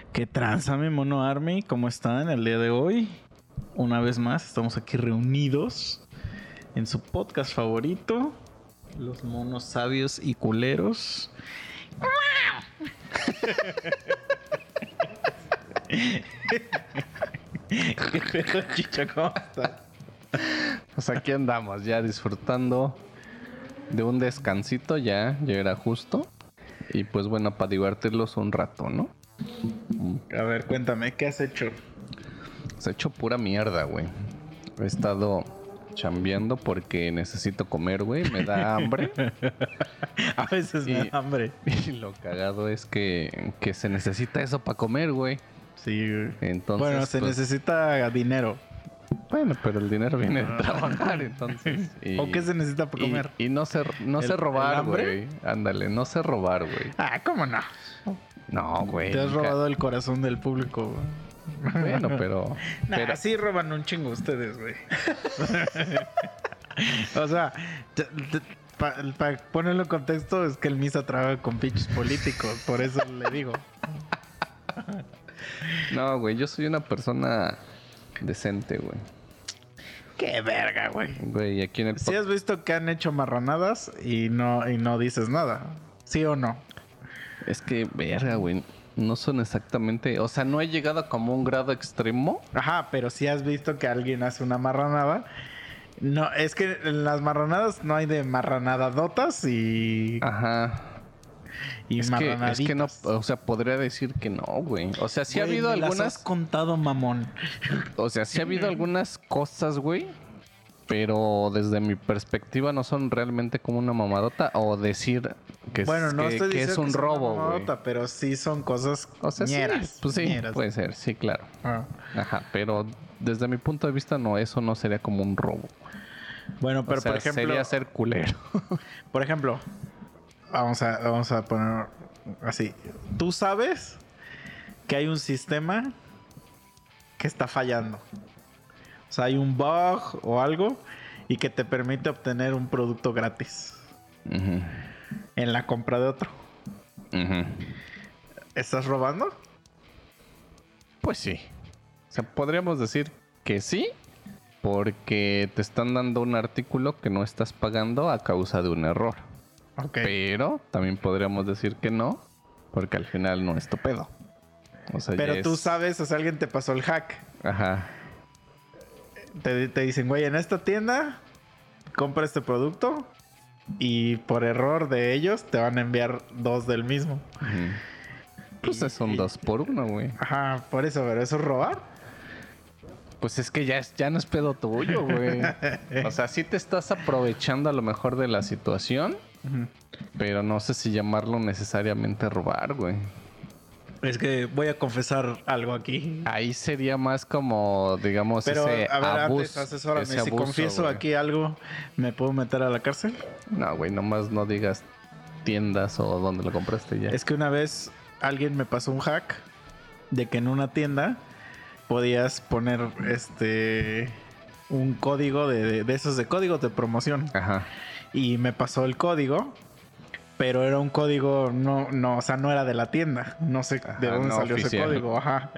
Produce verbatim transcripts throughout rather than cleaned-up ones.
¿Qué tranza, mi mono Army? ¿Cómo están el día de hoy? Una vez más, estamos aquí reunidos en su podcast favorito, Los Monos Sabios y Culeros. ¿Qué pedo, Chicho? ¿Cómo estás? Pues aquí andamos ya disfrutando de un descansito, ya, ya era justo. Y pues bueno, para divertirlos un rato, ¿no? A ver, cuéntame, ¿qué has hecho? Se ha hecho pura mierda, güey. He estado chambeando porque necesito comer, güey. Me da hambre. A veces y, me da hambre. Y lo cagado es que, que se necesita eso para comer, güey. Sí, güey. Entonces, bueno, se pues, necesita dinero. Bueno, pero el dinero viene de trabajar, entonces. Y, ¿O qué se necesita para comer? Y, y no sé, no ¿El- sé el robar, hambre? güey. Ándale, no sé robar, güey. Ah, ¿cómo no? No, güey. Te has nunca. robado el corazón del público, güey. Bueno, pero. Nah, pero sí roban un chingo ustedes, güey. O sea, para ponerlo en contexto, es que el Misa trabaja con pinches políticos, por eso le digo. No, güey, yo soy una persona decente, güey. Qué verga, güey. Güey, aquí en el ¿Sí pod- has visto que han hecho marranadas y no, y no dices nada? ¿Sí o no? Es que, verga, güey. No son exactamente. O sea, no he llegado como a un grado extremo. Ajá, pero sí has visto que alguien hace una marranada. No, es que en las marranadas no hay de marranadadotas y, Ajá. y Es que, es que no, marranaditas. o sea, podría decir que no, güey. O sea, sí ha Güey, habido me las algunas. has contado, mamón. O sea, sí ha habido algunas cosas, güey. Pero desde mi perspectiva no son realmente como una mamadota. O decir que, es, Bueno, no que, estoy que diciendo es un sea una robo, güey. mamadota, pero sí son cosas O sea, ñeras. sí, pues sí, ñeras. puede ser, sí, claro. Ah. Ajá, pero desde mi punto de vista no, eso no sería como un robo. Bueno, pero o sea, por ejemplo, sería ser culero. por ejemplo, vamos a, vamos a poner así. Tú sabes que hay un sistema que está fallando. O sea, hay un bug o algo y que te permite obtener un producto gratis Ujú, en la compra de otro. ujú. ¿Estás robando? Pues sí. O sea, podríamos decir que sí, porque te están dando un artículo que no estás pagando a causa de un error. Ok. Pero también podríamos decir que no, porque al final no es tu pedo. O sea, Pero ya tú es- sabes, o sea, alguien te pasó el hack. Ajá. Te, te dicen, güey, en esta tienda compra este producto y por error de ellos te van a enviar dos del mismo. Ujú. Pues es un Y- dos por uno, güey. Ajá, por eso, pero eso es robar. Pues es que ya, es, ya no es pedo tuyo, güey. O sea, sí te estás aprovechando a lo mejor de la situación, Ujú. pero no sé si llamarlo necesariamente robar, güey. Es que voy a confesar algo aquí. Ahí sería más como, digamos, Pero, ese a ver, abuso. antes, asesórame. ese Si abuso, confieso güey. aquí algo, ¿me puedo meter a la cárcel? No, güey, nomás no digas tiendas o dónde lo compraste ya. Es que una vez alguien me pasó un hack de que en una tienda podías poner este un código de, de, de esos de códigos de promoción. Ajá. Y me pasó el código, pero era un código, no, no, o sea, no era de la tienda. No sé Ajá, de dónde no salió ese oficial. código, ajá.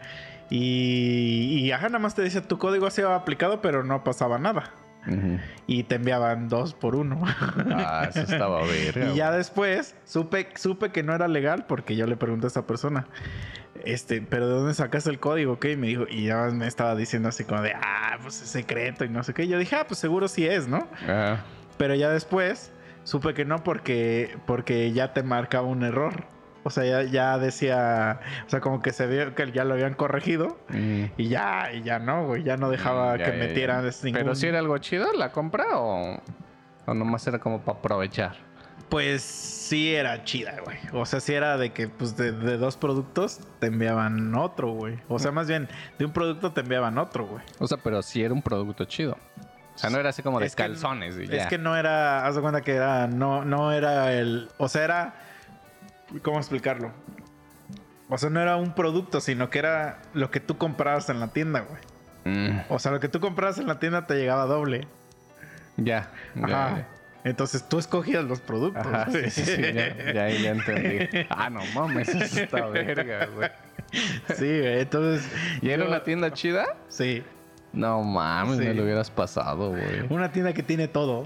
Y, y ajá, nada más te dice tu código ha sido aplicado, pero no pasaba nada. Ujú. Y te enviaban dos por uno. Ah, eso estaba verga. Y ya güey. después supe, supe que no era legal porque yo le pregunté a esa persona, este, pero ¿de dónde sacaste el código? ¿Qué? Y me dijo, y ya me estaba diciendo así como de, ah, pues es secreto y no sé qué. Y yo dije, ah, pues seguro sí es, ¿no? Ajá. Pero ya después supe que no porque, porque ya te marcaba un error. O sea, ya, ya decía, o sea, como que se vio que ya lo habían corregido Mm. y ya, y ya no, güey, ya no dejaba Ya, que ya, metieran ya. ese ningún... Pero si era algo chido la compra o, o nomás era como para aprovechar. Pues sí era chida, güey. O sea, sí era de que pues de, de dos productos te enviaban otro, güey. O sea, más bien, de un producto te enviaban otro, güey. O sea, pero sí era un producto chido. O sea, no era así como de Es que- calzones y Es ya. que no era, haz de cuenta que era, no, no era el, o sea, era, ¿cómo explicarlo? O sea, no era un producto, sino que era lo que tú comprabas en la tienda, güey. Mm, O sea, lo que tú comprabas en la tienda te llegaba doble. ya. ya, Ajá. ya. Entonces tú escogías los productos. Ajá, sí, sí, sí, ya, ya, ya entendí. Ah, no mames, eso está verga, güey. Sí, güey, entonces... ¿Y era yo- una tienda chida? Sí. No mames, Sí. me lo hubieras pasado, güey. Una tienda que tiene todo.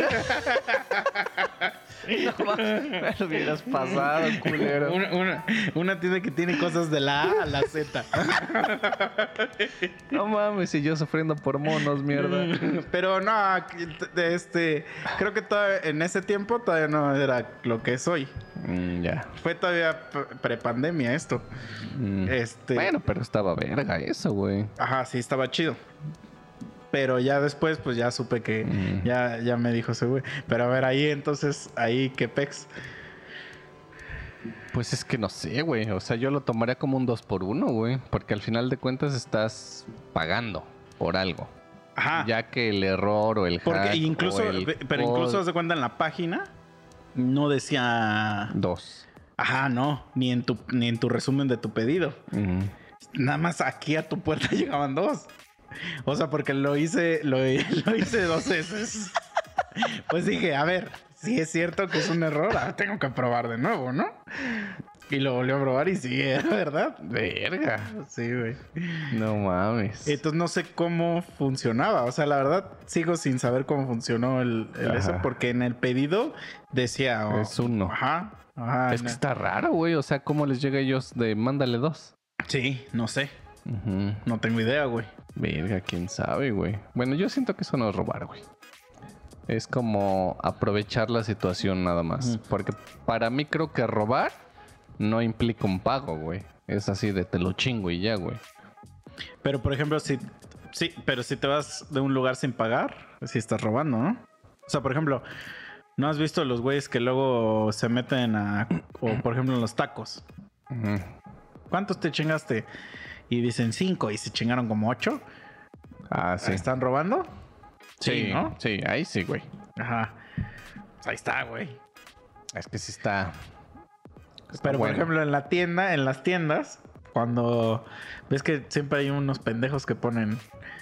No mames, me lo hubieras pasado, culero. Una, una, una tienda que tiene cosas de la A a la Z. No mames, y yo sufriendo por monos, mierda. Pero no, de este, creo que todavía, en ese tiempo todavía no era lo que es hoy. Mm, ya. Fue todavía pre- prepandemia esto. Mm. Este, Bueno, pero estaba verga eso, güey. ajá, sí, estaba chido. Pero ya después, pues ya supe que Mm. ya, ya me dijo ese güey. Pero a ver, ahí entonces, ahí qué pex. Pues es que no sé, güey. O sea, yo lo tomaría como un dos por uno, güey. Porque al final de cuentas estás pagando por algo. Ajá. Ya que el error o el hack Porque incluso, o el pero incluso code- haz de cuenta en la página no decía, Dos. ajá, no, ni en tu ni en tu resumen de tu pedido. Ujú. Nada más aquí a tu puerta llegaban dos. O sea, porque lo hice, lo, lo hice dos veces. Pues dije, a ver, si es cierto que es un error, ah, tengo que probar de nuevo, ¿no? Y lo volvió a probar y sí, era verdad. Verga. Sí, güey. No mames. Entonces no sé cómo funcionaba. O sea, la verdad, sigo sin saber cómo funcionó el, el Ajá. eso, porque en el pedido decía. oh, Es uno. Ajá. Ajá. Es que no- está raro, güey. O sea, ¿cómo les llega a ellos de mándale dos? Sí, no sé. Ujú. No tengo idea, güey. Verga, quién sabe, güey. Bueno, yo siento que eso no es robar, güey. Es como aprovechar la situación nada más. Ujú. Porque para mí creo que robar no implica un pago, güey. Es así de te lo chingo y ya, güey. Pero por ejemplo, si. Sí, pero si te vas de un lugar sin pagar, si estás robando, ¿no? O sea, por ejemplo, ¿no has visto los güeyes que luego se meten a. O por ejemplo en los tacos? Ujú. ¿Cuántos te chingaste? Y dicen cinco y se chingaron como ocho. Ah, sí. ¿Están robando? Sí, ¿no? Sí, ahí sí, güey. Ajá. Pues ahí está, güey. Es que sí está. está Pero por bueno. ejemplo, en la tienda, en las tiendas, cuando ves que siempre hay unos pendejos que ponen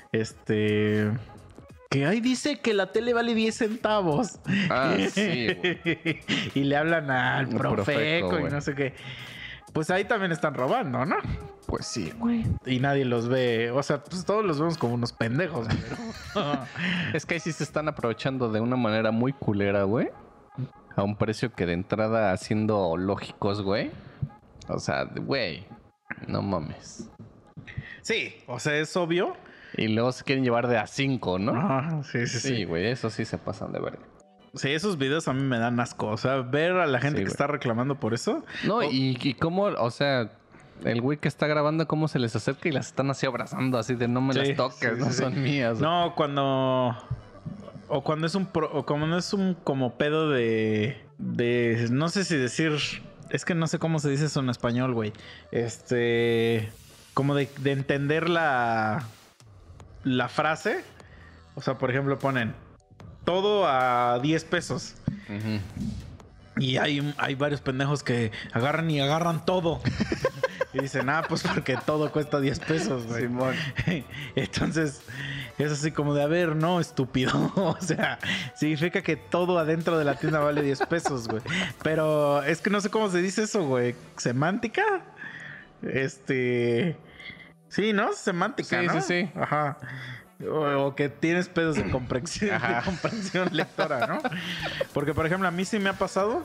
este que ahí dice que la tele vale diez centavos. Ah, sí, güey. Y le hablan al El profeco, Profeco, y güey. no sé qué. Pues ahí también están robando, ¿no? Pues sí, güey. Y nadie los ve. O sea, pues todos los vemos como unos pendejos. Pero... Es que ahí sí se están aprovechando de una manera muy culera, güey. A un precio que de entrada haciendo lógicos, güey. O sea, güey. No mames. Sí, o sea, es obvio. Y luego se quieren llevar de a cinco, ¿no? Ajá, sí, sí, sí. Sí, güey, eso sí se pasan de verga. Sí, esos videos a mí me dan asco. O sea, ver a la gente Sí, que güey. está reclamando por eso. No, O- y, y cómo, o sea, el güey que está grabando, cómo se les acerca y las están así abrazando, así de no me Sí, las toques, sí, no sí, sí. son mías. No, cuando. O cuando es un. pro- o cuando es un como pedo de. De. No sé si decir. Es que no sé cómo se dice eso en español, güey. Este. Como de, de entender la. La frase. O sea, por ejemplo, ponen. Todo a diez pesos. Ujú. Y hay, hay varios pendejos que agarran y agarran todo. Y dicen, ah, pues porque todo cuesta diez pesos, güey. Simón. Entonces, es así como de, a ver, no, estúpido. O sea, significa que todo adentro de la tienda vale diez pesos, güey. Pero es que no sé cómo se dice eso, güey. ¿Semántica? Este... Sí, ¿no? Semántica, Sí, ¿no? sí, sí. Ajá. O, o que tienes pedos de comprensión, de Ajá. comprensión lectora, ¿no? Porque, por ejemplo, a mí sí me ha pasado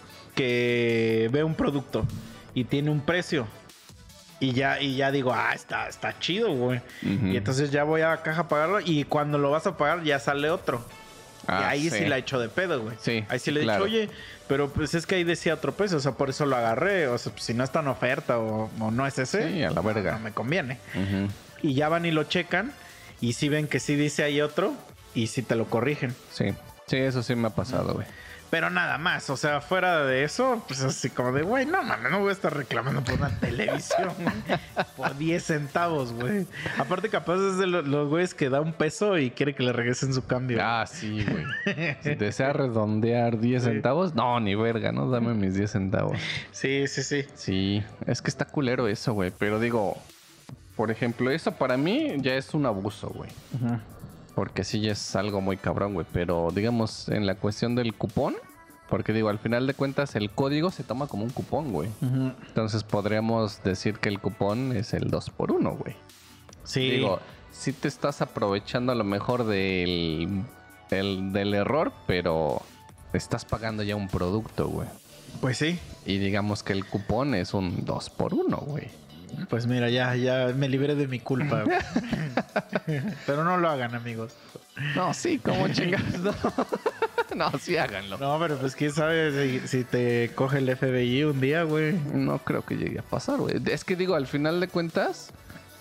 que veo un producto y tiene un precio. Y ya, y ya digo, ah, está, está chido, güey. Ujú. Y entonces ya voy a la caja a pagarlo. Y cuando lo vas a pagar, ya sale otro. y Ah, ahí sí. sí. la echo de pedo, güey. Sí, Ahí sí sí, le he claro. dicho, oye, pero pues es que ahí decía otro precio. O sea, por eso lo agarré. O sea, pues, si no está en oferta o, o no es ese, Sí, a la verga. no me conviene. Ujú. Y ya van y lo checan. Y si ven que sí dice ahí otro. Y sí te lo corrigen. Sí, sí, eso sí me ha pasado, güey. Pero nada más, o sea, fuera de eso, pues así como de, güey, no mames, no voy a estar reclamando por una televisión por diez centavos, güey. Aparte, capaz es de lo- los güeyes que da un peso y quiere que le regresen su cambio. Ah, sí, güey. Si desea redondear diez Sí. centavos, no, ni verga, ¿no? Dame mis diez centavos. Sí, sí, sí. Sí, es que está culero eso, güey. Pero digo, por ejemplo, eso para mí ya es un abuso, güey. Porque sí ya es algo muy cabrón, güey. Pero digamos, en la cuestión del cupón, Porque digo, al final de cuentas el código se toma como un cupón, güey. Uh-huh. Entonces podríamos decir que el cupón es el dos por uno, güey. Sí. Digo, sí te estás aprovechando a lo mejor del, del, del error, pero estás pagando ya un producto, güey. Pues sí. Y digamos que el cupón es un dos por uno, güey. Pues mira, ya, ya me libré de mi culpa. Pero no lo hagan, amigos. No, sí, como chingados. No. No, sí háganlo. No, pero pues quién sabe si, si te coge el F B I un día, güey. No creo que llegue a pasar, güey. Es que digo, al final de cuentas,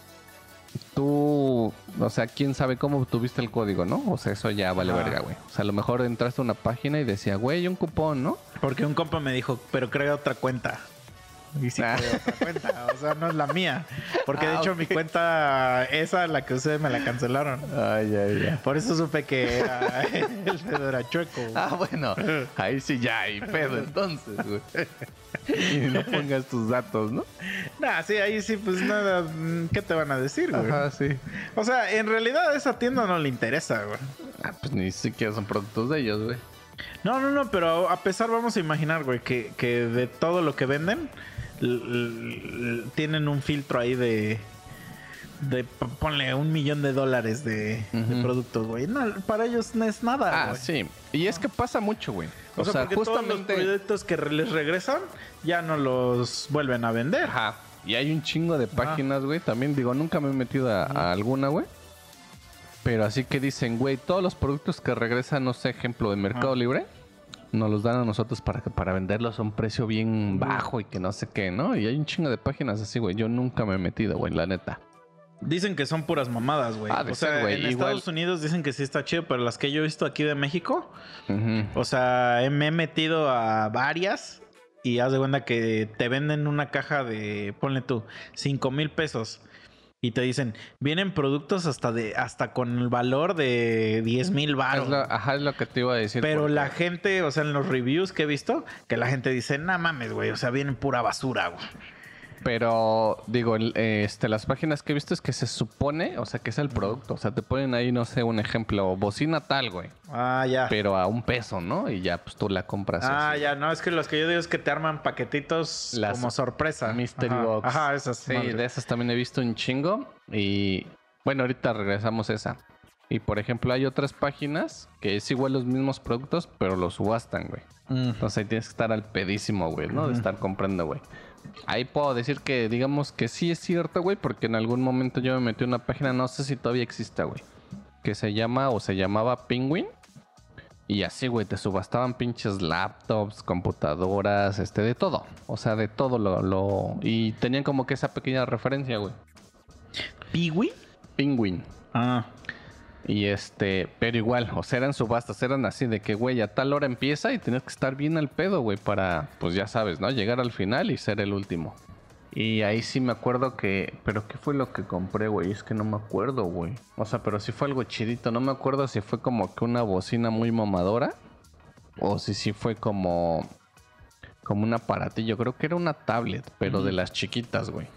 tú, o sea, quién sabe cómo tuviste el código, ¿no? O sea, eso ya vale Ah. verga, güey. O sea, a lo mejor entraste a una página y decía, güey, un cupón, ¿no? Porque un compa me dijo, pero crea otra cuenta. Y sí, Ah. creé otra cuenta. O sea, no es la mía. Porque de Ah, hecho ok. mi cuenta, esa, la que usé, me la cancelaron. Ay, ay, ay. Por eso supe que era, el dedo era chueco. Ah, bueno, ahí sí ya hay pedo entonces, güey. Y no pongas tus datos, ¿no? Nah, sí, ahí sí, pues nada. ¿Qué te van a decir, güey? Ajá, sí. O sea, en realidad a esa tienda no le interesa, güey. Ah, pues ni siquiera son productos de ellos, güey. No, no, no, pero a pesar, vamos a imaginar, güey, que, que de todo lo que venden, l- l- tienen un filtro ahí de, de, p- ponle un millón de dólares de, de Ujú. productos, güey. No, para ellos no es nada, Ah, güey. sí. Y es que pasa mucho, güey. O, sea, porque todos los justamente... productos que re- les regresan ya no los vuelven a vender. Ajá. Y hay un chingo de páginas, güey. También digo, nunca me he metido a, a alguna, güey. Pero así que dicen, güey, todos los productos que regresan, no sé, ejemplo de Mercado Ajá. Libre, nos los dan a nosotros para, que- para venderlos a un precio bien bajo y que no sé qué, ¿no? Y hay un chingo de páginas así, güey. Yo nunca me he metido, güey, la neta. Dicen que son puras mamadas, güey. Ah, de o sea, ser, güey, en igual. Estados Unidos dicen que sí está chido, pero las que yo he visto aquí de México, Ujú. o sea, he- me he metido a varias y haz de cuenta que te venden una caja de, ponle tú, cinco mil pesos. Y te dicen, vienen productos hasta de hasta con el valor de diez mil Es baros. lo- ajá, es lo que te iba a decir. Pero porque- la gente, o sea, en los reviews que he visto, que la gente dice, no mames, güey, o sea, vienen pura basura, güey. Pero, digo, el- eh, este, las páginas que he visto es que se supone, o sea, que es el producto. O sea, te ponen ahí, no sé, un ejemplo, bocina tal, güey. Ah, ya. Pero a un peso, ¿no? Y ya, pues tú la compras. Ah, así. ya, no, es que los que yo digo es que te arman paquetitos Las como sorpresa. Mystery Ajá, Box. Ajá, esas. Sí, madres. de esas también he visto un chingo. Y bueno, ahorita regresamos a esa. Y por ejemplo, hay otras páginas que es igual los mismos productos, pero los subastan, güey. Mm. Entonces ahí tienes que estar al pedísimo, güey, ¿no? De Ujú. estar comprando, güey. Ahí puedo decir que, digamos que sí es cierto, güey, porque en algún momento yo me metí en una página, no sé si todavía exista, güey, que se llama o se llamaba Penguin. Y así, güey, te subastaban pinches laptops, computadoras, este, de todo. O sea, de todo lo... lo... Y tenían como que esa pequeña referencia, güey. ¿Piwi? Penguin. Ah. Y este, pero igual, o sea, eran subastas, eran así de que, güey, a tal hora empieza y tenías que estar bien al pedo, güey, para, pues ya sabes, ¿no? Llegar al final y ser el último. Y ahí sí me acuerdo que, pero ¿qué fue lo que compré, güey? Es que no me acuerdo, güey. O sea, pero sí fue algo chidito, no me acuerdo si fue como que una bocina muy mamadora o si sí fue como, como un aparatillo, creo que era una tablet, pero de las chiquitas, güey.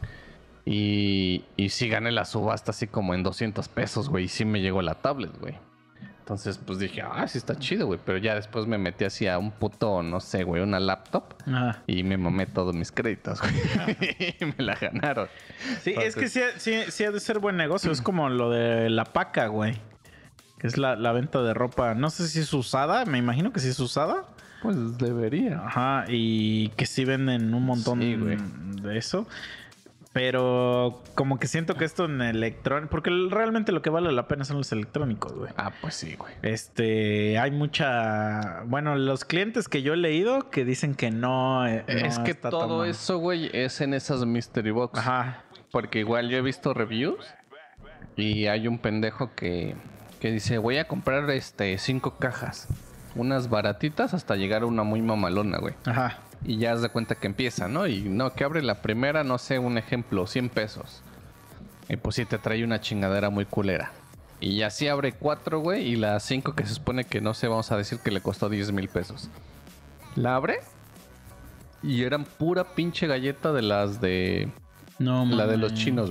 Y, y sí gané la subasta así como en doscientos pesos, güey. Y sí me llegó la tablet, güey. Entonces, pues dije, ah, sí está chido, güey. Pero ya después me metí así a un puto, no sé, güey, una laptop. Ah. Y me mamé todos mis créditos, güey. Y me la ganaron. Sí, es que sí, sí, sí ha de ser buen negocio. Es como lo de la paca, güey. Que es la, la venta de ropa. No sé si es usada. Me imagino que sí es usada. Pues debería. Ajá. Y que sí venden un montón Sí, güey. de eso. Pero como que siento que esto en electrónico... Porque realmente lo que vale la pena son los electrónicos, güey. Ah, pues sí, güey. Este, hay mucha... Bueno, los clientes que yo he leído que dicen que no... eh, no Es que está tan todo mal. eso, güey, es en esas Mystery Box. Ajá. Porque igual yo he visto reviews y hay un pendejo que, que dice, voy a comprar este cinco cajas. Unas baratitas hasta llegar a una muy mamalona, güey. Ajá. Y ya haz de cuenta que empieza, ¿no? Y no, que abre la primera, no sé, un ejemplo, cien pesos. Y pues sí te trae una chingadera muy culera. Y así abre cuatro, güey, y las cinco que se supone que no sé, vamos a decir que le costó diez mil pesos. La abre y eran pura pinche galleta de las de... No, La de mames. los chinos, güey.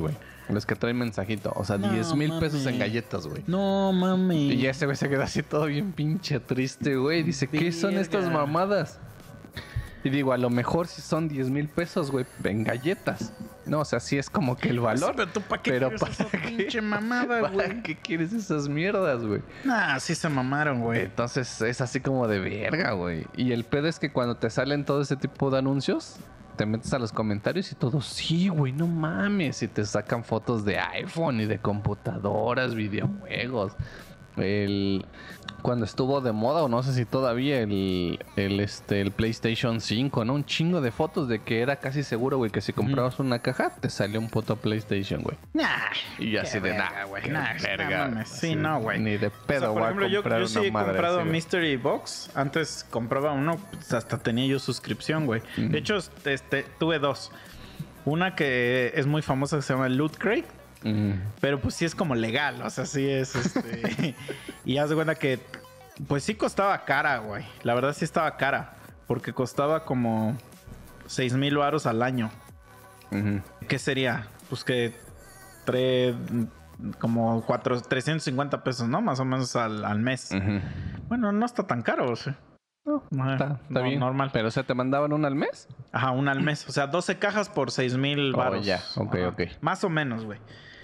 Los que traen mensajito. O sea, No, diez mil mames. pesos en galletas, güey. No, mami. Y ese güey se queda así todo bien pinche triste, güey. Dice, ¿qué son Verga. estas mamadas? Y digo, a lo mejor si son diez mil pesos, güey, en galletas. No, o sea, sí es como que el valor. Sí, pero tú, ¿para qué pero quieres ¿para esa qué? pinche mamada, ¿Para güey? qué quieres esas mierdas, güey? Nah, sí se mamaron, güey. Entonces es así como de verga, güey. Y el pedo es que cuando te salen todo ese tipo de anuncios, te metes a los comentarios y todos, sí, güey, no mames. Y te sacan fotos de iPhone y de computadoras, videojuegos. El... Cuando estuvo de moda, o no sé si todavía, el, el, este, el PlayStation cinco, ¿no? Un chingo de fotos de que era casi seguro, güey, que si comprabas una caja, te salió un puto PlayStation, güey. Nah. Y qué así de verga, nada, güey. güey. Nah, Verga. no mames. Así Sí, de- no, güey. Ni de O sea, pedo, por voy ejemplo, a yo, comprar yo una sí he madre comprado así, güey. Mystery Box. Antes compraba uno, pues hasta tenía yo suscripción, güey. De hecho, este, tuve dos. Una que es muy famosa que se llama Loot Crate. Mm. Pero pues sí es como legal, o sea, sí es este. Y haz de cuenta que, pues sí costaba cara, güey. La verdad sí estaba cara. Porque costaba como seis mil varos al año. Ujú. ¿Qué sería? Pues que tres, como cuatro, trescientos cincuenta pesos, ¿no? Más o menos al, al mes. Ujú. Bueno, no está tan caro, o sea. No, Ajá, está, está no, bien. normal. Pero, o sea, ¿te mandaban una al mes? Ajá, una al mes. O sea, doce cajas por seis mil Oh, varos. ya. Ok, Ajá. ok. Más o menos, güey.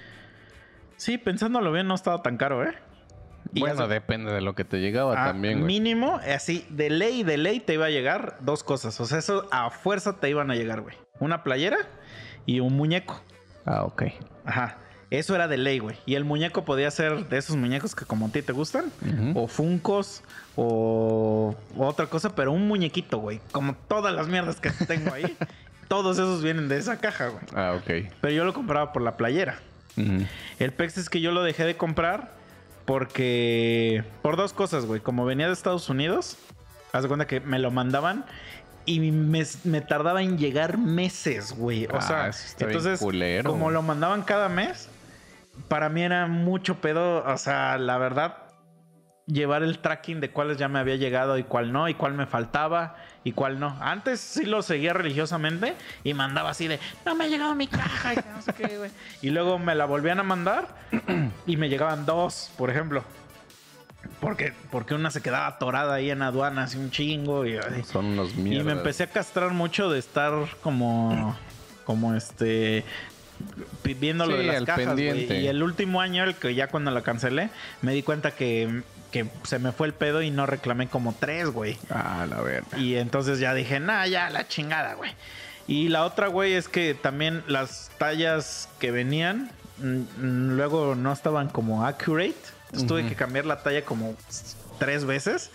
Sí, pensándolo bien, no estaba tan caro, ¿eh? Y Bueno, ya se- depende de lo que te llegaba Ah, también, güey. mínimo, así, de ley, de ley te iba a llegar dos cosas. O sea, eso a fuerza te iban a llegar, güey. Una playera y un muñeco. Ah, ok. Ajá. Eso era de ley, güey. Y el muñeco podía ser de esos muñecos que como a ti te gustan. Ujú. O funcos. O, o otra cosa. Pero un muñequito, güey. Como todas las mierdas que tengo ahí. Todos esos vienen de esa caja, güey. Ah, ok. Pero yo lo compraba por la playera. Ujú. El Pex es que yo lo dejé de comprar porque... Por dos cosas, güey. Como venía de Estados Unidos, haz de cuenta que me lo mandaban y me, me tardaba en llegar meses, güey. O Ah, sea, eso está bien entonces, culero, como güey. lo mandaban cada mes, para mí era mucho pedo. O sea, la verdad, llevar el tracking de cuáles ya me había llegado y cuál no, y cuál me faltaba y cuál no. Antes sí lo seguía religiosamente y mandaba así de, no me ha llegado mi caja y que no sé qué, güey. Y luego me la volvían a mandar y me llegaban dos, por ejemplo. Porque, porque una se quedaba atorada ahí en aduanas y un chingo y así. Son unos Y mierdas. me empecé a castrar mucho de estar como, como este, pi- viendo lo Sí, de las al cajas, güey. pendiente. Y el último año, el que ya cuando la cancelé, me di cuenta que, que se me fue el pedo y no reclamé como tres, güey. Ah, la verga. Y entonces ya dije, nah, ya, la chingada, güey. Y la otra, güey, es que también las tallas que venían, mm, mm, luego no estaban como accurate. Entonces tuve Ujú. que cambiar la talla como tres veces.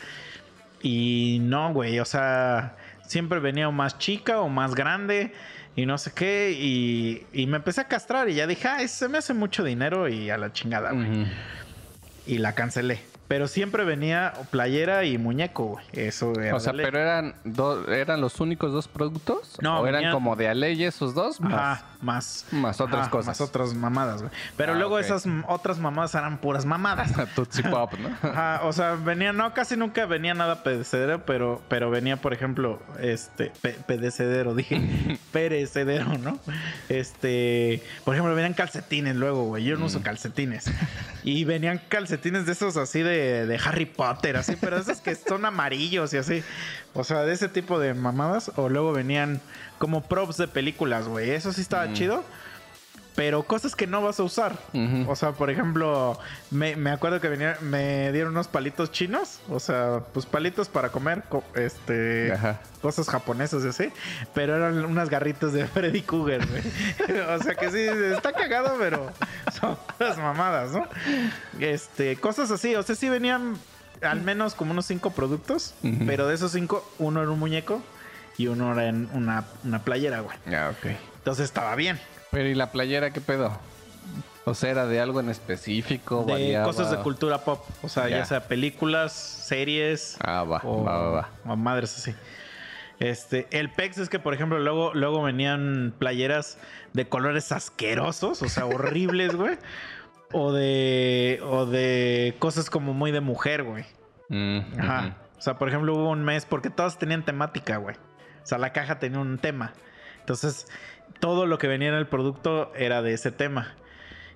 Y no, güey, o sea, siempre venía o más chica o más grande y no sé qué. Y, y me empecé a castrar y ya dije, ay, se me hace mucho dinero y a la chingada, güey. Ujú. Y la cancelé. Pero siempre venía playera y muñeco, güey. Eso era O sea, de ley. pero eran do- eran los únicos dos productos. No, ¿O eran venían- como de a ley esos dos? Más- Ajá, más. más otras ajá, cosas. Más otras mamadas, güey. Pero Ah, luego ok. esas m- otras mamadas eran puras mamadas. Tootsie Pop, ¿no? Ajá, o sea, venía, no, casi nunca venía nada pedecedero, pero, pero venía, por ejemplo, este, pe- pedecedero, dije, perecedero, ¿no? Este, por ejemplo, venían calcetines luego, güey. Yo no uso calcetines. Y venían calcetines de esos así de, de Harry Potter, así, pero esos que son amarillos y así. O sea, de ese tipo de mamadas. O luego venían como props de películas, güey. Eso sí estaba chido. Pero cosas que no vas a usar. Ujú. O sea, por ejemplo, me, me acuerdo que venía, me dieron unos palitos chinos. O sea, pues palitos para comer, co- este, Ajá. cosas japonesas y así. Pero eran unas garritas de Freddy Krueger, güey. O sea que sí, está cagado, pero son las mamadas, ¿no? Este, cosas así. O sea, sí venían al menos como unos cinco productos. Ujú. Pero de esos cinco, uno era un muñeco y uno era en una, una playera, güey. Ah, ok. Entonces estaba bien. Pero ¿y la playera qué pedo? O sea, ¿era de algo en específico? De variaba? cosas de cultura pop. O sea, ya, Ya. sea películas, series. Ah, va, o, va, va, va. o madres así. Este, el Pex es que, por ejemplo, luego, luego venían playeras de colores asquerosos, o sea, horribles, güey. O de. O de cosas como muy de mujer, güey. Mm, Ajá. ujú. O sea, por ejemplo, hubo un mes, porque todas tenían temática, güey. O sea, la caja tenía un tema. Entonces, todo lo que venía en el producto era de ese tema.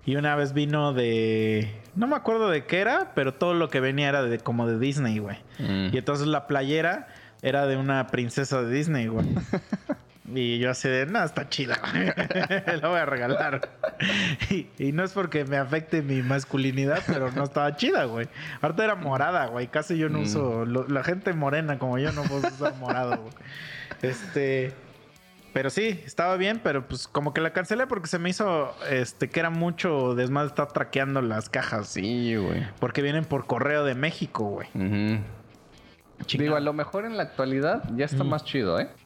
Y una vez vino de... No me acuerdo de qué era, pero todo lo que venía era de como de Disney, güey. Mm. Y entonces la playera era de una princesa de Disney, güey. Y yo así de, no, está chida, güey. La voy a regalar. Y, y no es porque me afecte mi masculinidad, pero no estaba chida, güey. Ahorita era morada, güey. Casi yo no mm. uso... Lo, la gente morena como yo no puedo usar morado, güey. Este... Pero sí, estaba bien, pero pues como que la cancelé porque se me hizo este que era mucho desmadre estar traqueando las cajas. Sí, güey. Porque vienen por correo de México, güey. Uh-huh. Digo, a lo mejor en la actualidad ya está uh-huh. más chido, ¿eh?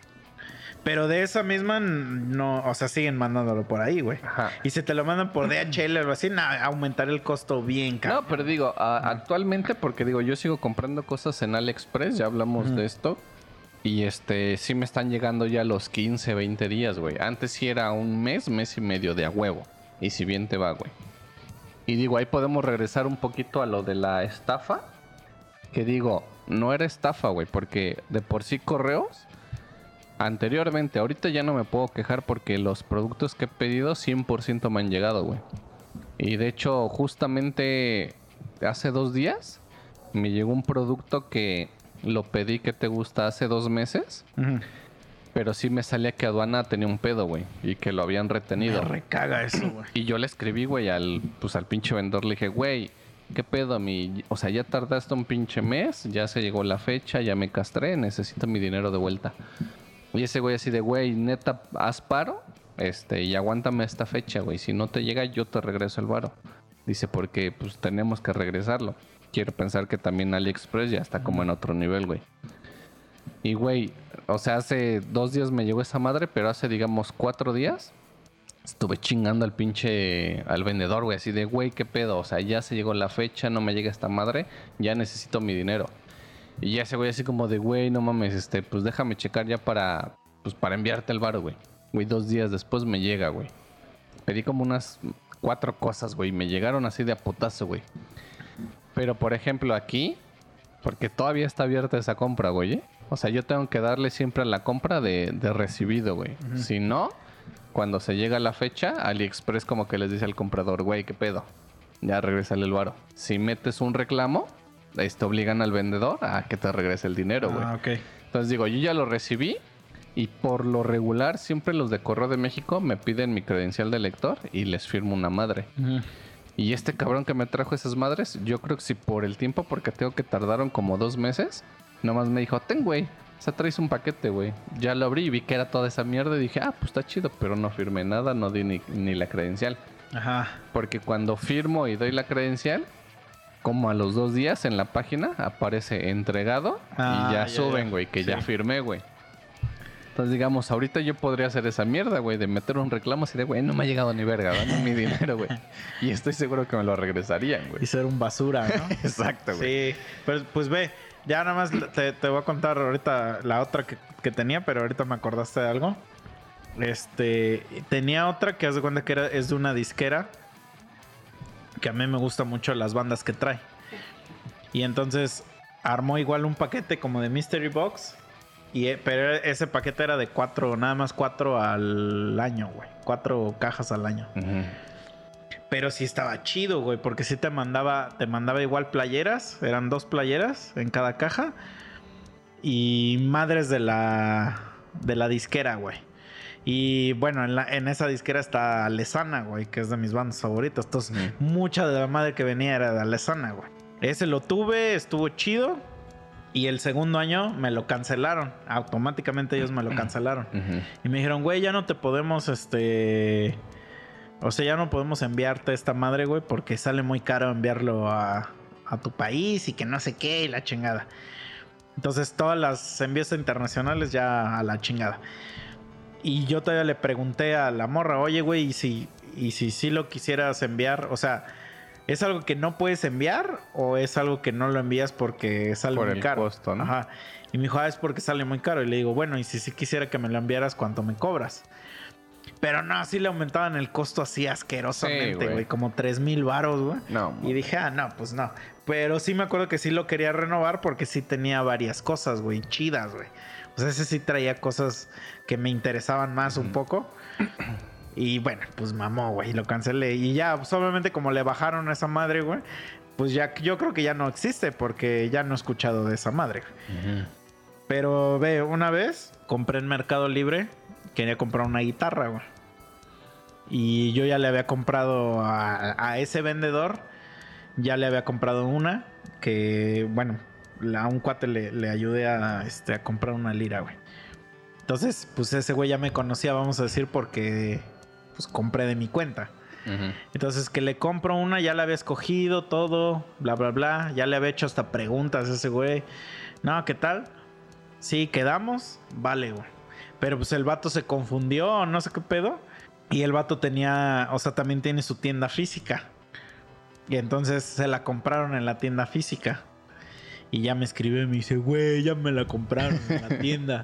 Pero de esa misma, no, o sea, siguen mandándolo por ahí, güey. Ajá. Y si te lo mandan por D H L o algo así, no, aumentar el costo bien caro. No, pero digo, a, actualmente, porque digo, yo sigo comprando cosas en AliExpress, ya hablamos uh-huh. de esto. Y este, sí me están llegando ya los quince, veinte días, güey. Antes sí era un mes, mes y medio de a huevo. Y si bien te va, güey. Y digo, ahí podemos regresar un poquito a lo de la estafa. Que digo, no era estafa, güey. Porque de por sí correos, anteriormente, ahorita ya no me puedo quejar porque los productos que he pedido cien por ciento me han llegado, güey. Y de hecho, justamente hace dos días me llegó un producto que... Lo pedí, que te gusta, hace dos meses. Uh-huh. Pero sí me salía que aduana tenía un pedo, güey. Y que lo habían retenido. Me recaga eso, güey. Y yo le escribí, güey, al, pues, al pinche vendedor. Le dije, güey, ¿qué pedo? Mi... O sea, ya tardaste un pinche mes. Ya se llegó la fecha. Ya me castré. Necesito mi dinero de vuelta. Y ese güey así de, güey, neta, haz paro. Este, y aguántame esta fecha, güey. Si no te llega, yo te regreso el varo. Dice, porque, pues, tenemos que regresarlo. Quiero pensar que también AliExpress ya está como en otro nivel, güey. Y, güey, o sea, hace dos días me llegó esa madre, pero hace, digamos, cuatro días estuve chingando al pinche... al vendedor, güey, así de, güey, ¿qué pedo? O sea, ya se llegó la fecha, no me llega esta madre, ya necesito mi dinero. Y ya ese güey así como de, güey, no mames, este, pues déjame checar ya para... pues para enviarte el varo, güey. Güey, dos días después me llega, güey. Pedí como unas cuatro cosas, güey, me llegaron así de a putazo, güey. Pero, por ejemplo, aquí, porque todavía está abierta esa compra, güey, ¿eh? O sea, yo tengo que darle siempre a la compra de, de recibido, güey. Uh-huh. Si no, cuando se llega la fecha, AliExpress como que les dice al comprador, güey, ¿qué pedo? Ya regrésale el varo. Si metes un reclamo, te obligan al vendedor a que te regrese el dinero, güey. Ah, ok. Entonces digo, yo ya lo recibí y por lo regular, siempre los de Correo de México me piden mi credencial de lector y les firmo una madre. Uh-huh. Y este cabrón que me trajo esas madres, yo creo que si por el tiempo, porque tengo que tardaron como dos meses, nomás me dijo, ten, güey, o sea, traes un paquete, güey. Ya lo abrí y vi que era toda esa mierda y dije, ah, pues está chido, pero no firmé nada, no di ni, ni la credencial. Ajá. Porque cuando firmo y doy la credencial, como a los dos días en la página aparece entregado ah, y ya, ya suben, güey, que sí. Ya firmé, güey. Entonces, digamos, ahorita yo podría hacer esa mierda, güey, de meter un reclamo así de, güey, no me ha llegado ni verga, dame mi dinero, güey. Y estoy seguro que me lo regresarían, güey. Y ser un basura, ¿no? Exacto, güey. Sí, pues, pues ve, ya nada más te, te voy a contar ahorita la otra que, que tenía, pero ahorita me acordaste de algo. Este, tenía otra que haz de cuenta que era, es de una disquera, que a mí me gusta mucho las bandas que trae. Y entonces armó igual un paquete como de Mystery Box. Y, pero ese paquete era de cuatro, nada más cuatro al año, güey. Cuatro cajas al año. Uh-huh. Pero sí estaba chido, güey, porque sí te mandaba, te mandaba igual playeras. Eran dos playeras en cada caja. Y madres de la, de la disquera, güey. Y bueno, en, la, en esa disquera está Alesana, güey, que es de mis bandas favoritas. Entonces, uh-huh. mucha de la madre que venía era de Alesana, güey. Ese lo tuve, estuvo chido. Y el segundo año me lo cancelaron. Automáticamente ellos me lo cancelaron. Uh-huh. Y me dijeron, güey, ya no te podemos, este... O sea, ya no podemos enviarte esta madre, güey, porque sale muy caro enviarlo a, a tu país y que no sé qué y la chingada. Entonces, todas las envíos internacionales ya a la chingada. Y yo todavía le pregunté a la morra, oye, güey, ¿y si, y si sí lo quisieras enviar? O sea... ¿Es algo que no puedes enviar o es algo que no lo envías porque sale Por muy el caro? Costo, ¿no? Ajá. Y me dijo, ah, es porque sale muy caro. Y le digo, bueno, y si sí quisiera que me lo enviaras, ¿cuánto me cobras? Pero no, sí le aumentaban el costo así asquerosamente, güey. Sí, como tres mil varos, güey. No. Y dije, ah, no, pues no. Pero sí me acuerdo que sí lo quería renovar porque sí tenía varias cosas, güey, chidas, güey. O sea, ese sí traía cosas que me interesaban más mm. un poco. Y bueno, pues mamó, güey, y lo cancelé. Y ya, pues obviamente como le bajaron a esa madre, güey, pues ya yo creo que ya no existe porque ya no he escuchado de esa madre. Uh-huh. Pero ve, una vez compré en Mercado Libre, quería comprar una guitarra, güey. Y yo ya le había comprado a, a ese vendedor, ya le había comprado una que, bueno, a un cuate le, le ayudé a, este, a comprar una lira, güey. Entonces, pues ese güey ya me conocía, vamos a decir, porque pues compré de mi cuenta. Uh-huh. Entonces, que le compro una, ya la había escogido, todo, bla, bla, bla. Ya le había hecho hasta preguntas a ese güey. No, ¿qué tal? Sí, quedamos, vale, güey. Pero pues el vato se confundió, no sé qué pedo. Y el vato tenía, o sea, también tiene su tienda física. Y entonces se la compraron en la tienda física. Y ya me escribió y me dice, güey, ya me la compraron en la tienda.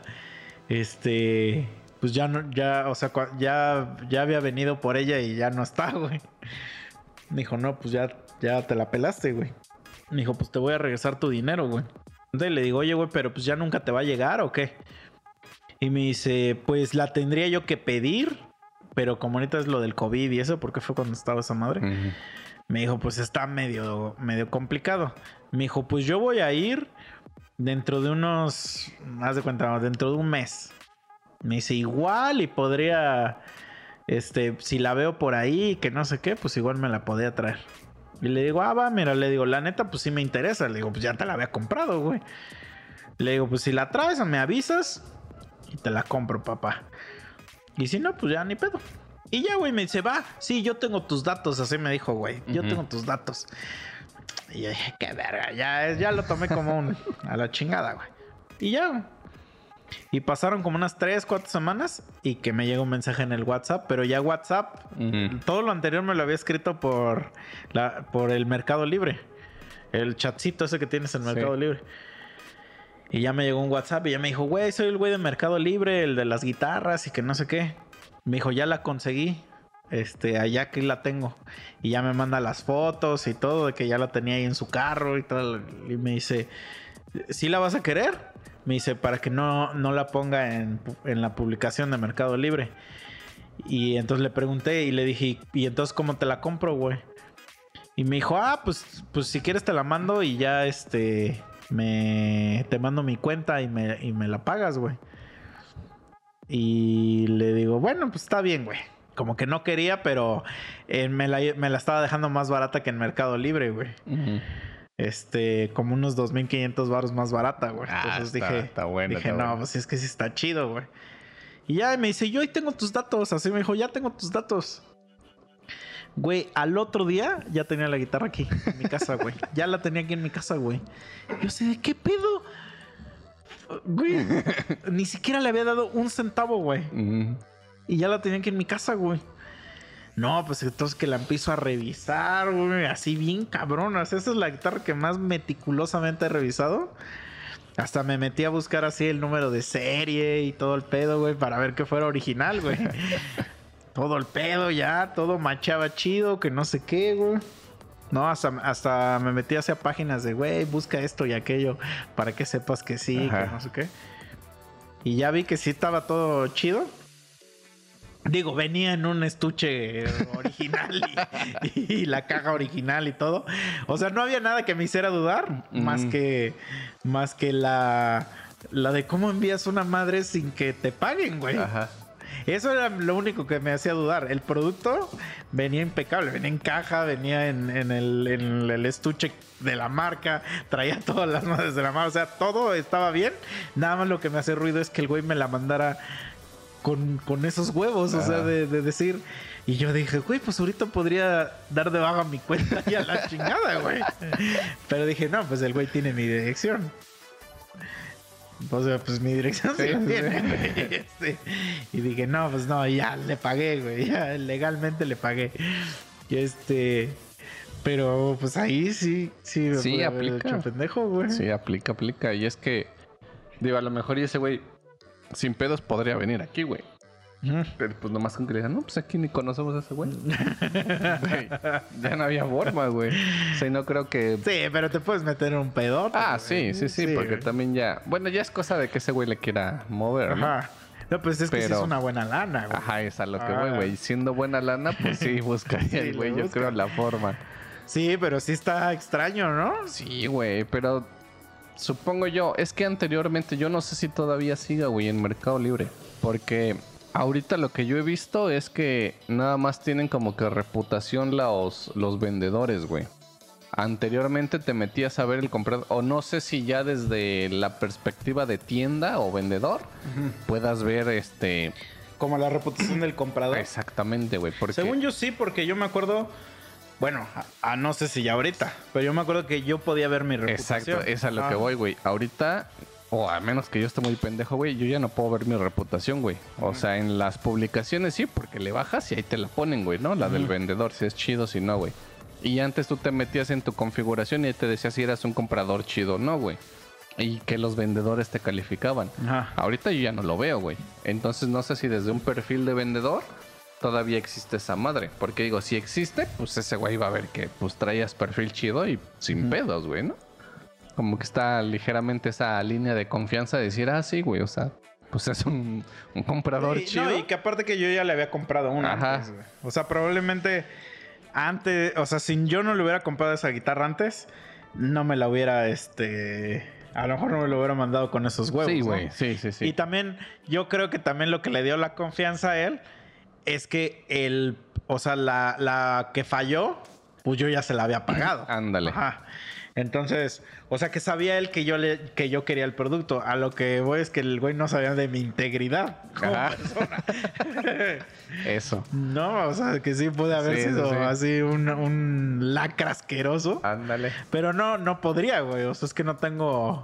Este, pues ya no, ya, o sea, ya, ya había venido por ella y ya no está, güey. Me dijo, no, pues ya, ya te la pelaste, güey. Me dijo, pues te voy a regresar tu dinero, güey. Entonces le digo, oye, güey, pero pues ya nunca te va a llegar, ¿o qué? Y me dice, pues la tendría yo que pedir, pero como ahorita es lo del COVID y eso, porque fue cuando estaba esa madre. Uh-huh. Me dijo, pues está medio, medio complicado. Me dijo, pues yo voy a ir dentro de unos, haz de cuenta, dentro de un mes. Me dice, igual y podría, este, si la veo por ahí, que no sé qué, pues igual me la podría traer. Y le digo, ah, va, mira, le digo, la neta, pues sí me interesa. Le digo, pues ya te la había comprado, güey. Le digo, pues si la traes, me avisas y te la compro, papá. Y si no, pues ya ni pedo. Y ya, güey, me dice, va, sí, yo tengo tus datos. Así me dijo, güey, yo uh-huh. tengo tus datos. Y yo dije, qué verga, ya, ya lo tomé como un, a la chingada, güey. Y ya, güey. Y pasaron como unas tres, cuatro semanas y que me llegó un mensaje en el WhatsApp. Pero ya WhatsApp, uh-huh. todo lo anterior me lo había escrito por, la, por el Mercado Libre. El chatcito ese que tienes en Mercado sí. Libre. Y ya me llegó un WhatsApp y ya me dijo, güey, soy el güey de Mercado Libre, el de las guitarras y que no sé qué. Me dijo, ya la conseguí. Este, allá que la tengo. Y ya me manda las fotos y todo, de que ya la tenía ahí en su carro y tal. Y me dice, ¿sí la vas a querer? Me dice, para que no, no la ponga en, en la publicación de Mercado Libre. Y entonces le pregunté y le dije, ¿y entonces cómo te la compro, güey? Y me dijo, ah, pues, pues si quieres te la mando y ya este me te mando mi cuenta y me, y me la pagas, güey. Y le digo, bueno, pues está bien, güey. Como que no quería, pero eh, me, la, me la estaba dejando más barata que en Mercado Libre, güey. Uh-huh. Este, como unos dos mil quinientos baros más barata, güey. Ah, Entonces está, dije, está bueno, dije está no, bueno. pues es que sí está chido, güey. Y ya me dice, yo ahí tengo tus datos. Así me dijo, ya tengo tus datos. Güey, al otro día ya tenía la guitarra aquí en mi casa, güey. Ya la tenía aquí en mi casa, güey. Yo sé, ¿de qué pedo? Güey, ni siquiera le había dado un centavo, güey. Uh-huh. Y ya la tenía aquí en mi casa, güey. No, pues entonces que la empiezo a revisar, güey. Así bien cabrón. O sea, esa es la guitarra que más meticulosamente he revisado. Hasta me metí a buscar así el número de serie y todo el pedo, güey, para ver que fuera original, güey. Todo el pedo ya, todo machaba chido, que no sé qué, güey. No, hasta, hasta me metí hacia páginas de, güey, busca esto y aquello para que sepas que sí, Ajá. que no sé qué. Y ya vi que sí estaba todo chido. Digo, venía en un estuche original y, y la caja original y todo. O sea, no había nada que me hiciera dudar, mm. más que más que la, la de cómo envías una madre sin que te paguen, güey. Ajá. Eso era lo único que me hacía dudar. El producto venía impecable, venía en caja, venía en, en, el, en el estuche de la marca, traía todas las madres de la marca, o sea, todo estaba bien. Nada más lo que me hace ruido es que el güey me la mandara con, con esos huevos, ah. o sea, de, de decir... Y yo dije, güey, pues ahorita podría dar de baja mi cuenta y a la chingada, güey. Pero dije, no, pues el güey tiene mi dirección. O sea, pues mi dirección sí, sí la tiene, güey. Este, y dije, no, pues no, ya le pagué, güey. Ya legalmente le pagué. Y este... Pero pues ahí sí, sí me sí, pude aplica. haber hecho pendejo, güey. Sí, aplica, aplica. Y es que, digo, a lo mejor y ese güey sin pedos podría venir aquí, güey. Uh-huh. Pero pues nomás con que le digan, no, pues aquí ni conocemos a ese güey. Güey, ya no había forma, güey. O sea, no creo que... Sí, pero te puedes meter en un pedote. Ah, sí, sí, sí, sí, porque güey. También ya... Bueno, ya es cosa de que ese güey le quiera mover, ¿no? Ajá. No, pues es que Pero- sí es una buena lana, güey. Ajá, es a lo que Ah. voy, güey. Siendo buena lana, pues sí, buscaría Sí, el güey, le yo busca. creo, la forma. Sí, pero sí está extraño, ¿no? Sí, güey, pero supongo yo, es que anteriormente yo no sé si todavía siga, güey, en Mercado Libre. Porque ahorita lo que yo he visto es que nada más tienen como que reputación los, los vendedores, güey. Anteriormente te metías a ver el comprador, o no sé si ya desde la perspectiva de tienda o vendedor puedas ver este... Como la reputación del comprador. Exactamente, güey, porque... Según yo sí, porque yo me acuerdo, bueno, a, a no sé si ya ahorita, pero yo me acuerdo que yo podía ver mi reputación. Exacto, es a lo Ah. que voy, güey. Ahorita, o a menos que yo esté muy pendejo, güey, yo ya no puedo ver mi reputación, güey. O sea, en las publicaciones sí, porque le bajas y ahí te la ponen, güey, ¿no? La del Ujú. vendedor, si es chido, si no, güey. Y antes tú te metías en tu configuración y ahí te decía si eras un comprador chido o no, güey. Y que los vendedores te calificaban. Ajá. Ahorita yo ya no lo veo, güey. Entonces no sé si desde un perfil de vendedor todavía existe esa madre. Porque digo, si existe, pues ese güey va a ver que pues traías perfil chido y sin Ujú. pedos, güey, ¿no? Como que está ligeramente esa línea de confianza de decir, ah, sí, güey, o sea, pues es un, un comprador Sí, chido. no, y que aparte que yo ya le había comprado una Ajá. antes, güey. O sea, probablemente antes, o sea, si yo no le hubiera comprado esa guitarra antes, no me la hubiera, este, a lo mejor no me lo hubiera mandado con esos huevos, Sí, ¿no? güey, sí, sí, sí. Y también, yo creo que también lo que le dio la confianza a él es que el, o sea, la, la que falló, pues yo ya se la había pagado. Ándale. Ajá. Entonces, o sea que sabía él que yo le, que yo quería el producto. A lo que voy es que el güey no sabía de mi integridad como Ajá. persona. Eso. No, o sea que sí puede haber Sí, sí, sido sí. así un, un lacra asqueroso. Ándale. Pero no, no podría, güey. O sea, es que no tengo.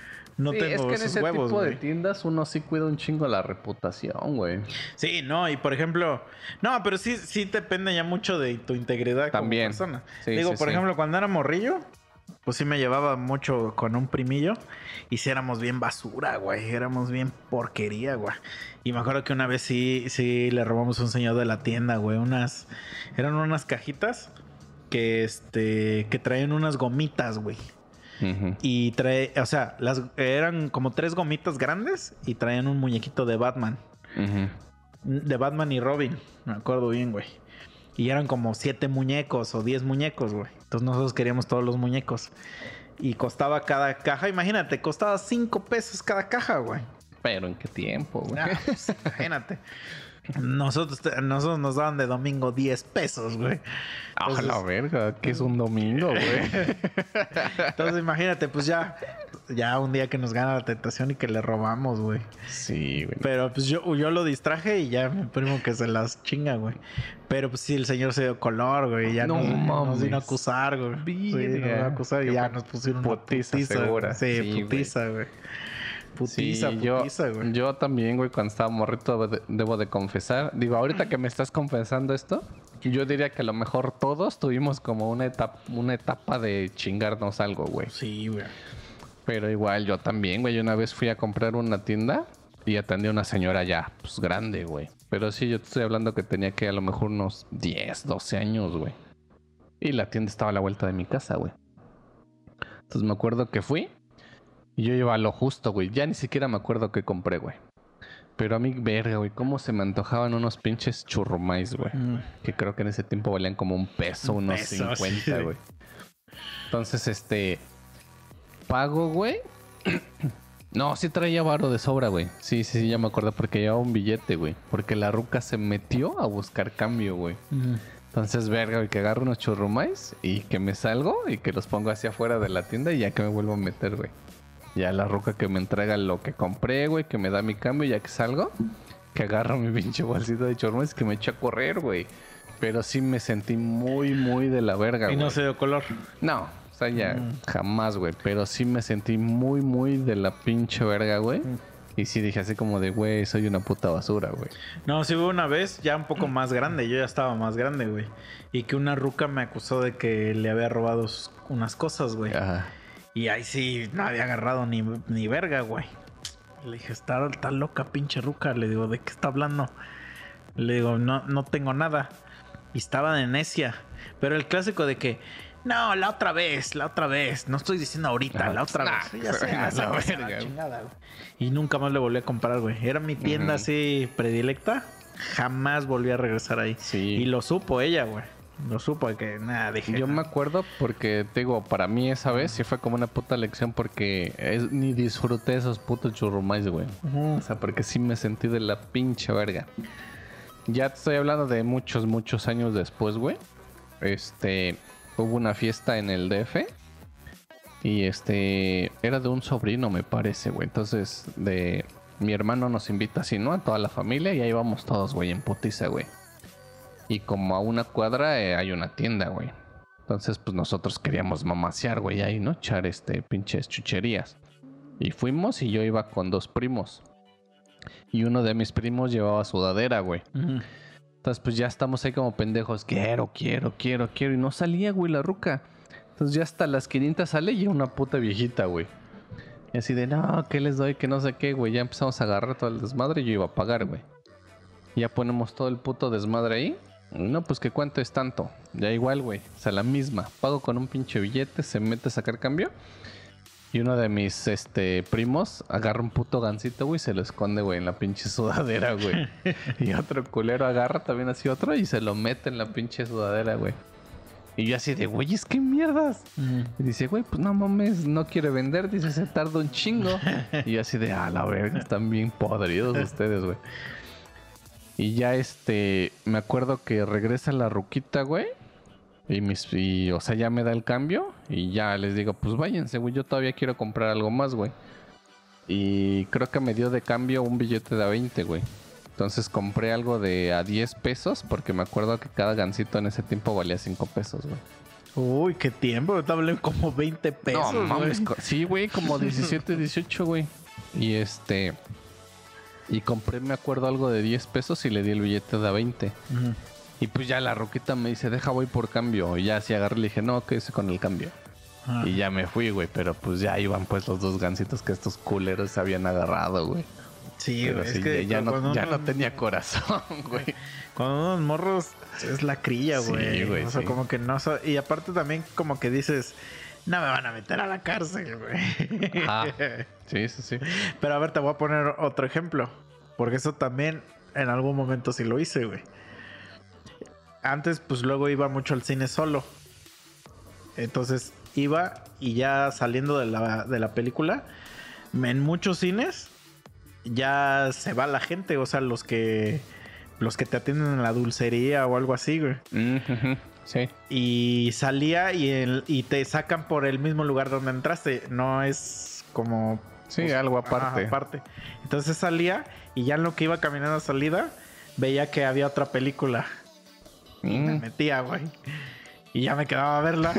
No Sí, tengo es que en esos ese huevos, tipo de güey. tiendas uno sí cuida un chingo la reputación, güey. Sí, no, y por ejemplo, no, pero sí, sí depende ya mucho de tu integridad También. como persona. Sí, Digo, sí, por sí. ejemplo, cuando era morrillo, pues sí me llevaba mucho con un primillo y sí éramos bien basura, güey, éramos bien porquería, güey. Y me acuerdo que una vez sí, sí le robamos a un señor de la tienda, güey, unas, eran unas cajitas que, este, que traían unas gomitas, güey. Ujú. Y trae, o sea, las eran como tres gomitas grandes y traían un muñequito de Batman. Ujú. De Batman y Robin, me acuerdo bien, güey. Y eran como siete muñecos o diez muñecos, güey. Entonces nosotros queríamos todos los muñecos. Y costaba cada caja, imagínate, costaba cinco pesos cada caja, güey. Pero ¿en qué tiempo, güey? Ah, pues, imagínate. Nosotros, nosotros nos daban de domingo diez pesos, güey. Ah, Entonces- la verga, que es un domingo, güey. Entonces imagínate, pues ya, ya un día que nos gana la tentación y que le robamos, güey. Sí, güey. Pero pues yo, yo lo distraje y ya mi primo que se las chinga, güey. Pero pues sí, el señor se dio color, güey. Ya No nos, nos mames. vino a acusar, güey. Sí, nos Verga. vino a acusar y Qué ya nos pusieron una putiza putiza. segura. güey. Sí, Sí, güey. putiza, güey. Putiza, Sí, yo, putiza, güey. yo también, güey, cuando estaba morrito, debo de, debo de confesar. Digo, ahorita que me estás confesando esto, yo diría que a lo mejor todos tuvimos como una etapa, una etapa de chingarnos algo, güey. Sí, güey. Pero igual yo también, güey. Una vez fui a comprar una tienda y atendí a una señora ya, pues grande, güey. Pero sí, yo te estoy hablando que tenía que a lo mejor unos diez, doce años, güey. Y la tienda estaba a la vuelta de mi casa, güey. Entonces me acuerdo que fui y yo iba a lo justo, güey. Ya ni siquiera me acuerdo qué compré, güey. Pero a mí, verga, güey, cómo se me antojaban unos pinches churrumais, güey. Mm. Que creo que en ese tiempo valían como un peso, Un unos peso, sí. cincuenta, güey. Entonces, este... Pago, güey. No, sí traía varo de sobra, güey. Sí, sí, sí, ya me acuerdo porque llevaba un billete, güey. Porque la ruca se metió a buscar cambio, güey. Ujú. Entonces, verga, güey, que agarro unos churrumais y que me salgo y que los pongo hacia afuera de la tienda y ya que me vuelvo a meter, güey. Ya la ruca que me entrega lo que compré, güey, que me da mi cambio, ya que salgo, que agarro mi pinche bolsito de churrumais que me echo a correr, güey. Pero sí me sentí muy, muy de la verga, Y güey. no se dio color. No, o sea, ya Mm. jamás, güey. Pero sí me sentí muy, muy de la pinche verga, güey. Mm. Y sí dije así como de, güey, soy una puta basura, güey. No, sí hubo una vez ya un poco más grande. Yo ya estaba más grande, güey. Y que una ruca me acusó de que le había robado sus- unas cosas, güey. Ajá. Y ahí sí no había agarrado ni, ni verga, güey. Le dije, está, está loca, pinche ruca. Le digo, ¿de qué está hablando? Le digo, no, no tengo nada. Y estaba de necia. Pero el clásico de que No, la otra vez, la otra vez. No estoy diciendo ahorita, Ajá. la otra Nah, vez. Ya sé, la ya verga, sé, la güey. chingada, güey. Y nunca más le volví a comprar, güey. Era mi tienda Ujú. así predilecta. Jamás volví a regresar ahí. Sí. Y lo supo ella, güey. Lo supo que nada, dije. Yo "No". me acuerdo porque, te digo, para mí esa vez sí fue como una puta lección porque es- ni disfruté esos putos churrumais, güey. Ujú. O sea, porque sí me sentí de la pinche verga. Ya te estoy hablando de muchos, muchos años después, güey. Este, hubo una fiesta en el D F. Y este, era de un sobrino, me parece, güey. Entonces, de mi hermano nos invita así, ¿no? A toda la familia y ahí vamos todos, güey, en putiza, güey. Y como a una cuadra eh, hay una tienda, güey. Entonces, pues nosotros queríamos mamasear, güey, ahí, ¿no? Echar este, pinches chucherías. Y fuimos y yo iba con dos primos. Y uno de mis primos llevaba sudadera, güey. Ujú. Entonces, pues ya estamos ahí como pendejos. Quiero, quiero, quiero, quiero. Y no salía, güey, la ruca. Entonces ya hasta las quinientas sale y una puta viejita, güey. Y así de, no, ¿qué les doy? Que no sé qué, güey. Ya empezamos a agarrar todo el desmadre y yo iba a pagar, güey. Ya ponemos todo el puto desmadre ahí. No, pues que cuánto es tanto. Ya igual, güey. O sea, la misma. Pago con un pinche billete, se mete a sacar cambio. Y uno de mis este, primos agarra un puto gancito, güey, y se lo esconde, güey, en la pinche sudadera, güey. Y otro culero agarra también así otro y se lo mete en la pinche sudadera, güey. Y yo así de, güey, es que mierdas. Ujú. Y dice, güey, pues no mames, no quiere vender. Dice, se tarda un chingo. Y yo así de, ah, la verga, están bien podridos ustedes, güey. Y ya este, me acuerdo que regresa la ruquita, güey. Y mis, y, o sea, ya me da el cambio. Y ya les digo, pues váyanse, güey, yo todavía quiero comprar algo más, güey. Y creo que me dio de cambio un billete de a veinte, güey. Entonces compré algo de a diez pesos. Porque me acuerdo que cada gansito en ese tiempo valía cinco pesos, güey. Uy, qué tiempo. Te hablé como veinte pesos, No mames, güey. co- sí, güey, como diecisiete, dieciocho, güey. Y este. Y compré, me acuerdo, algo de diez pesos y le di el billete de a veinte. Ujú. Y pues ya la roquita me dice, deja, voy por cambio. Y ya así agarré y le dije, no, quédese con el cambio. Ah. Y ya me fui, güey. Pero pues ya iban pues los dos gansitos que estos culeros se habían agarrado, güey. Sí, Pero güey, sí, es que ya, no, cuando ya uno- no tenía corazón, güey. Cuando unos morros es la crilla, Sí, güey. güey, O sea, sí. como que no... sa- Y aparte también como que dices... No me van a meter a la cárcel, güey. Ah, sí, sí, sí. Pero a ver, te voy a poner otro ejemplo. Porque eso también en algún momento sí lo hice, güey. Antes, pues luego iba mucho al cine solo. Entonces iba y ya saliendo de la, de la película, en muchos cines ya se va la gente. O sea, los que, los que te atienden en la dulcería o algo así, güey. Mm, ujú, sí. Y salía y, el, y te sacan por el mismo lugar donde entraste. No es como... Sí, algo aparte. Ajá, aparte. Entonces salía y ya en lo que iba caminando a salida, veía que había otra película. Y me Mm. metía, güey. Y ya me quedaba a verla.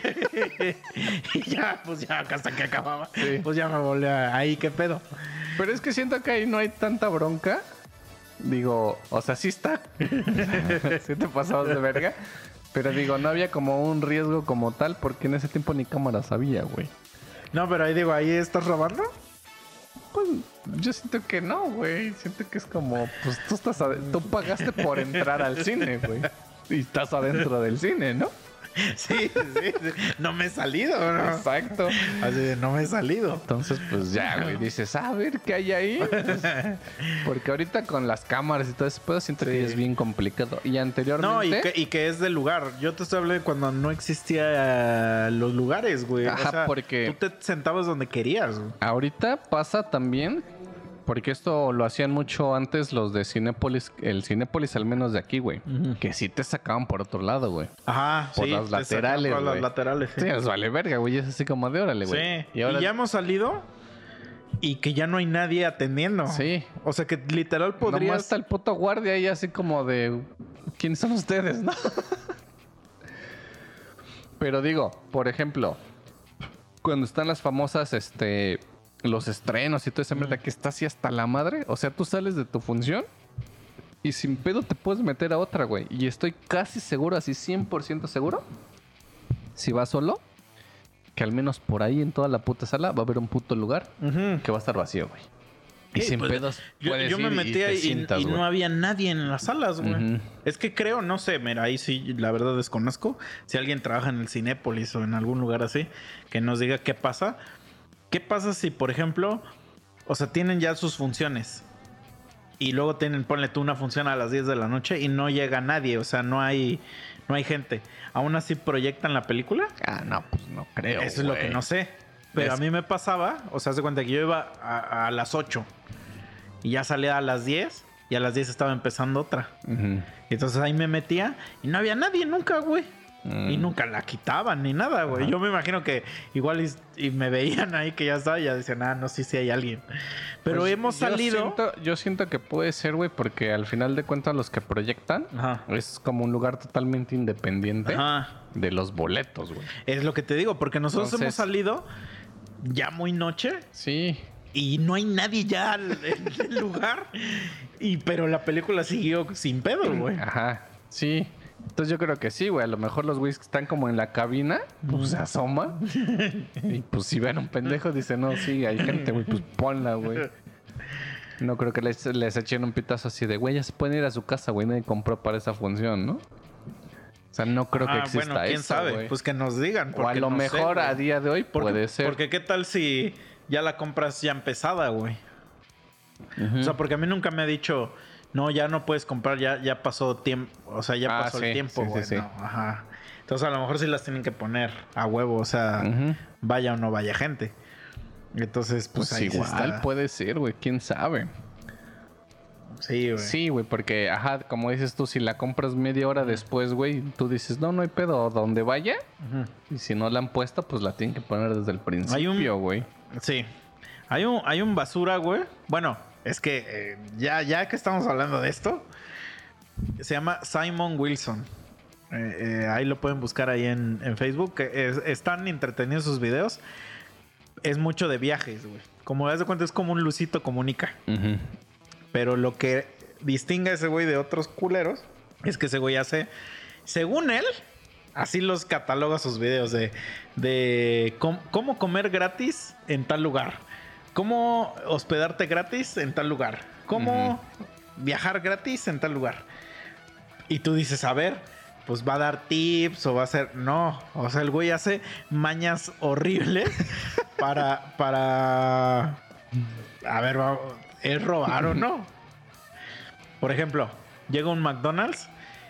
Y ya, pues ya hasta que acababa. Sí. Pues ya me volvía ahí, ¿qué pedo? Pero es que siento que ahí no hay tanta bronca. Digo, o sea, sí está. Sí te pasabas de verga. Pero digo, no había como un riesgo como tal porque en ese tiempo ni cámaras había, güey. No, pero ahí digo, ¿ahí estás robando? Pues yo siento que no, güey. Siento que es como, pues tú estás ade- tú pagaste por entrar al cine, güey. Y estás adentro del cine, ¿no? Sí, sí, sí. No me he salido, ¿no? Exacto. Así de, no me he salido. Entonces, pues ya, güey, dices, a ver qué hay ahí. Pues, porque ahorita con las cámaras y todo eso, pues siento que Sí. es bien complicado. Y anteriormente. No, y que, y que es del lugar. Yo te estoy hablando de cuando no existía los lugares, güey. Ajá, o sea, porque- tú te sentabas donde querías, güey. Ahorita pasa también, porque esto lo hacían mucho antes los de Cinépolis, el Cinépolis al menos de aquí, güey. Ujú. Que sí te sacaban por otro lado, güey. Ajá, Por sí. las te sacan laterales, por las güey. laterales, sí. Sí, les vale verga, güey. Es así como de órale, güey. Sí. Y ahora. Y ya hemos salido y que ya no hay nadie atendiendo. Sí. O sea que literal Nomás podrías... está el puto guardia ahí así como de... ¿Quiénes son ustedes, no? Pero digo, por ejemplo, cuando están las famosas, este... los estrenos y todo ese mierda que está así hasta la madre. O sea, tú sales de tu función y sin pedo te puedes meter a otra, güey. Y estoy casi seguro, así cien por ciento seguro, si vas solo, que al menos por ahí en toda la puta sala va a haber un puto lugar Ujú. que va a estar vacío, güey. Y Sí, sin pues, pedos Yo, puedes yo me ir y metía te y, sientas, y güey. no había nadie en las salas, güey. Ujú. Es que creo, no sé, mira, ahí sí, la verdad desconozco. Si alguien trabaja en el Cinépolis o en algún lugar así, que nos diga qué pasa. ¿Qué pasa si, por ejemplo, o sea, tienen ya sus funciones y luego tienen, ponle tú una función a las diez de la noche y no llega nadie, o sea, no hay, no hay gente. ¿Aún así proyectan la película? Ah, no, pues no creo, Eso es lo que güey. no sé. Pero Es- a mí me pasaba, o sea, haz de cuenta que yo iba a, a las ocho y ya salía a las diez y a las diez estaba empezando otra. Ujú. Y entonces ahí me metía y no había nadie nunca, güey. Mm. Y nunca la quitaban ni nada, güey. Yo me imagino que igual y, y me veían ahí que ya estaba y ya decían, ah, no, sí, sí hay alguien. Pero Pues hemos yo salido... Siento, yo siento que puede ser, güey, porque al final de cuentas los que proyectan Ajá. es como un lugar totalmente independiente Ajá. de los boletos, güey. Es lo que te digo, porque nosotros Entonces- hemos salido ya muy noche Sí. y no hay nadie ya en el lugar. Y, pero la película siguió sin pedo, güey. Ajá, sí. Entonces yo creo que sí, güey. A lo mejor los güeyes que están como en la cabina, pues se asoman. Y pues si ven un pendejo, dicen, no, sí, hay gente, güey, pues ponla, güey. No creo que les, les echen un pitazo así de, güey, ya se pueden ir a su casa, güey. Nadie compró para esa función, ¿no? O sea, no creo que Ah, exista bueno, quién eso, sabe. güey. Pues que nos digan. O a porque lo no sé, mejor güey. a día de hoy Porque- puede ser. Porque qué tal si ya la compras ya empezada, güey. Ujú. O sea, porque a mí nunca me ha dicho, no, ya no puedes comprar, ya, ya pasó tiempo, o sea, ya Ah, pasó sí, el tiempo, sí, güey. sí, sí. No, ajá. Entonces a lo mejor sí las tienen que poner a huevo, o sea, Ujú. vaya o no vaya gente. Entonces, pues, Pues ahí sí igual está. puede ser, güey. ¿Quién sabe? Sí, güey. Sí, güey, porque, ajá, como dices tú, si la compras media hora después, güey, tú dices, no, no hay pedo, donde vaya. Ujú. Y si no la han puesto, pues la tienen que poner desde el principio, güey. Sí. Hay un, hay un basura, güey. Bueno, es que eh, ya, ya que estamos hablando de esto, se llama Simon Wilson. Eh, eh, ahí lo pueden buscar ahí en, en Facebook. que es- están entretenidos sus videos. Es mucho de viajes, güey. Como das de cuenta, es como un Lucito Comunica. Ujú. Pero lo que distingue a ese güey de otros culeros es que ese güey hace, según él, así los cataloga sus videos de, de com- cómo comer gratis en tal lugar, cómo hospedarte gratis en tal lugar, cómo viajar gratis en tal lugar. Y tú dices, a ver, pues va a dar tips o va a hacer... No, o sea, el güey hace mañas horribles para... para... A ver, vamos, ¿es robar o no? Por ejemplo, llega un McDonald's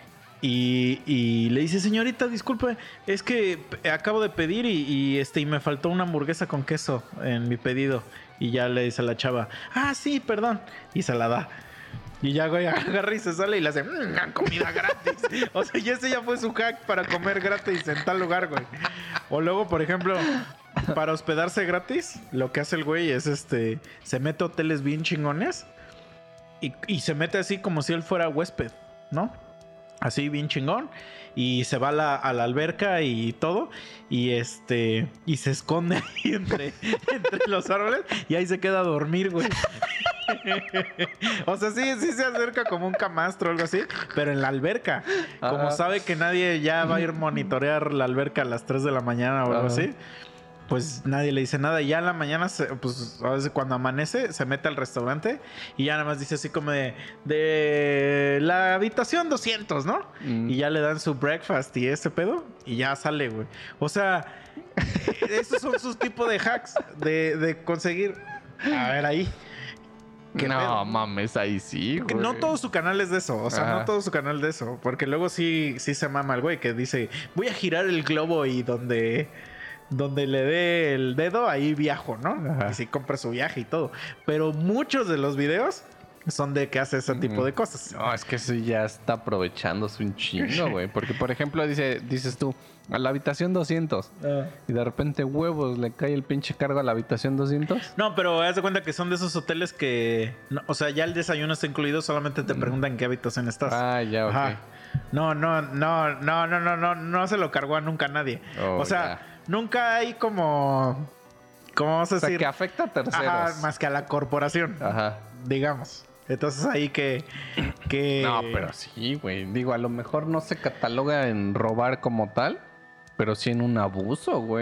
y, y le dice, señorita, disculpe, es que p- acabo de pedir y, y, este, y me faltó una hamburguesa con queso en mi pedido. Y ya le dice a la chava, ah, sí, perdón. Y se la da. Y ya, güey, agarra y se sale y le hace, mmm, comida gratis. O sea, y ese ya fue su hack para comer gratis en tal lugar, güey. O luego, por ejemplo, para hospedarse gratis, lo que hace el güey es, este, se mete a hoteles bien chingones y, y se mete así como si él fuera huésped, ¿no? Así bien chingón. Y se va a la, a la alberca y todo. Y este. Y se esconde ahí entre, entre los árboles. Y ahí se queda a dormir, güey. O sea, sí, sí se acerca como un camastro o algo así. Pero en la alberca. Como Ajá. sabe que nadie ya va a ir a monitorear la alberca a las tres de la mañana o algo Ajá. así. Pues nadie le dice nada. Y ya en la mañana, se- pues a veces cuando amanece, se mete al restaurante y ya nada más dice así como de, de la habitación doscientos, ¿no? Mm. Y ya le dan su breakfast y ese pedo y ya sale, güey. O sea, esos son sus tipos de hacks de, de conseguir. A ver ahí. ¿Qué No, pedo? mames, ahí sí, Que güey. no todo su canal es de eso, o sea, Ajá. no todo su canal de eso, porque luego sí, sí se mama el güey que dice, voy a girar el globo y donde, donde le dé el dedo, ahí viajo, ¿no? Ajá. Y sí compra su viaje y todo. Pero muchos de los videos son de que hace ese tipo de cosas. No, es que sí ya está aprovechándose un chingo, güey. Porque, por ejemplo, dice, dices tú, a la habitación doscientos. Ah. Y de repente, huevos, le cae el pinche cargo a la habitación doscientos. No, pero haz de cuenta que son de esos hoteles que, no, o sea, ya el desayuno está incluido, solamente te preguntan en qué habitación estás. Ah, ya, ok. Ajá. No, no, no, no, no, no, no, no se lo cargó a nunca nadie. Oh, o sea, ya. nunca hay como, ¿cómo vamos a O sea, decir? que afecta a terceros. Ajá, más que a la corporación, Ajá. digamos. Entonces ahí que, que... No, pero sí, güey. Digo, a lo mejor no se cataloga en robar como tal, pero sí en un abuso, güey.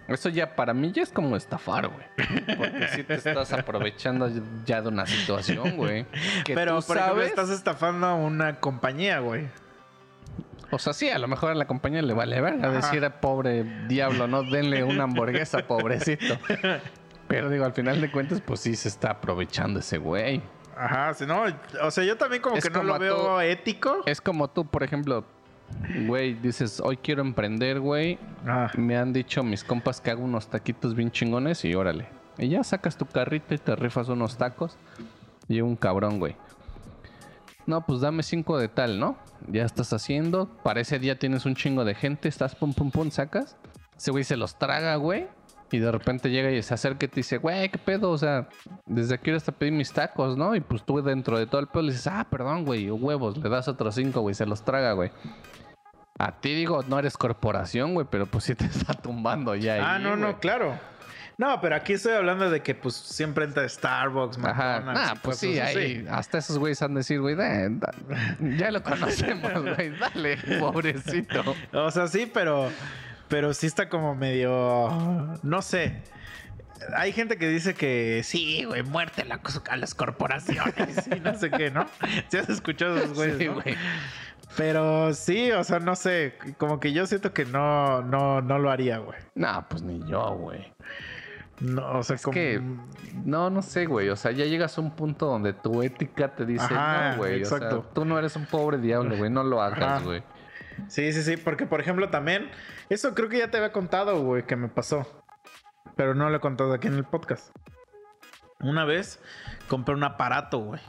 Eso ya para mí ya es como estafar, güey. Porque si te estás aprovechando ya de una situación, güey. Pero, por ejemplo, estás estafando a una compañía, güey. O sea, sí, a lo mejor a la compañía le vale verga decir, pobre diablo, no denle una hamburguesa, pobrecito. Pero digo, al final de cuentas, pues sí se está aprovechando ese güey. Ajá, si no, o sea, yo también como es que no lo veo tú, ético. Es como tú, por ejemplo, güey, dices, hoy quiero emprender, güey. Ah. Me han dicho mis compas que hago unos taquitos bien chingones y órale. Y ya sacas tu carrito y te rifas unos tacos. Y un cabrón, güey. No, pues dame cinco de tal, ¿no? Ya estás haciendo. Para ese día tienes un chingo de gente. Estás pum, pum, pum, sacas. Ese güey se los traga, güey. Y de repente llega y se acerca y te dice, güey, ¿qué pedo? O sea, desde aquí hasta pedí mis tacos, ¿no? Y pues tú dentro de todo el pedo le dices, ah, perdón, güey, huevos. Le das otros cinco, güey, se los traga, güey. A ti digo, no eres corporación, güey, pero pues sí te está tumbando ya. Ah, ahí, no, güey. no, claro. No, pero aquí estoy hablando de que pues siempre entra Starbucks, McDonald's. Ajá, nah, pues sí, ahí, hasta esos güeyes han de decir, güey, ya lo conocemos, güey, dale, pobrecito. O sea, sí, pero, pero sí está como medio, no sé. Hay gente que dice que sí, güey, muerte a, la, a las corporaciones y no sé qué, ¿no? ¿Sí has escuchado a esos güeyes, sí, ¿no? Güey. Pero sí, o sea, no sé, como que yo siento que no, no, no lo haría, güey. No, pues ni yo, güey. No, o sea, es como... que no, no sé, güey. O sea, ya llegas a un punto donde tu ética te dice, ajá, no, güey. Exacto. O sea, tú no eres un pobre diablo, güey. No lo hagas, güey. Sí, sí, sí. Porque, por ejemplo, también... Eso creo que ya te había contado, güey, que me pasó. Pero no lo he contado aquí en el podcast. Una vez compré un aparato, güey.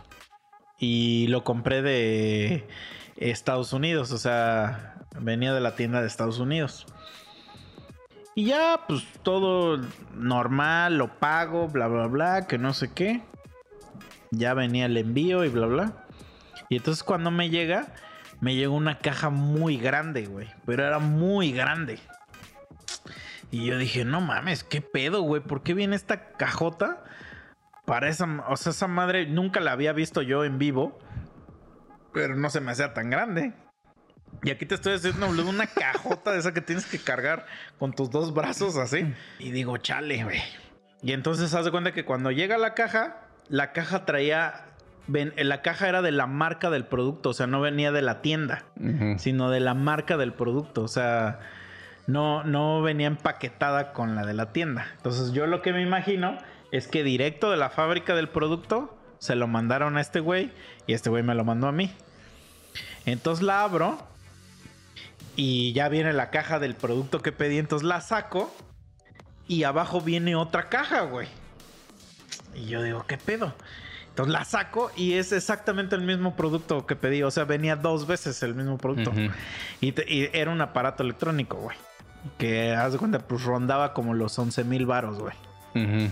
Y lo compré de Estados Unidos. O sea, venía de la tienda de Estados Unidos. Y ya, pues, todo normal, lo pago, bla, bla, bla, que no sé qué. Ya venía el envío y bla, bla. Y entonces cuando me llega, me llegó una caja muy grande, güey. Pero era muy grande. Y yo dije, no mames, ¿qué pedo, güey? ¿Por qué viene esta cajota? Para esa... O sea, esa madre nunca la había visto yo en vivo. Pero no se me hacía tan grande. Y aquí te estoy haciendo una cajota de esa que tienes que cargar con tus dos brazos así. Y digo, chale, güey. Y entonces haz de cuenta que cuando llega la caja, la caja traía... Ven, la caja era de la marca del producto. O sea, no venía de la tienda, uh-huh. sino de la marca del producto. O sea, no, no venía empaquetada con la de la tienda. Entonces yo lo que me imagino es que directo de la fábrica del producto se lo mandaron a este güey y este güey me lo mandó a mí. Entonces la abro y ya viene la caja del producto que pedí. Entonces la saco y abajo viene otra caja, güey. Y yo digo, ¿qué pedo? Entonces la saco y es exactamente el mismo producto que pedí. O sea, venía dos veces el mismo producto. Uh-huh. Y, te, y era un aparato electrónico, güey. Que, haz de cuenta, pues rondaba como los once mil varos, güey. Uh-huh.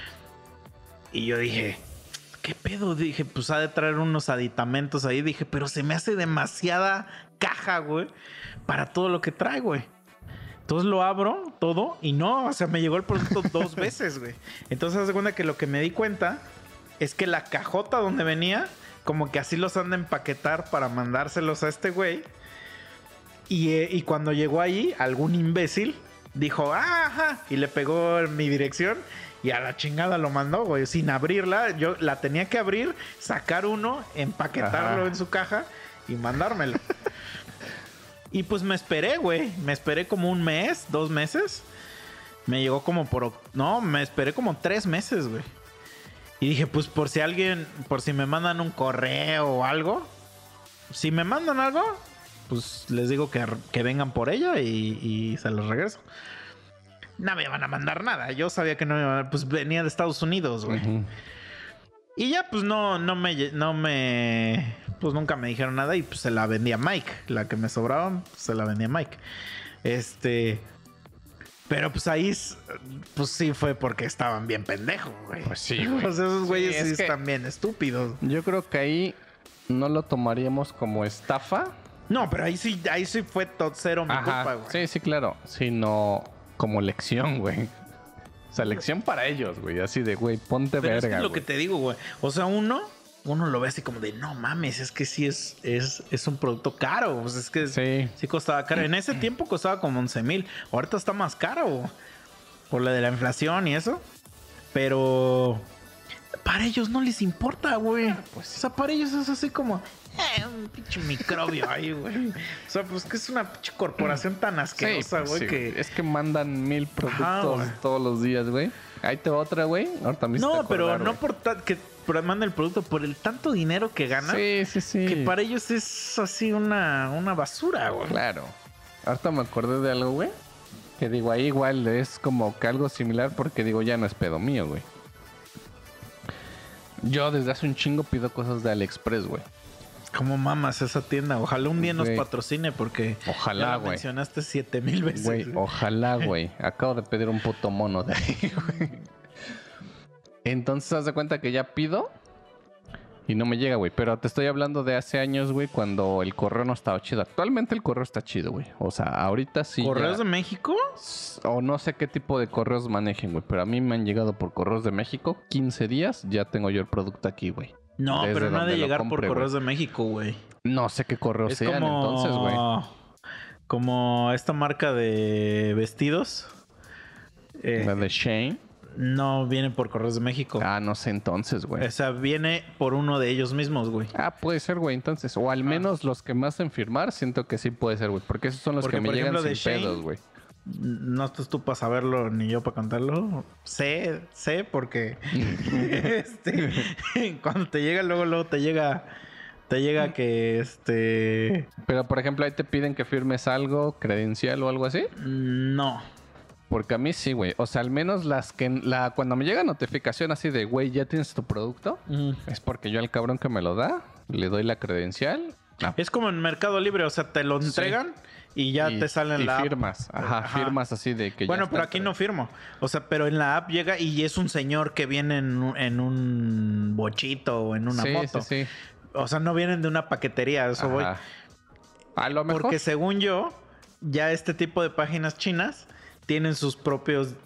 Y yo dije... ¿Qué pedo? Dije, pues ha de traer unos aditamentos ahí. Dije, pero se me hace demasiada caja, güey, para todo lo que trae, güey. Entonces lo abro todo y no, o sea, me llegó el producto dos veces, güey. Entonces haz de cuenta que lo que me di cuenta es que la cajota donde venía, como que así los han de empaquetar para mandárselos a este güey. Y, eh, y cuando llegó ahí, algún imbécil dijo, ah, ajá, y le pegó en mi dirección. Y a la chingada lo mandó, güey, sin abrirla. Yo la tenía que abrir, sacar uno, empaquetarlo Ajá. en su caja y mandármelo. Y pues me esperé, güey. Me esperé como un mes, dos meses. Me llegó como por... No, me esperé como tres meses, güey. Y dije, pues por si alguien... Por si me mandan un correo o algo. Si me mandan algo, pues les digo que, que vengan por ella y, y se los regreso. No me van a mandar nada. Yo sabía que no me iban a... Pues venía de Estados Unidos, güey. Uh-huh. Y ya, pues no, no me... No me... Pues nunca me dijeron nada y pues se la vendía Mike. La que me sobraba, pues, se la vendía Mike. Este... Pero pues ahí... Pues sí fue porque estaban bien pendejos, güey. Pues sí, güey. Pues esos güeyes sí, sí están bien estúpidos. Yo creo que ahí no lo tomaríamos como estafa. No, pero ahí sí, ahí sí fue todo cero mi Ajá. culpa, güey. Sí, sí, claro. Sino... Como lección, güey. O sea, lección para ellos, güey. Así de, güey, ponte Pero verga, es que lo güey. que te digo, güey. O sea, uno... Uno lo ve así como de... No mames, es que sí es... Es, es un producto caro. O sea, es que sí. sí costaba caro. En ese tiempo costaba como once mil. Ahorita está más caro. por la de la inflación y eso. Pero para ellos no les importa, güey. Pues, o sea, para ellos es así como... Eh, un pinche microbio ahí, güey. O sea, pues que es una pinche corporación tan asquerosa, güey, sí, sí, que... Es que mandan mil productos Ajá, todos los días, güey. Ahí te va otra, güey. Ahorita me No, pero acordar, no güey. por ta- que manda el producto, por el tanto dinero que gana. Sí, sí, sí. Que para ellos es así una, una basura, güey. Claro. Ahorita me acordé de algo, güey. Que digo, ahí igual es como que algo similar porque digo, ya no es pedo mío, güey. Yo desde hace un chingo pido cosas de AliExpress, güey. ¿Cómo mamas esa tienda? Ojalá un día nos Güey. patrocine porque Ojalá, ya la güey. mencionaste siete mil veces. Güey, ojalá, güey. Acabo de pedir un puto mono de ahí, güey. Entonces, haz de cuenta que ya pido y no me llega, güey. Pero te estoy hablando de hace años, güey, cuando el correo no estaba chido. Actualmente el correo está chido, güey. O sea, ahorita sí. ¿Correos ya... de México? O no sé qué tipo de correos manejen, güey. Pero a mí me han llegado por correos de México. quince días, ya tengo yo el producto aquí, güey. No, Desde pero no ha de donde lo llegar compre, por correos güey. de México, güey. No sé qué correos Es sean como... entonces, güey. Como esta marca de vestidos. Eh, La de Shane. no viene por correos de México. Ah, no sé entonces, güey. O sea, viene por uno de ellos mismos, güey. Ah, puede ser, güey, entonces. O al menos los que me hacen firmar, siento que sí puede ser, güey. Porque esos son los Porque, que me por llegan ejemplo, sin de Shane, pedos, güey. No estás tú para saberlo ni yo para contarlo. Sé, sé porque este, cuando te llega, luego, luego te llega, te llega que este. Pero, por ejemplo, ahí te piden que firmes algo, credencial o algo así. No. Porque a mí sí, güey. O sea, al menos las que... la cuando me llega notificación así de, güey, ya tienes tu producto, Mm. es porque yo al cabrón que me lo da, le doy la credencial. Ah, Es como en Mercado Libre, o sea, te lo entregan y ya y, te salen y la app. firmas. Ajá, Ajá. firmas así de que Bueno, ya pero está aquí entre- no firmo. O sea, pero en la app llega y es un señor que viene en, un- en un bochito o en una sí, moto. Sí, sí, O sea, no vienen de una paquetería, a eso voy. Ajá. A lo mejor. Porque según yo, ya este tipo de páginas chinas tienen sus propios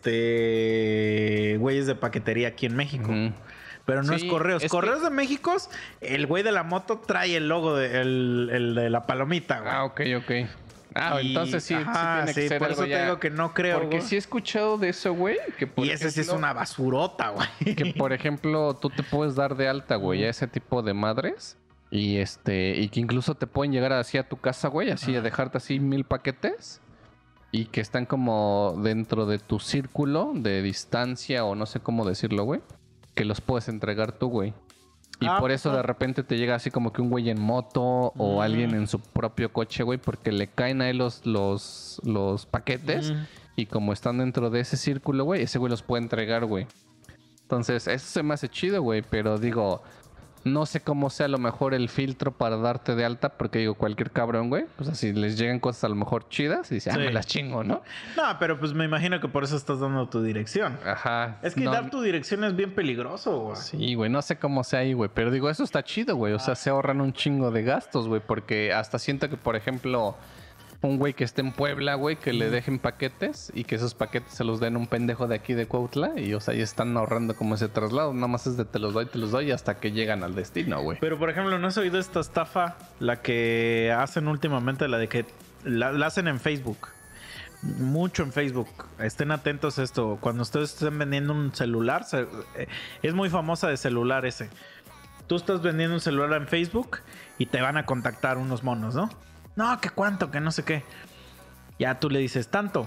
este güeyes de paquetería aquí en México. Ujú. Pero no Sí, es correos. es Correos que- de México, el güey de la moto trae el logo de, el, el de la palomita, güey. Ah, ok, ok. Ah, Y- entonces sí, ajá, sí tiene que sí, ser por algo eso te ya- digo que no creo, Porque güey. sí he escuchado de eso, güey. Que por Y ese sí es ejemplo- una basurota, güey. Que por ejemplo, tú te puedes dar de alta, güey, a ese tipo de madres. Y este, y que incluso te pueden llegar así a tu casa, güey, así a dejarte así mil paquetes. Y que están como dentro de tu círculo de distancia, o no sé cómo decirlo, güey. Que los puedes entregar tú, güey. Y Ah, por eso pues, de repente te llega así como que un güey en moto o Mm. alguien en su propio coche, güey, porque le caen a él los, los, los paquetes. Mm. Y como están dentro de ese círculo, güey, ese güey los puede entregar, güey. Entonces, eso se me hace chido, güey. Pero digo, no sé cómo sea a lo mejor el filtro para darte de alta. Porque digo, cualquier cabrón, güey, pues así les llegan cosas a lo mejor chidas y dice, ah, Sí. me las chingo, ¿no? No, pero pues me imagino que por eso estás dando tu dirección. Ajá. Es que no, dar tu dirección es bien peligroso, güey. Sí, güey, no sé cómo sea ahí, güey. Pero digo, eso está chido, güey. O sea, se ahorran un chingo de gastos, güey. Porque hasta siento que, por ejemplo, un güey que esté en Puebla, güey, que le dejen paquetes y que esos paquetes se los den a un pendejo de aquí de Cuautla. Y, o sea, ya están ahorrando como ese traslado. Nada más es de te los doy, te los doy hasta que llegan al destino, güey. Pero, por ejemplo, ¿no has oído esta estafa? La que hacen últimamente, la de que la, la hacen en Facebook. Mucho en Facebook. Estén atentos a esto. Cuando ustedes estén vendiendo un celular, se- eh, es muy famosa de celular ese. Tú estás vendiendo un celular en Facebook y te van a contactar unos monos, ¿no? No, que cuánto, que no sé qué. Ya tú le dices tanto.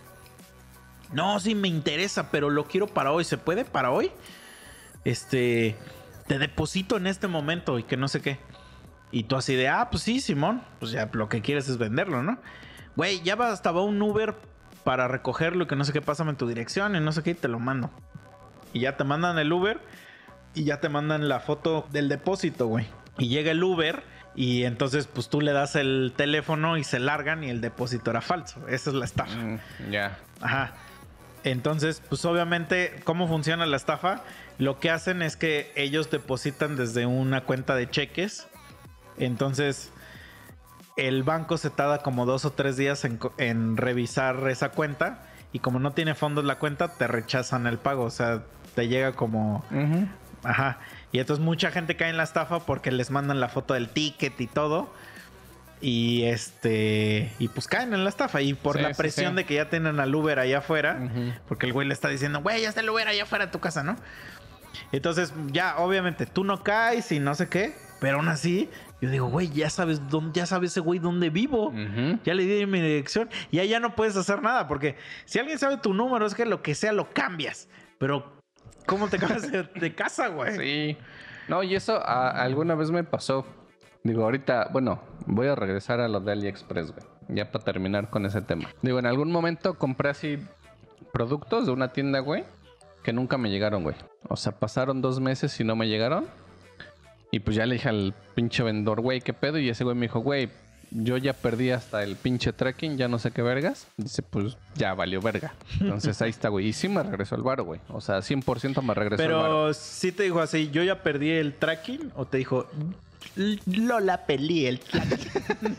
No, sí me interesa, pero lo quiero para hoy. ¿Se puede para hoy? Este, te deposito en este momento y que no sé qué. Y tú así de, ah, pues sí, Simón. Pues ya lo que quieres es venderlo, ¿no? Güey, ya va, hasta va un Uber para recogerlo y que no sé qué, pásame tu dirección y no sé qué, y te lo mando. Y ya te mandan el Uber y ya te mandan la foto del depósito, güey. Y llega el Uber y entonces pues tú le das el teléfono y se largan y el depósito era falso. Esa es la estafa. Mm, ya. Ajá. Entonces, pues obviamente, ¿cómo funciona la estafa? Lo que hacen es que ellos depositan desde una cuenta de cheques. Entonces, el banco se tarda como dos o tres días en, co- en revisar esa cuenta. Y como no tiene fondos la cuenta, te rechazan el pago. O sea, te llega como... Ujú. Ajá. Y entonces mucha gente cae en la estafa porque les mandan la foto del ticket y todo. Y este. Y pues caen en la estafa. Y por Sí, la sí, presión sí. de que ya tienen al Uber allá afuera. Ujú. Porque el güey le está diciendo, güey, ya está el Uber allá afuera de tu casa, ¿no? Entonces, ya, obviamente, tú no caes y no sé qué. Pero aún así, yo digo, güey, ya sabes dónde, ya sabe ese güey dónde vivo. Ujú. Ya le di mi dirección. Y ahí ya no puedes hacer nada. Porque si alguien sabe tu número, es que lo que sea lo cambias. Pero, ¿cómo te cambias de, de casa, güey? Sí. No, y eso a- alguna vez me pasó. Digo, ahorita, bueno, voy a regresar a lo de AliExpress, güey. Ya para terminar con ese tema. Digo, en algún momento compré así productos de una tienda, güey, que nunca me llegaron, güey. O sea, pasaron dos meses y no me llegaron. Y pues ya le dije al pinche vendedor, güey, ¿qué pedo? Y ese güey me dijo, güey, yo ya perdí hasta el pinche tracking, ya no sé qué vergas. Dice, pues ya valió verga. Entonces ahí está, güey. Y sí me regresó el varo, güey. O sea, cien por ciento me regresó el varo. Pero sí te dijo así, yo ya perdí el tracking. O te dijo, Lola peleé el tracking.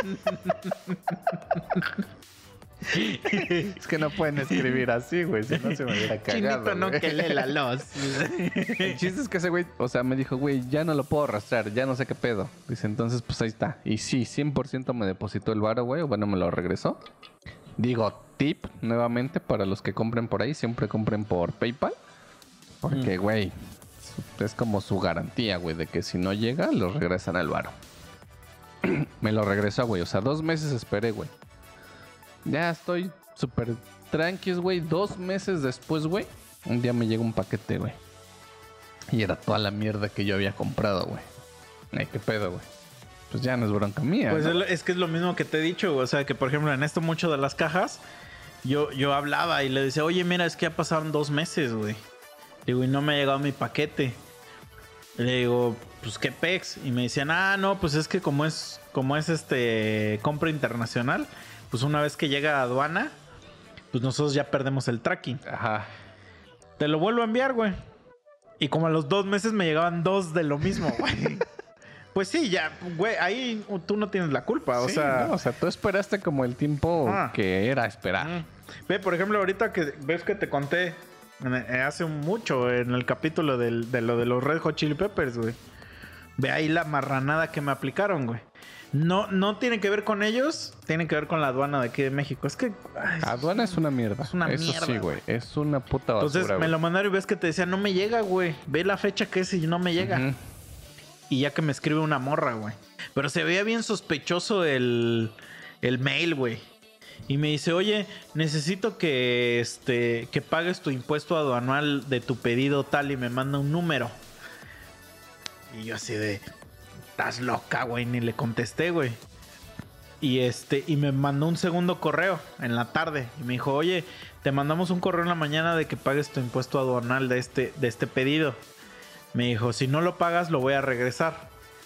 Es que no pueden escribir así, güey. Si no se me hubiera cagado. Chinito no güey. que lee la luz. El chiste es que ese güey, o sea, me dijo, güey, ya no lo puedo arrastrar, ya no sé qué pedo. Dice, entonces, pues ahí está. Y sí, cien por ciento me depositó el varo, güey. O bueno, me lo regresó. Digo, tip nuevamente para los que compren por ahí, siempre compren por PayPal. Porque, güey, es como su garantía, güey, de que si no llega, lo regresan al varo. Me lo regresó, güey. O sea, dos meses esperé, güey. Ya estoy súper tranquis, güey. Dos meses después, güey, un día me llega un paquete, güey. Y era toda la mierda que yo había comprado, güey. Ay, qué pedo, güey. Pues ya no es bronca mía, Pues ¿no? es, lo- es que es lo mismo que te he dicho. O sea, que por ejemplo, en esto mucho de las cajas, yo, yo hablaba y le decía, oye, mira, es que ya pasaron dos meses, güey. Digo, y no me ha llegado mi paquete. Y le digo, pues qué pex. Y me decían, ah, no, pues es que como es, como es este compra internacional, pues una vez que llega a aduana, pues nosotros ya perdemos el tracking. Ajá. Te lo vuelvo a enviar, güey. Y como a los dos meses me llegaban dos de lo mismo, güey. Pues sí, ya, güey, ahí tú no tienes la culpa, o Sí, sea... no, o sea, tú esperaste como el tiempo Ah. que era esperar. Mm. Ve, por ejemplo, ahorita que ves que te conté en- eh, hace mucho en el capítulo del- de lo de los Red Hot Chili Peppers, güey. Ve ahí la marranada que me aplicaron, güey. No, no tiene que ver con ellos, tiene que ver con la aduana de aquí de México. Es que... ay, Aduana es una mierda. Es una Eso mierda, sí, güey. Es una puta basura, entonces me güey. lo mandaron y ves que te decía, no me llega, güey. Ve la fecha que es y no me llega. Ujú. Y ya que me escribe una morra, güey. Pero se veía bien sospechoso el, el mail, güey. Y me dice, oye, necesito que, este, que pagues tu impuesto aduanal de tu pedido tal. Y me manda un número. Y yo así de, estás loca, güey. Ni le contesté, güey. Y este, y me mandó un segundo correo en la tarde. Y me dijo, oye, te mandamos un correo en la mañana de que pagues tu impuesto aduanal de este, de este pedido. Me dijo, si no lo pagas, lo voy a regresar.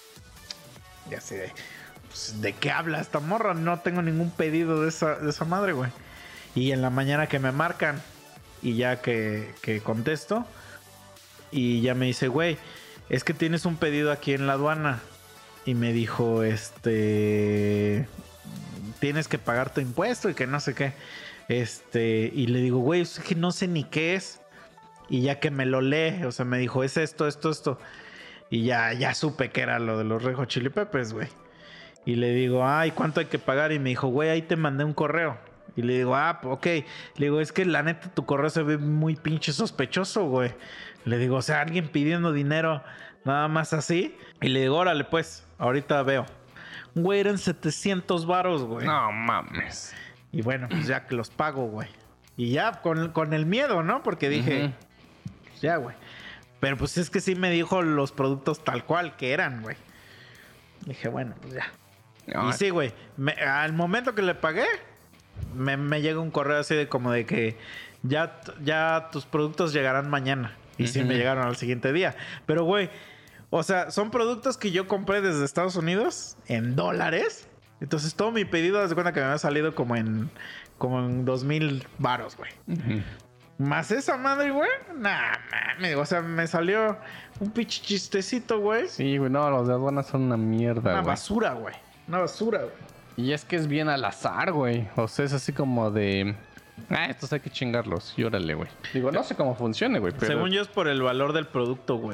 Y así de, pues, ¿de qué habla esta morra? No tengo ningún pedido de esa, de esa madre, güey. Y en la mañana que me marcan y ya que, que contesto y ya me dice, güey, es que tienes un pedido aquí en la aduana. Y me dijo, este, tienes que pagar tu impuesto y que no sé qué. Este, y le digo, güey, es que no sé ni qué es. Y ya que me lo lee, o sea, me dijo, es esto, esto, esto. Y ya, ya supe que era lo de los Red Hot Chili Peppers, güey. Y le digo, ay, ¿cuánto hay que pagar? Y me dijo, güey, ahí te mandé un correo. Y le digo, ah, ok. Le digo, es que la neta tu correo se ve muy pinche sospechoso, güey. Le digo, o sea, alguien pidiendo dinero nada más así. Y le digo, órale, pues, ahorita veo. Güey, eran setecientos varos, güey. No mames. Y bueno, pues ya que los pago, güey. Y ya con, con el miedo, ¿no? Porque dije, Ujú. pues ya, güey. Pero pues es que sí me dijo los productos tal cual que eran, güey. Dije, bueno, pues ya. No, Y sí, güey. me- Al momento que le pagué, me, me llega un correo así de como de que ya, ya tus productos llegarán mañana. Y sí Ujú. me llegaron al siguiente día. Pero, güey, o sea, son productos que yo compré desde Estados Unidos en dólares. Entonces todo mi pedido, haz de cuenta que me había salido como en, como en dos mil varos, güey. Ujú. Más esa madre, güey. Nah, mames. O sea, me salió un pinche chistecito, güey. Sí, güey, no, los de aduana son una mierda, Una güey. basura, güey. Una basura, güey. Y es que es bien al azar, güey. O sea, es así como de... Ah, estos hay que chingarlos. Y órale, güey. Digo, no sé cómo funcione, güey, pero... Según yo es por el valor del producto, güey.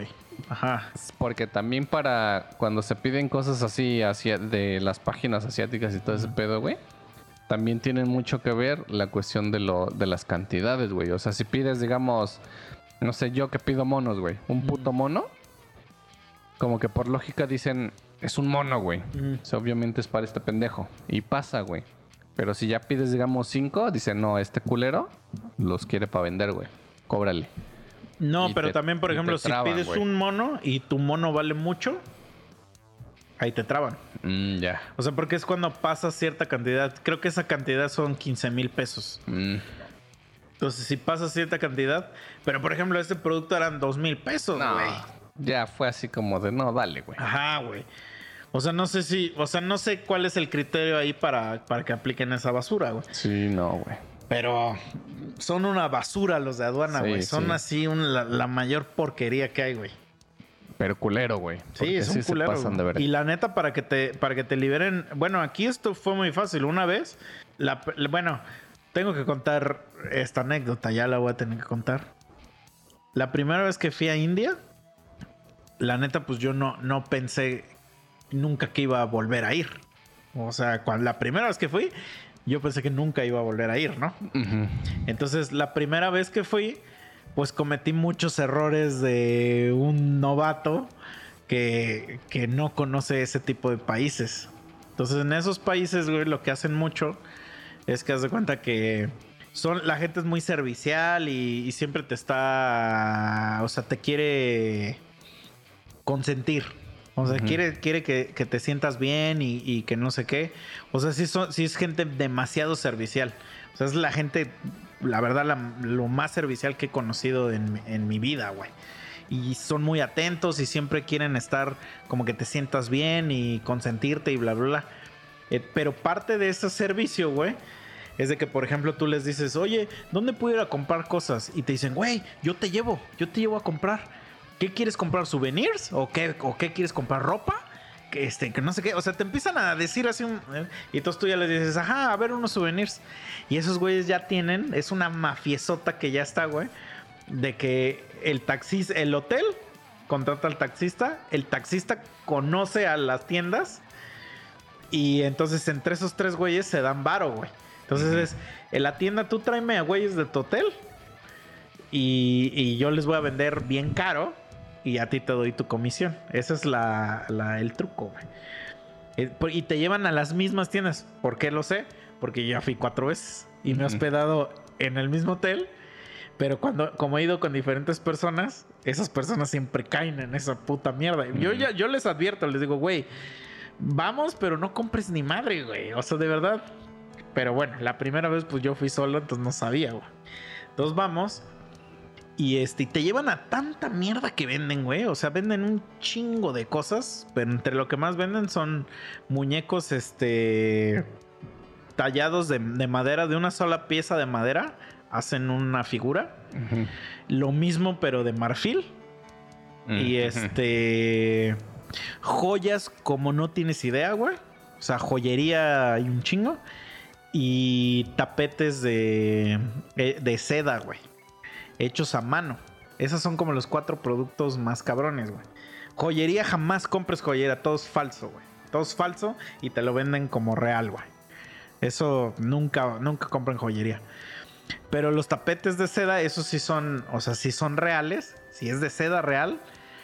Ajá. Porque también para cuando se piden cosas así hacia, de las páginas asiáticas y todo ese pedo, güey, también tienen mucho que ver la cuestión de, lo, de las cantidades, güey. O sea, si pides, digamos, no sé, yo que pido monos, güey, un puto mono, como que por lógica dicen, es un mono, güey. Mm. O sea, obviamente es para este pendejo. Y pasa, güey. Pero si ya pides, digamos, cinco, dicen, no, este culero los quiere para vender, güey. Cóbrale. No, Y pero te- también, por y ejemplo, te si traban, pides güey. un mono y tu mono vale mucho, ahí te traban. Mm, ya. O sea, porque es cuando pasas cierta cantidad. Creo que esa cantidad son quince mil pesos. Mm, Entonces, si pasas cierta cantidad, pero por ejemplo, este producto eran dos mil pesos, no, güey. ya fue así como de, no, dale, güey. Ajá, güey. O sea, no sé si, o sea, no sé cuál es el criterio ahí para, para que apliquen esa basura, güey. Sí, no, güey. Pero son una basura los de aduana, Sí, güey. Son sí. así un- la, la mayor porquería que hay, güey. Pero culero, güey. Sí, Porque es un se culero. pasan güey. de verga. Y la neta, para que te, para que te liberen. Bueno, aquí esto fue muy fácil. Una vez, la, bueno, tengo que contar esta anécdota, ya la voy a tener que contar. La primera vez que fui a India, la neta, pues yo no, no pensé nunca que iba a volver a ir. O sea, cuando la primera vez que fui, yo pensé que nunca iba a volver a ir, ¿no? Ujú. Entonces, la primera vez que fui, pues cometí muchos errores de un novato que, que no conoce ese tipo de países. Entonces, en esos países, güey, lo que hacen mucho es que haz de cuenta que son, la gente es muy servicial y, y siempre te está, o sea, te quiere consentir. O sea, Ujú. quiere, quiere que, que te sientas bien y, y que no sé qué. O sea, sí, son, sí es gente demasiado servicial. O sea, es la gente, la verdad, la- lo más servicial que he conocido en, mi- en mi vida, güey. Y son muy atentos y siempre quieren estar como que te sientas bien y consentirte y bla, bla, bla. Eh, pero parte de ese servicio, güey, es de que, por ejemplo, tú les dices, oye, ¿dónde puedo ir a comprar cosas? Y te dicen, güey, yo te llevo, yo te llevo a comprar. ¿Qué quieres comprar? ¿Souvenirs? ¿O qué, o qué quieres comprar? ¿Ropa? Que, este, que no sé qué. O sea, te empiezan a decir así un... ¿eh? Y entonces tú ya les dices, ajá, a ver unos souvenirs. Y esos güeyes ya tienen, es una mafiesota que ya está, güey, de que el taxista, el hotel contrata al taxista, el taxista conoce a las tiendas y entonces entre esos tres güeyes se dan varo, güey. Entonces es, en la tienda tú tráeme a güeyes de tu hotel y, y yo les voy a vender bien caro y a ti te doy tu comisión. Ese es la, la- el truco, güey. Eh, por- Y te llevan a las mismas tiendas. ¿Por qué lo sé? Porque yo ya fui cuatro veces y me he Ujú. hospedado en el mismo hotel. Pero cuando, como he ido con diferentes personas, esas personas siempre caen en esa puta mierda. Yo, Ujú. ya, yo les advierto, les digo, güey, vamos, pero no compres ni madre, güey. O sea, de verdad. Pero bueno, la primera vez pues yo fui solo, entonces no sabía, güey. Entonces vamos. Y este, y te llevan a tanta mierda que venden, güey. O sea, venden un chingo de cosas. Pero entre lo que más venden son muñecos, este, tallados de, de madera, de una sola pieza de madera. Hacen una figura. Ujú. Lo mismo, pero de marfil. Y Ujú. este, joyas como no tienes idea, güey. O sea, joyería hay un chingo. Y tapetes de, eh, de seda, güey. Hechos a mano. Esos son como los cuatro productos más cabrones, güey. Joyería, jamás compres joyería. Todo es falso, güey. Todo es falso y te lo venden como real, güey. Eso nunca, nunca compren joyería. Pero los tapetes de seda, esos sí son, o sea, sí son reales. Sí es de seda real.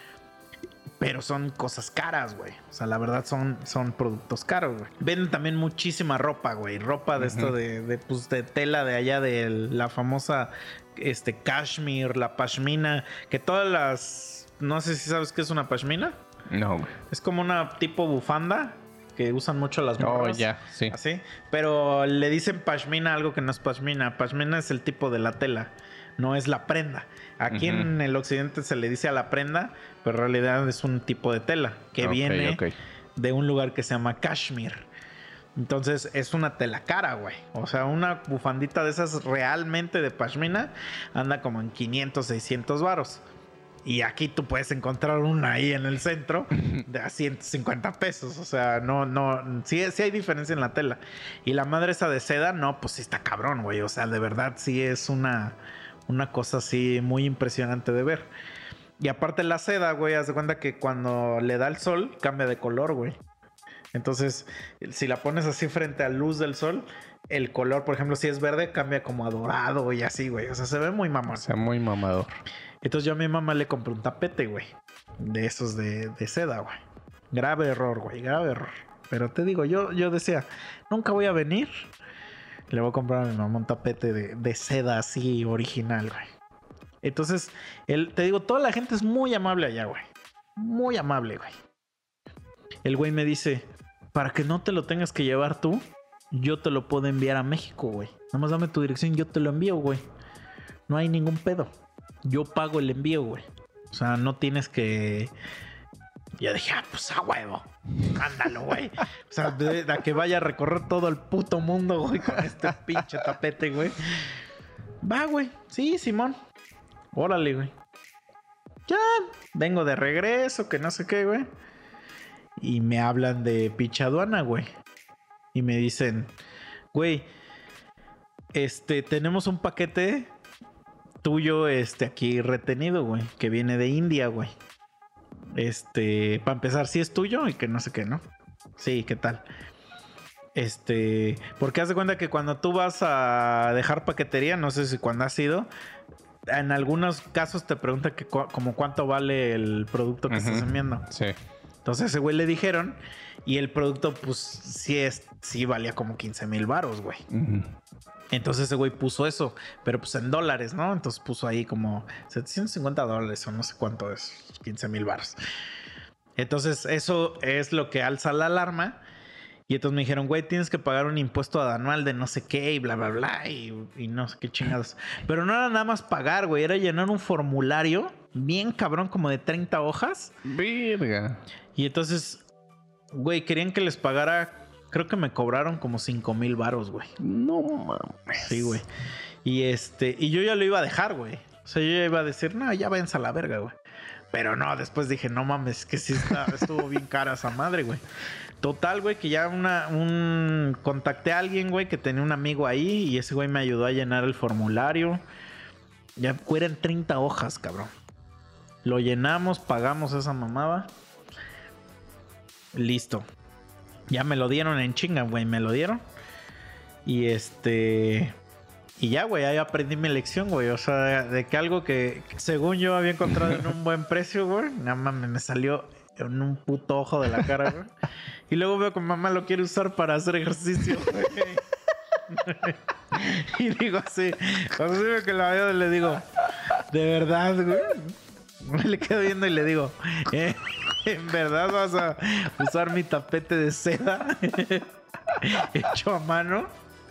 Pero son cosas caras, güey. O sea, la verdad son, son productos caros, güey. Venden también muchísima ropa, güey. Ropa de esto Ujú. de, de, pues, de tela de allá de la famosa este, cashmere, la pashmina. Que todas las... No sé si sabes qué es una pashmina. No, güey. Es como una tipo bufanda que usan mucho las Oh, morras. ya, sí. Así. Pero le dicen pashmina a algo que no es pashmina. Pashmina es el tipo de la tela, no es la prenda. Aquí Ujú. en el occidente se le dice a la prenda, pero en realidad es un tipo de tela que Ok, viene ok. de un lugar que se llama Kashmir. Entonces es una tela cara, güey. O sea, una bufandita de esas realmente de pashmina anda como en quinientos, seiscientos varos. Y aquí tú puedes encontrar una ahí en el centro de a ciento cincuenta pesos. O sea, no, no, sí, sí hay diferencia en la tela. Y la madre esa de seda, no, pues sí está cabrón, güey. O sea, de verdad sí es una, una cosa así muy impresionante de ver. Y aparte la seda, güey, haz de cuenta que cuando le da el sol, cambia de color, güey. Entonces, si la pones así frente a la luz del sol, el color, por ejemplo, si es verde, cambia como a dorado y así, güey. O sea, se ve muy mamón. O sea, muy mamador. Entonces yo a mi mamá le compré un tapete, güey. De esos de, de seda, güey. Grave error, güey, grave error. Pero te digo, yo, yo decía, nunca voy a venir. Le voy a comprar a mi mamá un tapete de, de seda así original, güey. Entonces, el, te digo, toda la gente es muy amable allá, güey. Muy amable, güey. El güey me dice, para que no te lo tengas que llevar tú, yo te lo puedo enviar a México, güey. Nada más dame tu dirección, yo te lo envío, güey. No hay ningún pedo. Yo pago el envío, güey. O sea, no tienes que... Yo dije, ah, pues a huevo. Ándalo, güey. O sea, de, de que vaya a recorrer todo el puto mundo, güey, con este pinche tapete, güey. Va, güey. Sí, Simón. Órale, güey. Ya, vengo de regreso, que no sé qué, güey. Y me hablan de pinche aduana, güey. Y me dicen, güey, este, tenemos un paquete tuyo, este, aquí retenido, güey, que viene de India, güey. Este, para empezar, sí es tuyo y que no sé qué, ¿no? Sí, ¿qué tal? Este, porque haz de cuenta que cuando tú vas a dejar paquetería, no sé si cuando has ido, en algunos casos te preguntan que cu- como cuánto vale el producto que uh-huh. estás enviando. Sí. Entonces a ese güey le dijeron y el producto pues sí es, sí valía como quince mil varos, güey. Uh-huh. Entonces ese güey puso eso, pero pues en dólares, ¿no? Entonces puso ahí como setecientos cincuenta dólares o no sé cuánto es, quince mil baros. Entonces eso es lo que alza la alarma. Y entonces me dijeron, güey, tienes que pagar un impuesto anual de no sé qué y bla, bla, bla. Y, y no sé qué chingados. Pero no era nada más pagar, güey. Era llenar un formulario bien cabrón, como de treinta hojas. Verga. Y entonces, güey, querían que les pagara... Creo que me cobraron como cinco mil varos, güey. No mames. Sí, güey. Y este... Y yo ya lo iba a dejar, güey. O sea, yo ya iba a decir, no, ya váyanse a la verga, güey. Pero no, después dije, no mames, que sí está, estuvo bien cara esa madre, güey. Total, güey, que ya una... Un... Contacté a alguien, güey, que tenía un amigo ahí. Y ese güey me ayudó a llenar el formulario. Ya eran treinta hojas, cabrón. Lo llenamos, pagamos esa mamada. Listo. Ya me lo dieron en chinga, güey. Me lo dieron. Y este... Y ya, güey. Ahí aprendí mi lección, güey. O sea, de que algo que, que según yo había encontrado en un buen precio, güey. Nada más me salió en un puto ojo de la cara, güey. Y luego veo que mamá lo quiere usar para hacer ejercicio, güey. Y digo así. Cuando veo que la veo, le digo... De verdad, güey. Me le quedo viendo y le digo... Eh, ¿En verdad vas a usar mi tapete de seda hecho a mano?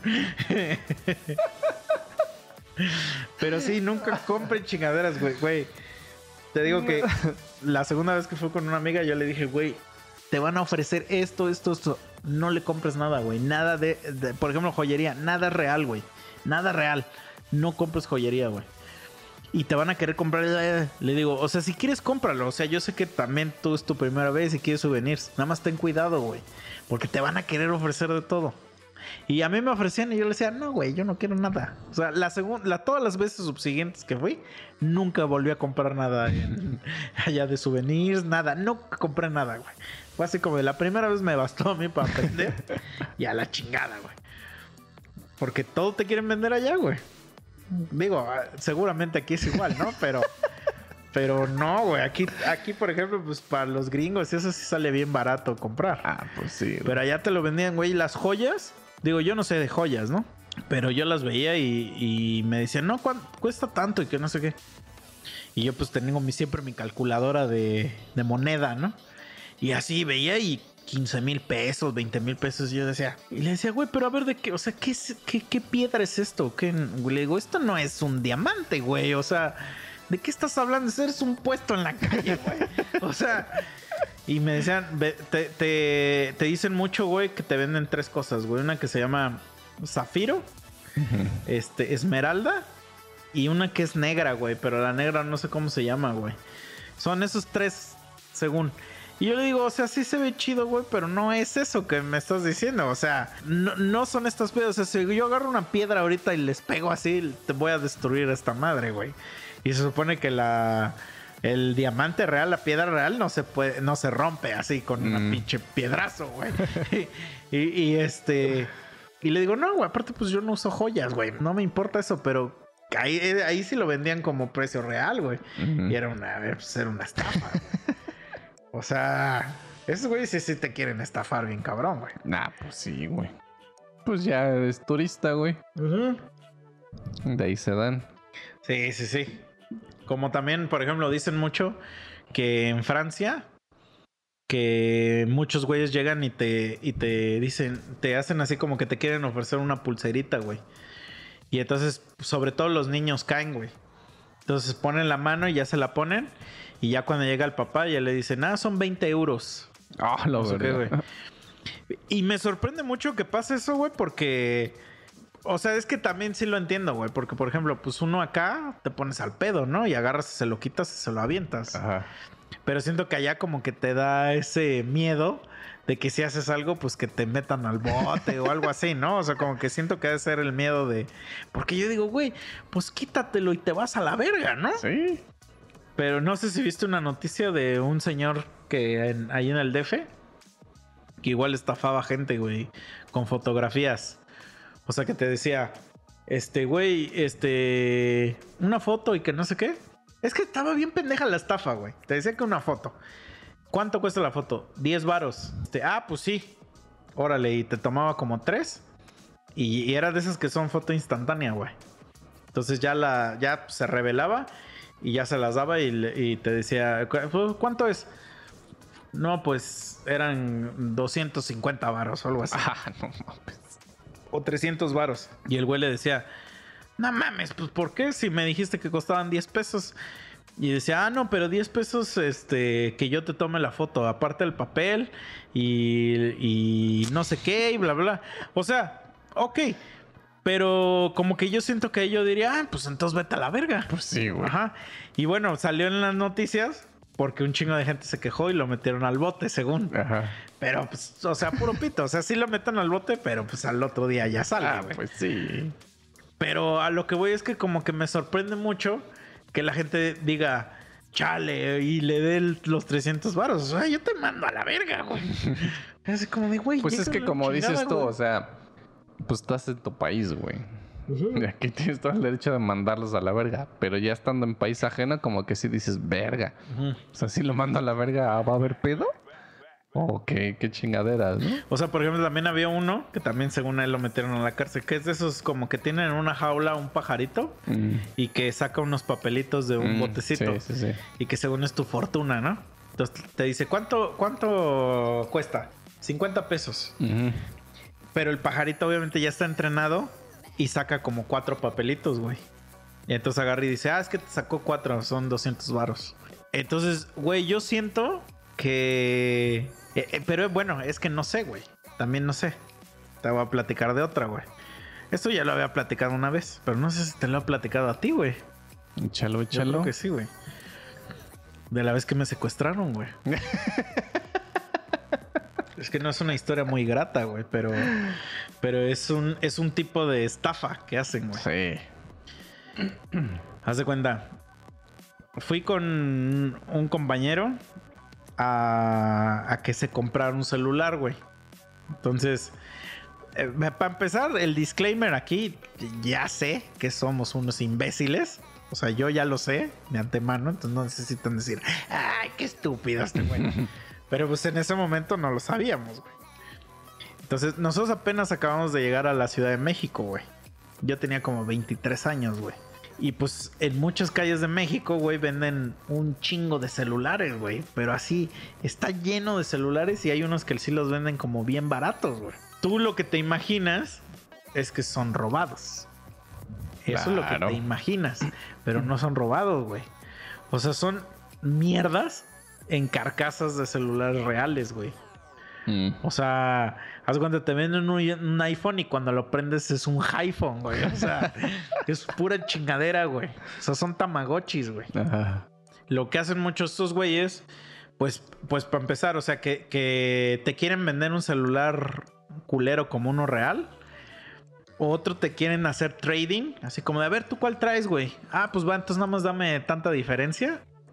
Pero sí, nunca compren chingaderas, güey. Güey, te digo que la segunda vez que fui con una amiga, yo le dije, güey, te van a ofrecer esto, esto, esto. No le compres nada, güey. Nada de, de, por ejemplo, joyería. Nada real, güey. Nada real. No compres joyería, güey. Y te van a querer comprar. Le digo, o sea, si quieres, cómpralo. O sea, yo sé que también tú es tu primera vez y quieres souvenirs. Nada más ten cuidado, güey. Porque te van a querer ofrecer de todo. Y a mí me ofrecían y yo le decía, no, güey, yo no quiero nada. O sea, la segunda, la, todas las veces subsiguientes que fui, nunca volví a comprar nada en, allá de souvenirs, nada. No compré nada, güey. Fue así como de la primera vez me bastó a mí para aprender. Y a la chingada, güey. Porque todo te quieren vender allá, güey. Digo, seguramente aquí es igual, ¿no? Pero, pero no, güey. Aquí, aquí, por ejemplo, pues para los gringos, eso sí sale bien barato comprar. Ah, pues sí. Güey. Pero allá te lo vendían, güey. Las joyas, digo, yo no sé de joyas, ¿no? Pero yo las veía y, y me decían, no, cuesta tanto y que no sé qué. Y yo pues tengo mi, siempre mi calculadora de, de moneda, ¿no? Y así veía y quince mil pesos, veinte mil pesos. Y yo decía, y le decía, güey, pero a ver de qué, o sea, ¿qué, es, qué, qué piedra es esto? ¿Qué? Le digo, esto no es un diamante, güey. O sea, ¿de qué estás hablando? Eso es un puesto en la calle, güey. O sea, y me decían, te, te, te dicen mucho, güey, que te venden tres cosas, güey. Una que se llama zafiro, uh-huh. este, esmeralda y una que es negra, güey. Pero la negra no sé cómo se llama, güey. Son esos tres, según. Y yo le digo, o sea, sí se ve chido, güey, pero no es eso que me estás diciendo. O sea, no, no son estas piedras. O sea, si yo agarro una piedra ahorita y les pego así, te voy a destruir esta madre, güey. Y se supone que la, el diamante real, la piedra real, no se puede, no se rompe así con mm. una pinche piedrazo, güey. y, y este... Y le digo, no, güey, aparte pues yo no uso joyas, güey. No me importa eso, pero ahí, ahí sí lo vendían como precio real, güey. Uh-huh. Y era una, pues, era una estafa. O sea, esos güeyes sí, sí te quieren estafar bien cabrón, güey. Nah, pues sí, güey. Pues ya eres turista, güey. Uh-huh. De ahí se dan. Sí, sí, sí. Como también, por ejemplo, dicen mucho que en Francia... que muchos güeyes llegan y te, y te dicen, te hacen así como que te quieren ofrecer una pulserita, güey. Y entonces, sobre todo los niños caen, güey. Entonces ponen la mano y ya se la ponen. Y ya cuando llega el papá, ya le dicen, ah, son veinte euros. Ah, oh, lo no sé qué, güey. Y me sorprende mucho que pase eso, güey, porque... O sea, es que también sí lo entiendo, güey. Porque, por ejemplo, pues uno acá te pones al pedo, ¿no? Y agarras, se lo quitas y se lo avientas. Ajá. Pero siento que allá como que te da ese miedo de que si haces algo, pues que te metan al bote o algo así, ¿no? O sea, como que siento que debe ser el miedo de... Porque yo digo, güey, pues quítatelo y te vas a la verga, ¿no? Sí. Pero no sé si viste una noticia de un señor que en, ahí en el D F, que igual estafaba gente, güey, con fotografías. O sea, que te decía, este, güey, este, una foto y que no sé qué. Es que estaba bien pendeja la estafa, güey. Te decía que una foto. ¿Cuánto cuesta la foto? diez varos. Este, ah, pues sí. Órale, y te tomaba como tres. Y, y era de esas que son foto instantánea, güey. Entonces ya la ya se revelaba y ya se las daba y, y te decía, ¿cuánto es? No, pues eran doscientos cincuenta varos o algo así. Ah, no mames. O trescientos varos. Y el güey le decía... No mames, pues ¿por qué? Si me dijiste que costaban diez pesos. Y decía, ah, no, pero diez pesos este, que yo te tome la foto. Aparte del papel y, y no sé qué y bla, bla. O sea, ok. Pero como que yo siento que yo diría, ah, pues entonces vete a la verga. Pues sí, güey. Ajá. Y bueno, salió en las noticias porque un chingo de gente se quejó y lo metieron al bote, según. Ajá. Pero, pues, o sea, puro pito. O sea, sí lo meten al bote, pero pues al otro día ya sale, Ah, güey. pues sí. Pero a lo que voy es que como que me sorprende mucho que la gente diga, chale, y le dé el, los trescientos varos. O sea, yo te mando a la verga, güey. Es como de, güey. Pues es que como chingada, dices tú, güey. O sea, pues estás en tu país, güey. Uh-huh. Y aquí tienes todo el derecho de mandarlos a la verga. Pero ya estando en país ajeno, como que sí dices, verga. Uh-huh. O sea, si lo mando a la verga, ¿va a haber pedo? Oh, qué, qué chingaderas, ¿no? O sea, por ejemplo, también había uno que también según él lo metieron a la cárcel, que es de esos como que tienen en una jaula un pajarito mm. y que saca unos papelitos de un mm, botecito. Sí, sí, sí. Y que según es tu fortuna, ¿no? Entonces te dice, ¿cuánto, cuánto cuesta? cincuenta pesos. Uh-huh. Pero el pajarito obviamente ya está entrenado y saca como cuatro papelitos, güey. Y entonces agarra y dice, ah, es que te sacó cuatro, son doscientos varos. Entonces, güey, yo siento que... Eh, eh, pero bueno, es que no sé, güey. También no sé. Te voy a platicar de otra, güey. Esto ya lo había platicado una vez, pero no sé si te lo he platicado a ti, güey. Échalo, échalo. Yo creo que sí, güey. De la vez que me secuestraron, güey. Es que no es una historia muy grata, güey, pero... Pero es un, es un tipo de estafa que hacen, güey. Sí. Haz de cuenta. Fui con un compañero... A, a que se comprara un celular, güey. Entonces, eh, para empezar, el disclaimer aquí, ya sé que somos unos imbéciles. O sea, yo ya lo sé de antemano, entonces no necesitan decir, ay, qué estúpido este güey. Pero pues en ese momento no lo sabíamos, güey. Entonces, nosotros apenas acabamos de llegar a la Ciudad de México, güey. Yo tenía como veintitrés años, güey. Y pues en muchas calles de México, güey, venden un chingo de celulares, güey. Pero así, está lleno de celulares y hay unos que sí los venden como bien baratos, güey. Tú lo que te imaginas es que son robados. Eso claro. Es lo que te imaginas. Pero no son robados, güey. O sea, son mierdas en carcasas de celulares reales, güey. Mm. O sea, haz cuando te venden un, un iPhone y cuando lo prendes es un iPhone, güey. O sea, es pura chingadera, güey. O sea, son tamagotchis, güey. Ajá. Lo que hacen muchos estos güeyes, pues, pues para empezar, o sea, que, que te quieren vender un celular culero como uno real. Otro te quieren hacer trading, así como de, a ver, ¿tú cuál traes, güey? Ah, pues va, entonces nada más dame tanta diferencia.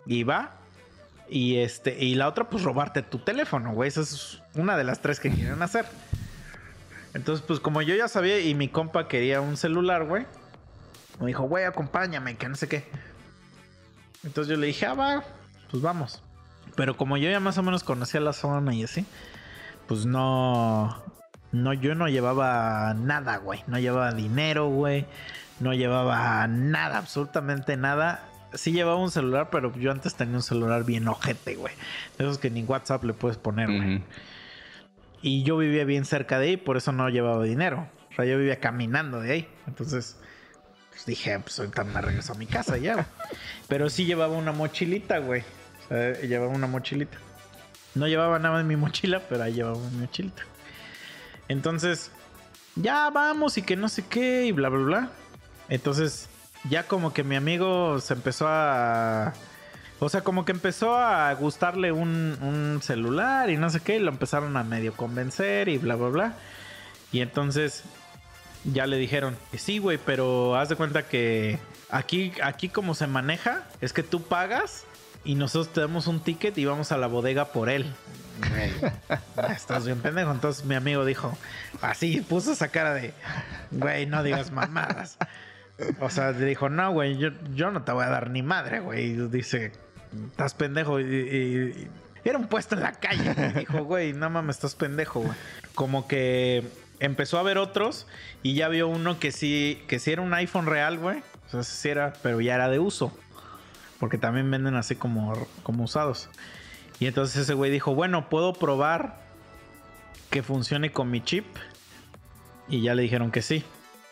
Y va. Y este, y la otra, pues robarte tu teléfono, güey. Esa es una de las tres que quieren hacer. Entonces, pues como yo ya sabía y mi compa quería un celular, güey, me dijo, güey, acompáñame, que no sé qué. Entonces yo le dije, ah, va, pues vamos. Pero como yo ya más o menos conocía la zona y así, pues no, no, yo no llevaba nada, güey. No llevaba dinero, güey. No llevaba nada, absolutamente nada. Sí llevaba un celular, pero yo antes tenía un celular bien ojete, güey. De esos que ni WhatsApp le puedes poner, güey. Uh-huh. Y yo vivía bien cerca de ahí, por eso no llevaba dinero. O sea, yo vivía caminando de ahí. Entonces, pues dije, pues ahorita me regreso a mi casa ya, güey. Pero sí llevaba una mochilita, güey. O sea, llevaba una mochilita. No llevaba nada en mi mochila, pero ahí llevaba mi mochilita. Entonces, ya vamos y que no sé qué y bla, bla, bla. Entonces, ya como que mi amigo se empezó a... O sea, como que empezó a gustarle un, un celular y no sé qué. Y lo empezaron a medio convencer y bla, bla, bla. Y entonces ya le dijeron, sí, güey, pero haz de cuenta que aquí, aquí como se maneja es que tú pagas y nosotros te damos un ticket y vamos a la bodega por él. Güey, estás bien pendejo. Entonces mi amigo dijo, así puso esa cara de, güey, no digas mamadas. O sea, le dijo, no, güey, yo, yo no te voy a dar ni madre, güey. Y dice, estás pendejo. Y, y, y era un puesto en la calle. Y dijo, güey, no mames, estás pendejo, güey. Como que empezó a ver otros y ya vio uno que sí, que sí era un iPhone real, güey. O sea, sí era, pero ya era de uso. Porque también venden así como, como usados. Y entonces ese güey dijo, bueno, ¿puedo probar que funcione con mi chip? Y ya le dijeron que sí.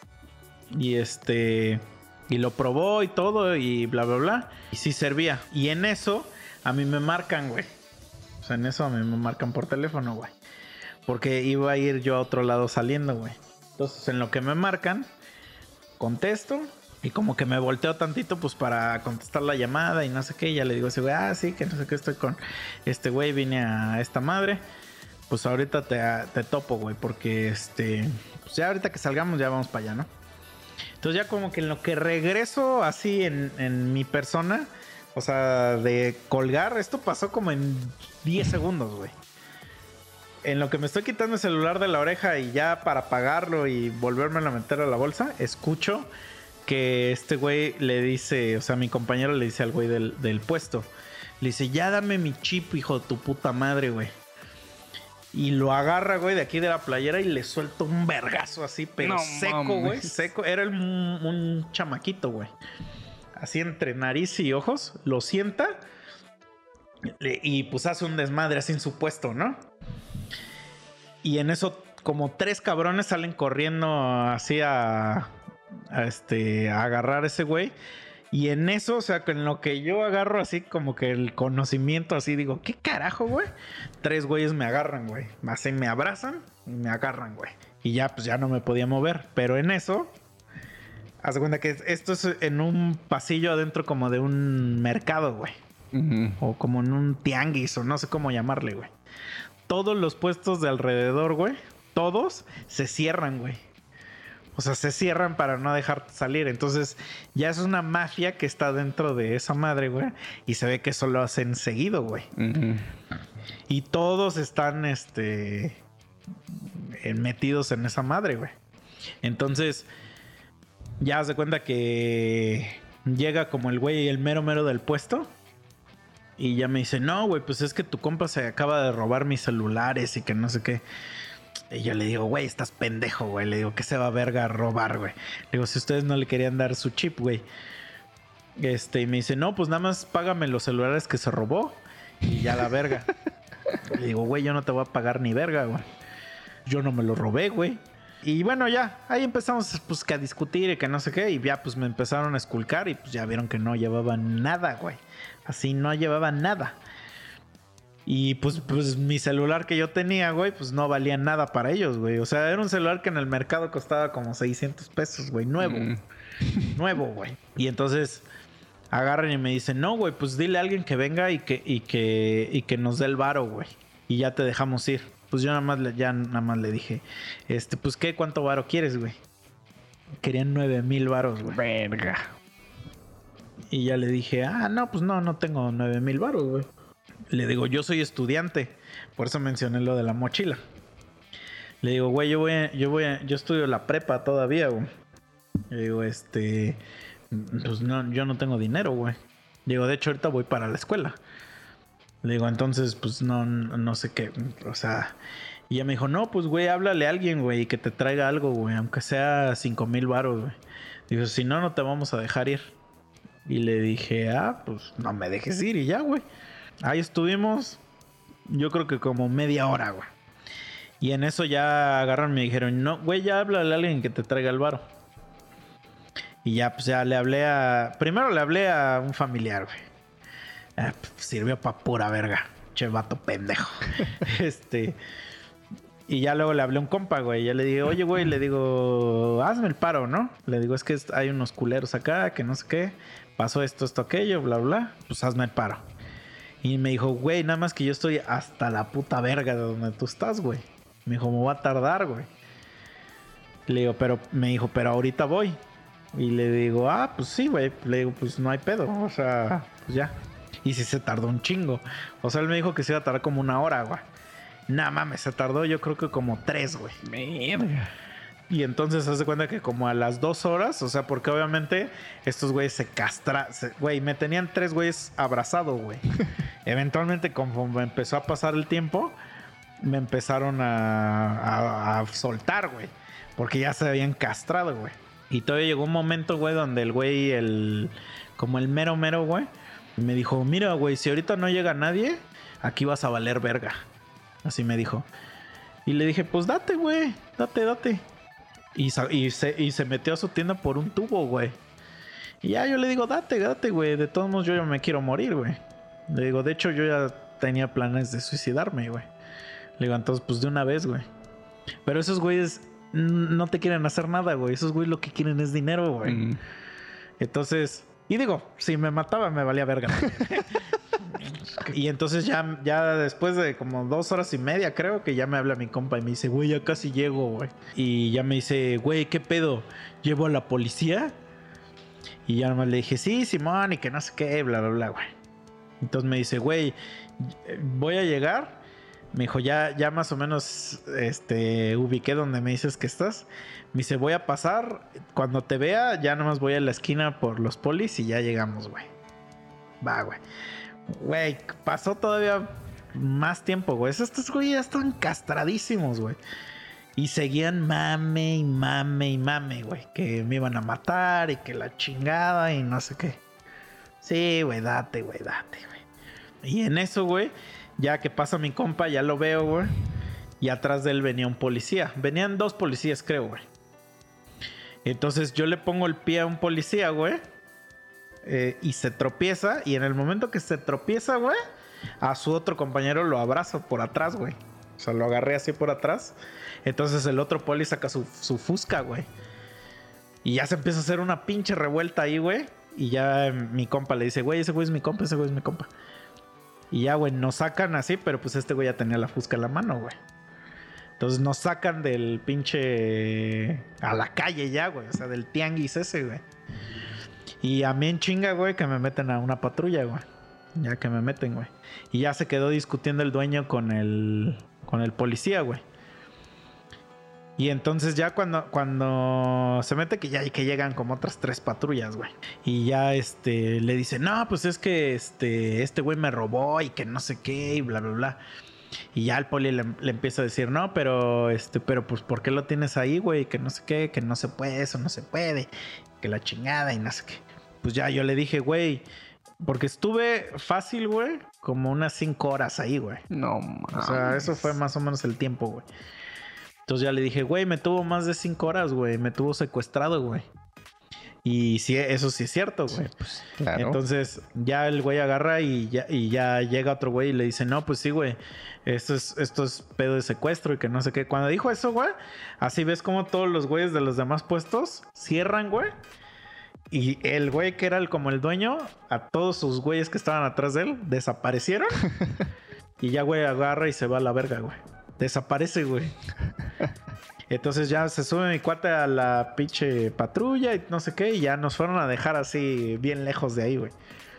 Y este... Y lo probó y todo y bla, bla, bla. Y sí servía. Y en eso a mí me marcan, güey. O sea, en eso a mí me marcan por teléfono, güey. Porque iba a ir yo a otro lado saliendo, güey. Entonces en lo que me marcan, contesto. Y como que me volteo tantito pues para contestar la llamada y no sé qué. Y ya le digo a ese güey, ah, sí, que no sé qué, estoy con este güey, vine a esta madre. Pues ahorita te, te topo, güey. Porque este... Pues ya ahorita que salgamos ya vamos para allá, ¿no? Entonces ya como que en lo que regreso así en, en mi persona, o sea, de colgar, esto pasó como en diez segundos, güey. En lo que me estoy quitando el celular de la oreja y ya para apagarlo y volverme a meter a la bolsa, escucho que este güey le dice, o sea, mi compañero le dice al güey del, del puesto, le dice, ya dame mi chip, hijo de tu puta madre, güey. Y lo agarra, güey, de aquí de la playera y le suelta un vergazo así, pero no, seco, güey, seco. Era el, un, un chamaquito, güey. Así entre nariz y ojos, lo sienta le, y pues hace un desmadre así en su puesto, ¿no? Y en eso como tres cabrones salen corriendo así a, a, este, a agarrar a ese güey. Y en eso, o sea, en lo que yo agarro así como que el conocimiento así, digo, ¿qué carajo, güey? Tres güeyes me agarran, güey. Así me abrazan y me agarran, güey. Y ya, pues ya no me podía mover. Pero en eso, haz de cuenta que esto es en un pasillo adentro como de un mercado, güey. Uh-huh. O como en un tianguis o no sé cómo llamarle, güey. Todos los puestos de alrededor, güey, todos se cierran, güey. O sea, se cierran para no dejar salir. Entonces, ya es una mafia que está dentro de esa madre, güey. Y se ve que eso lo hacen seguido, güey. Uh-huh. Y todos están, este... metidos en esa madre, güey. Entonces, ya se cuenta que... llega como el güey, el mero mero del puesto. Y ya me dice, no, güey, pues es que tu compa se acaba de robar mis celulares y que no sé qué. Y yo le digo, güey, estás pendejo, güey. Le digo, ¿qué se va a verga a robar, güey? Le digo, si ustedes no le querían dar su chip, güey. Este, y me dice, no, pues nada más págame los celulares que se robó y ya la verga. Le digo, güey, yo no te voy a pagar ni verga, güey. Yo no me lo robé, güey. Y bueno, ya, ahí empezamos pues que a discutir y que no sé qué. Y ya pues me empezaron a esculcar y pues ya vieron que no llevaban nada, güey. Así no llevaban nada. Y pues, pues mi celular que yo tenía, güey, pues no valía nada para ellos, güey. O sea, era un celular que en el mercado costaba como seiscientos pesos, güey. Nuevo. Mm. Nuevo, güey. Y entonces agarran y me dicen, no, güey, pues dile a alguien que venga y que, y que, y que nos dé el varo, güey. Y ya te dejamos ir. Pues yo nada más, le, ya nada más le dije, este, pues ¿qué? ¿Cuánto varo quieres, güey? Querían nueve mil varos, güey. Verga. Y ya le dije, ah, no, pues no, no tengo nueve mil baros, güey. Le digo, yo soy estudiante. Por eso mencioné lo de la mochila. Le digo, güey, yo voy, a, yo voy, a, yo estudio la prepa todavía, güey. Le digo, este, pues no, yo no tengo dinero, güey. Le digo, de hecho, ahorita voy para la escuela. Le digo, entonces, pues no, no sé qué, o sea... Y ella me dijo, no, pues, güey, háblale a alguien, güey, y que te traiga algo, güey, aunque sea cinco mil baros, güey. Digo, si no, no te vamos a dejar ir. Y le dije, ah, pues, no me dejes ir y ya, güey. Ahí estuvimos, yo creo que como media hora, güey. Y en eso ya agarraron y me dijeron, no, güey, ya háblale a alguien que te traiga el varo. Y ya, pues, ya le hablé a... Primero le hablé a un familiar, güey. Ah, pues, sirvió pa' pura verga. Che, vato pendejo. este... Y ya luego le hablé a un compa, güey. Ya le dije, oye, güey, le digo, hazme el paro, ¿no? Le digo, es que hay unos culeros acá, que no sé qué. Pasó esto, esto, aquello, bla, bla. Pues hazme el paro. Y me dijo, güey, nada más que yo estoy hasta la puta verga de donde tú estás, güey. Me dijo, me va a tardar, güey. Le digo, pero, me dijo, pero ahorita voy. Y le digo, ah, pues sí, güey. Le digo, pues no hay pedo. O sea, pues ya. Y sí se tardó un chingo. O sea, él me dijo que se iba a tardar como una hora, güey. Nah, mames, se tardó yo creo que como tres, güey. Mierda. Y entonces se hace cuenta que como a las dos horas, o sea, porque obviamente estos güeyes se castran. Güey, me tenían tres güeyes abrazados, güey. Eventualmente, conforme empezó a pasar el tiempo, me empezaron a, a, a soltar, güey. Porque ya se habían castrado, güey. Y todavía llegó un momento, güey, donde el güey, el como el mero mero, güey, me dijo, mira, güey, si ahorita no llega nadie, aquí vas a valer verga. Así me dijo. Y le dije, pues date, güey. Date, date. Y, y, se, y se metió a su tienda por un tubo, güey. Y ya yo le digo, date, date, güey. De todos modos yo ya me quiero morir, güey. Le digo, de hecho yo ya tenía planes de suicidarme, güey. Le digo, entonces pues de una vez, güey. Pero esos güeyes no te quieren hacer nada, güey. Esos güeyes lo que quieren es dinero, güey. Mm. Entonces... Y digo, si me mataba me valía verga. Y entonces ya, ya después de como dos horas y media, creo que ya me habla mi compa y me dice, güey, ya casi llego, güey. Y ya me dice, güey, ¿qué pedo? ¿Llevo a la policía? Y ya nomás le dije, sí, Simón, y que no sé qué, bla, bla, bla, güey. Entonces me dice, güey, voy a llegar. Me dijo, ya, ya más o menos este, ubiqué donde me dices que estás. Me dice, voy a pasar. Cuando te vea, ya nomás voy a la esquina por los polis y ya llegamos, güey. Va, güey. Güey, pasó todavía más tiempo, güey. Estos güey ya están castradísimos, güey. Y seguían mame y mame y mame, güey. Que me iban a matar y que la chingada y no sé qué. Sí, güey, date, güey, date, güey. Y en eso, güey, ya que pasa mi compa, ya lo veo, güey. Y atrás de él venía un policía. Venían dos policías, creo, güey. Entonces yo le pongo el pie a un policía, güey. Eh, y se tropieza. Y en el momento que se tropieza, güey, a su otro compañero lo abrazo por atrás, güey. O sea, lo agarré así por atrás. Entonces el otro poli saca su, su fusca, güey. Y ya se empieza a hacer una pinche revuelta ahí, güey. Y ya mi compa le dice, güey, ese güey es mi compa, ese güey es mi compa. Y ya, güey, nos sacan así, pero pues este güey ya tenía la fusca en la mano, güey. Entonces nos sacan del pinche... a la calle ya, güey. O sea, del tianguis ese, güey. Y a mí en chinga, güey, que me meten a una patrulla, güey. Ya que me meten, güey. Y ya se quedó discutiendo el dueño con el... con el policía, güey. Y entonces ya cuando, cuando se mete que ya que llegan como otras tres patrullas, güey. Y ya este le dice, no, pues es que este este güey me robó y que no sé qué y bla, bla, bla. Y ya el poli le, le empieza a decir, no, pero este, pero pues ¿por qué lo tienes ahí, güey? Que no sé qué, que no se puede, eso no se puede, que la chingada y no sé qué. Pues ya yo le dije, güey, porque estuve fácil, güey, como unas cinco horas ahí, güey. No mames. O sea, eso fue más o menos el tiempo, güey. Entonces ya le dije, güey, me tuvo más de cinco horas, güey. Me tuvo secuestrado, güey. Y sí, eso sí es cierto, güey. Sí, pues, claro. Entonces ya el güey agarra y ya, y ya llega otro güey y le dice, no, pues sí, güey. Esto es, esto es pedo de secuestro y que no sé qué. Cuando dijo eso, güey, así ves como todos los güeyes de los demás puestos cierran, güey. Y el güey que era el, como el dueño, a todos sus güeyes que estaban atrás de él, desaparecieron. Y ya, güey, agarra y se va a la verga, güey. Desaparece, güey. Entonces ya se sube mi cuate a la pinche patrulla y no sé qué. Y ya nos fueron a dejar así bien lejos de ahí, güey.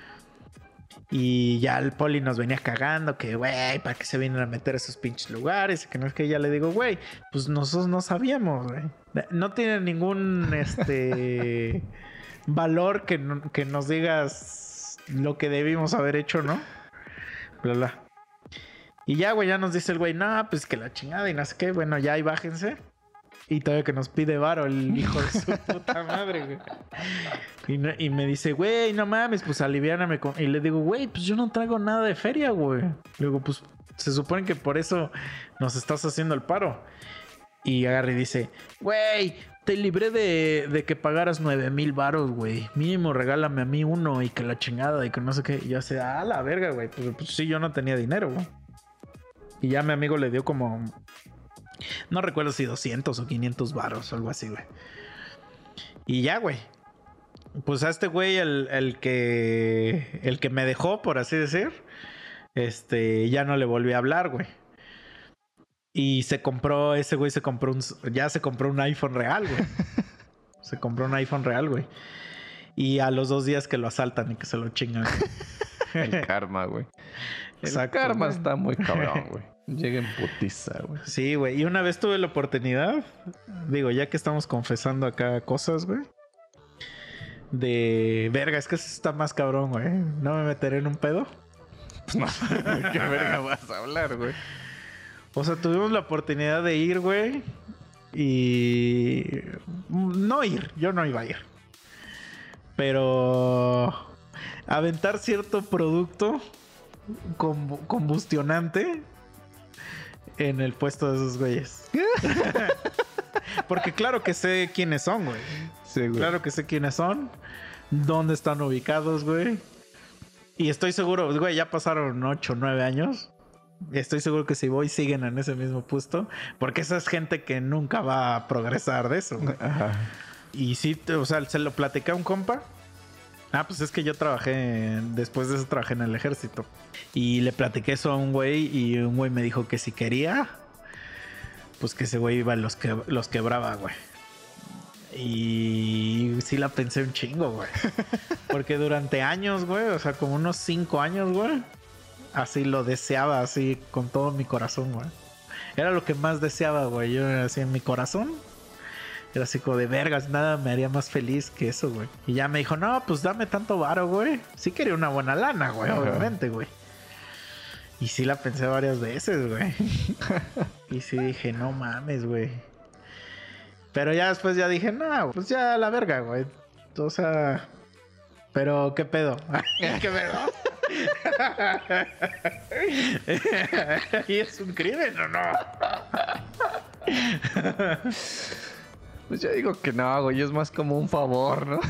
Y ya el poli nos venía cagando que, güey, ¿para qué se vienen a meter a esos pinches lugares? Y que no es que ya le digo, güey, pues nosotros no sabíamos, güey. No tiene ningún, este, valor que, no, que nos digas lo que debimos haber hecho, ¿no? Bla, bla. Y ya, güey, ya nos dice el güey, no, pues que la chingada y no sé qué. Bueno, ya ahí bájense. Y todavía que nos pide varo el hijo de su puta madre, güey. Y, no, y me dice, güey, no mames, pues aliviáname. Con... Y le digo, güey, pues yo no traigo nada de feria, güey. Le digo, pues se supone que por eso nos estás haciendo el paro. Y agarra y dice, güey, te libré de, de que pagaras nueve mil varos, güey. Mínimo regálame a mí uno y que la chingada y que no sé qué. Y yo sé, ah, la verga, güey. Pues, pues sí, yo no tenía dinero, güey. Y ya mi amigo le dio como... No recuerdo si doscientos o quinientos varos o algo así, güey. Y ya, güey. Pues a este güey, el, el que... El que me dejó, por así decir. Este... Ya no le volví a hablar, güey. Y se compró... Ese güey se compró un... Ya se compró un iPhone real, güey. Se compró un iPhone real, güey. Y a los dos días que lo asaltan y que se lo chingan. El karma, güey. El Exacto, karma güey. está muy cabrón, güey. Llega en putiza, güey. Sí, güey. Y una vez tuve la oportunidad, digo, ya que estamos confesando acá cosas, güey. De... Verga, es que eso está más cabrón, güey. ¿No me meteré en un pedo? Pues no, ¿qué verga vas a hablar, güey? O sea, tuvimos la oportunidad de ir, güey. Y... No ir, yo no iba a ir. Pero... Aventar cierto producto com- combustionante en el puesto de esos güeyes. Porque claro que sé quiénes son, güey. Sí, güey. Claro que sé quiénes son. Dónde están ubicados, güey. Y estoy seguro, güey, ya pasaron ocho o nueve años. Estoy seguro que si voy siguen en ese mismo puesto. Porque esa es gente que nunca va a progresar de eso, güey. Ajá. Y sí, o sea, se lo platicé a un compa. Ah, pues es que yo trabajé, después de eso trabajé en el ejército. Y le platiqué eso a un güey y un güey me dijo que si quería, pues que ese güey iba los, que, los quebraba, güey. Y sí la pensé un chingo, güey. Porque durante años, güey, o sea, como unos cinco años, güey, así lo deseaba, así con todo mi corazón, güey. Era lo que más deseaba, güey. Yo así en mi corazón. Era así como de vergas, nada me haría más feliz que eso, güey. Y ya me dijo, no, pues dame tanto varo, güey. Sí quería una buena lana, güey, Ajá. obviamente, güey. Y sí la pensé varias veces, güey. Y sí dije, no mames, güey. Pero ya después ya dije, no, pues ya la verga, güey. O sea, pero ¿qué pedo? ¿Qué pedo? ¿Y es un crimen o no? Pues yo digo que no, güey. Es más como un favor, ¿no?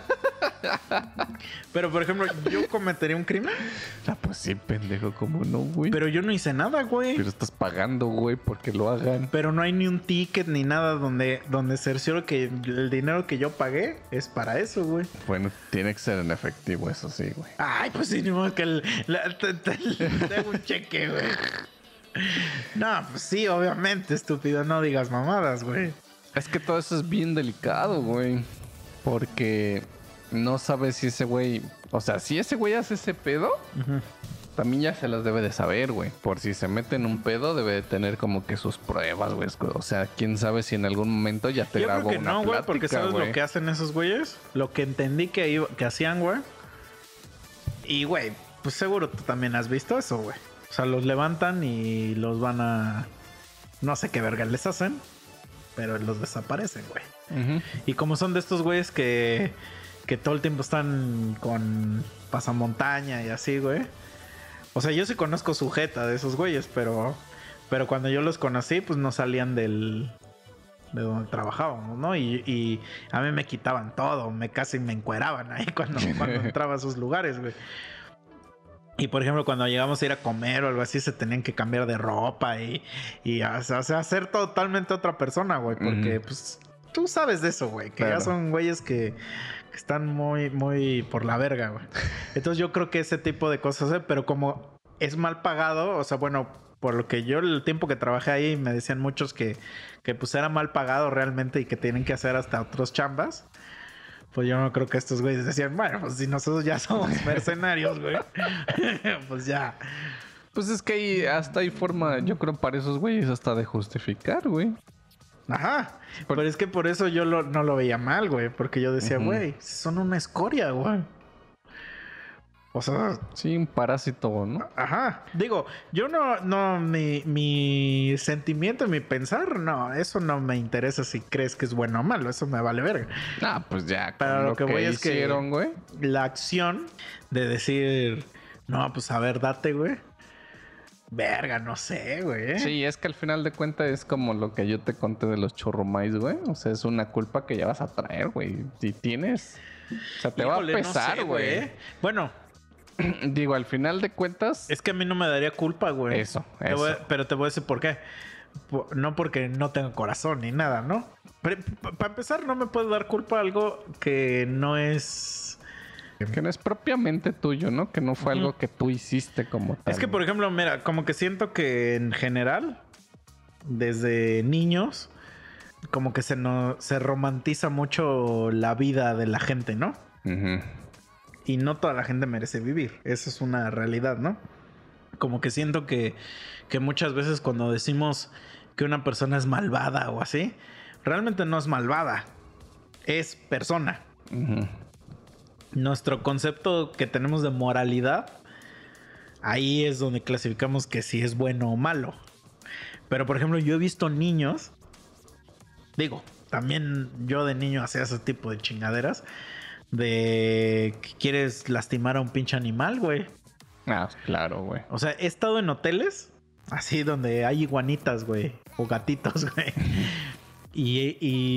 Pero, por ejemplo, ¿yo cometería un crimen? Ah, pues sí, pendejo, como no, güey. Pero yo no hice nada, güey. Pero estás pagando, güey, porque lo hagan. Pero no hay ni un ticket ni nada donde, donde cercioro que el dinero que yo pagué es para eso, güey. Bueno, tiene que ser en efectivo, eso sí, güey. Ay, pues sí, ni modo que el, la, te, te, te hago un cheque, güey. No, pues sí, obviamente, estúpido. No digas mamadas, güey. Es que todo eso es bien delicado, güey. Porque no sabes si ese güey... O sea, si ese güey hace ese pedo, Uh-huh. también ya se las debe de saber, güey. Por si se mete en un pedo, debe de tener como que sus pruebas, güey. O sea, quién sabe si en algún momento ya te Yo grabó creo que una no, güey, plática, porque ¿sabes güey? lo que hacen esos güeyes? Lo que entendí que, iba- que hacían, güey. Y, güey, pues seguro tú también has visto eso, güey. O sea, los levantan y los van a... No sé qué verga les hacen, pero los desaparecen, güey. Ujú. Y como son de estos güeyes que, que todo el tiempo están con pasamontaña y así, güey. O sea, yo sí conozco sujeta de esos güeyes, pero, pero cuando yo los conocí, pues no salían del, de donde trabajábamos, ¿no? Y, y a mí me quitaban todo, me casi me encueraban ahí cuando, cuando entraba a esos lugares, güey. Y por ejemplo, cuando llegamos a ir a comer o algo así, se tenían que cambiar de ropa y, y o sea, hacer totalmente otra persona, güey. Porque, Ujú. pues, tú sabes de eso, güey. Que Claro. ya son güeyes que, que están muy, muy por la verga, güey. Entonces yo creo que ese tipo de cosas, ¿eh? Pero como es mal pagado, o sea, bueno, por lo que yo el tiempo que trabajé ahí me decían muchos que, que pues era mal pagado realmente y que tienen que hacer hasta otros chambas. Pues yo no creo que estos güeyes decían, bueno, pues si nosotros ya somos mercenarios, güey, pues ya. Pues es que hay, hasta hay forma, yo creo, para esos güeyes hasta de justificar, güey. Ajá. Por... Pero es que por eso yo lo, no lo veía mal, güey. Porque yo decía, güey, uh-huh. son una escoria, güey. O sea... Sí, un parásito, ¿no? Ajá. Digo, yo no... no mi, mi sentimiento, mi pensar, no. Eso no me interesa si crees que es bueno o malo. Eso me vale verga. Ah, pues ya. Pero lo, lo que, que voy hicieron, es que... güey. La acción de decir... No, pues a ver, date, güey. Verga, no sé, güey. Sí, es que al final de cuentas es como lo que yo te conté de los churrumais, güey. O sea, es una culpa que ya vas a traer, güey. Si tienes... O sea, te Híjole, va a pesar, güey. No sé, bueno... Digo, al final de cuentas... Es que a mí no me daría culpa, güey. Eso, te eso. Voy, pero te voy a decir por qué. Por, no porque no tenga corazón ni nada, ¿no? Para pa empezar, no me puede dar culpa algo que no es... Que no es propiamente tuyo, ¿no? Que no fue uh-huh. algo que tú hiciste como tal. Es que, por ejemplo, mira, como que siento que en general, desde niños, como que se, no, se romantiza mucho la vida de la gente, ¿no? Uh-huh. Y no toda la gente merece vivir. Eso es una realidad, ¿no? Como que siento que, que muchas veces cuando decimos que una persona es malvada o así, realmente no es malvada. Es persona. Uh-huh. Nuestro concepto que tenemos de moralidad, ahí es donde clasificamos que si es bueno o malo. Pero, por ejemplo, yo he visto niños... Digo, también yo de niño hacía ese tipo de chingaderas... De que quieres lastimar a un pinche animal, güey. Ah, claro, güey. O sea, he estado en hoteles así donde hay iguanitas, güey. O gatitos, güey. y,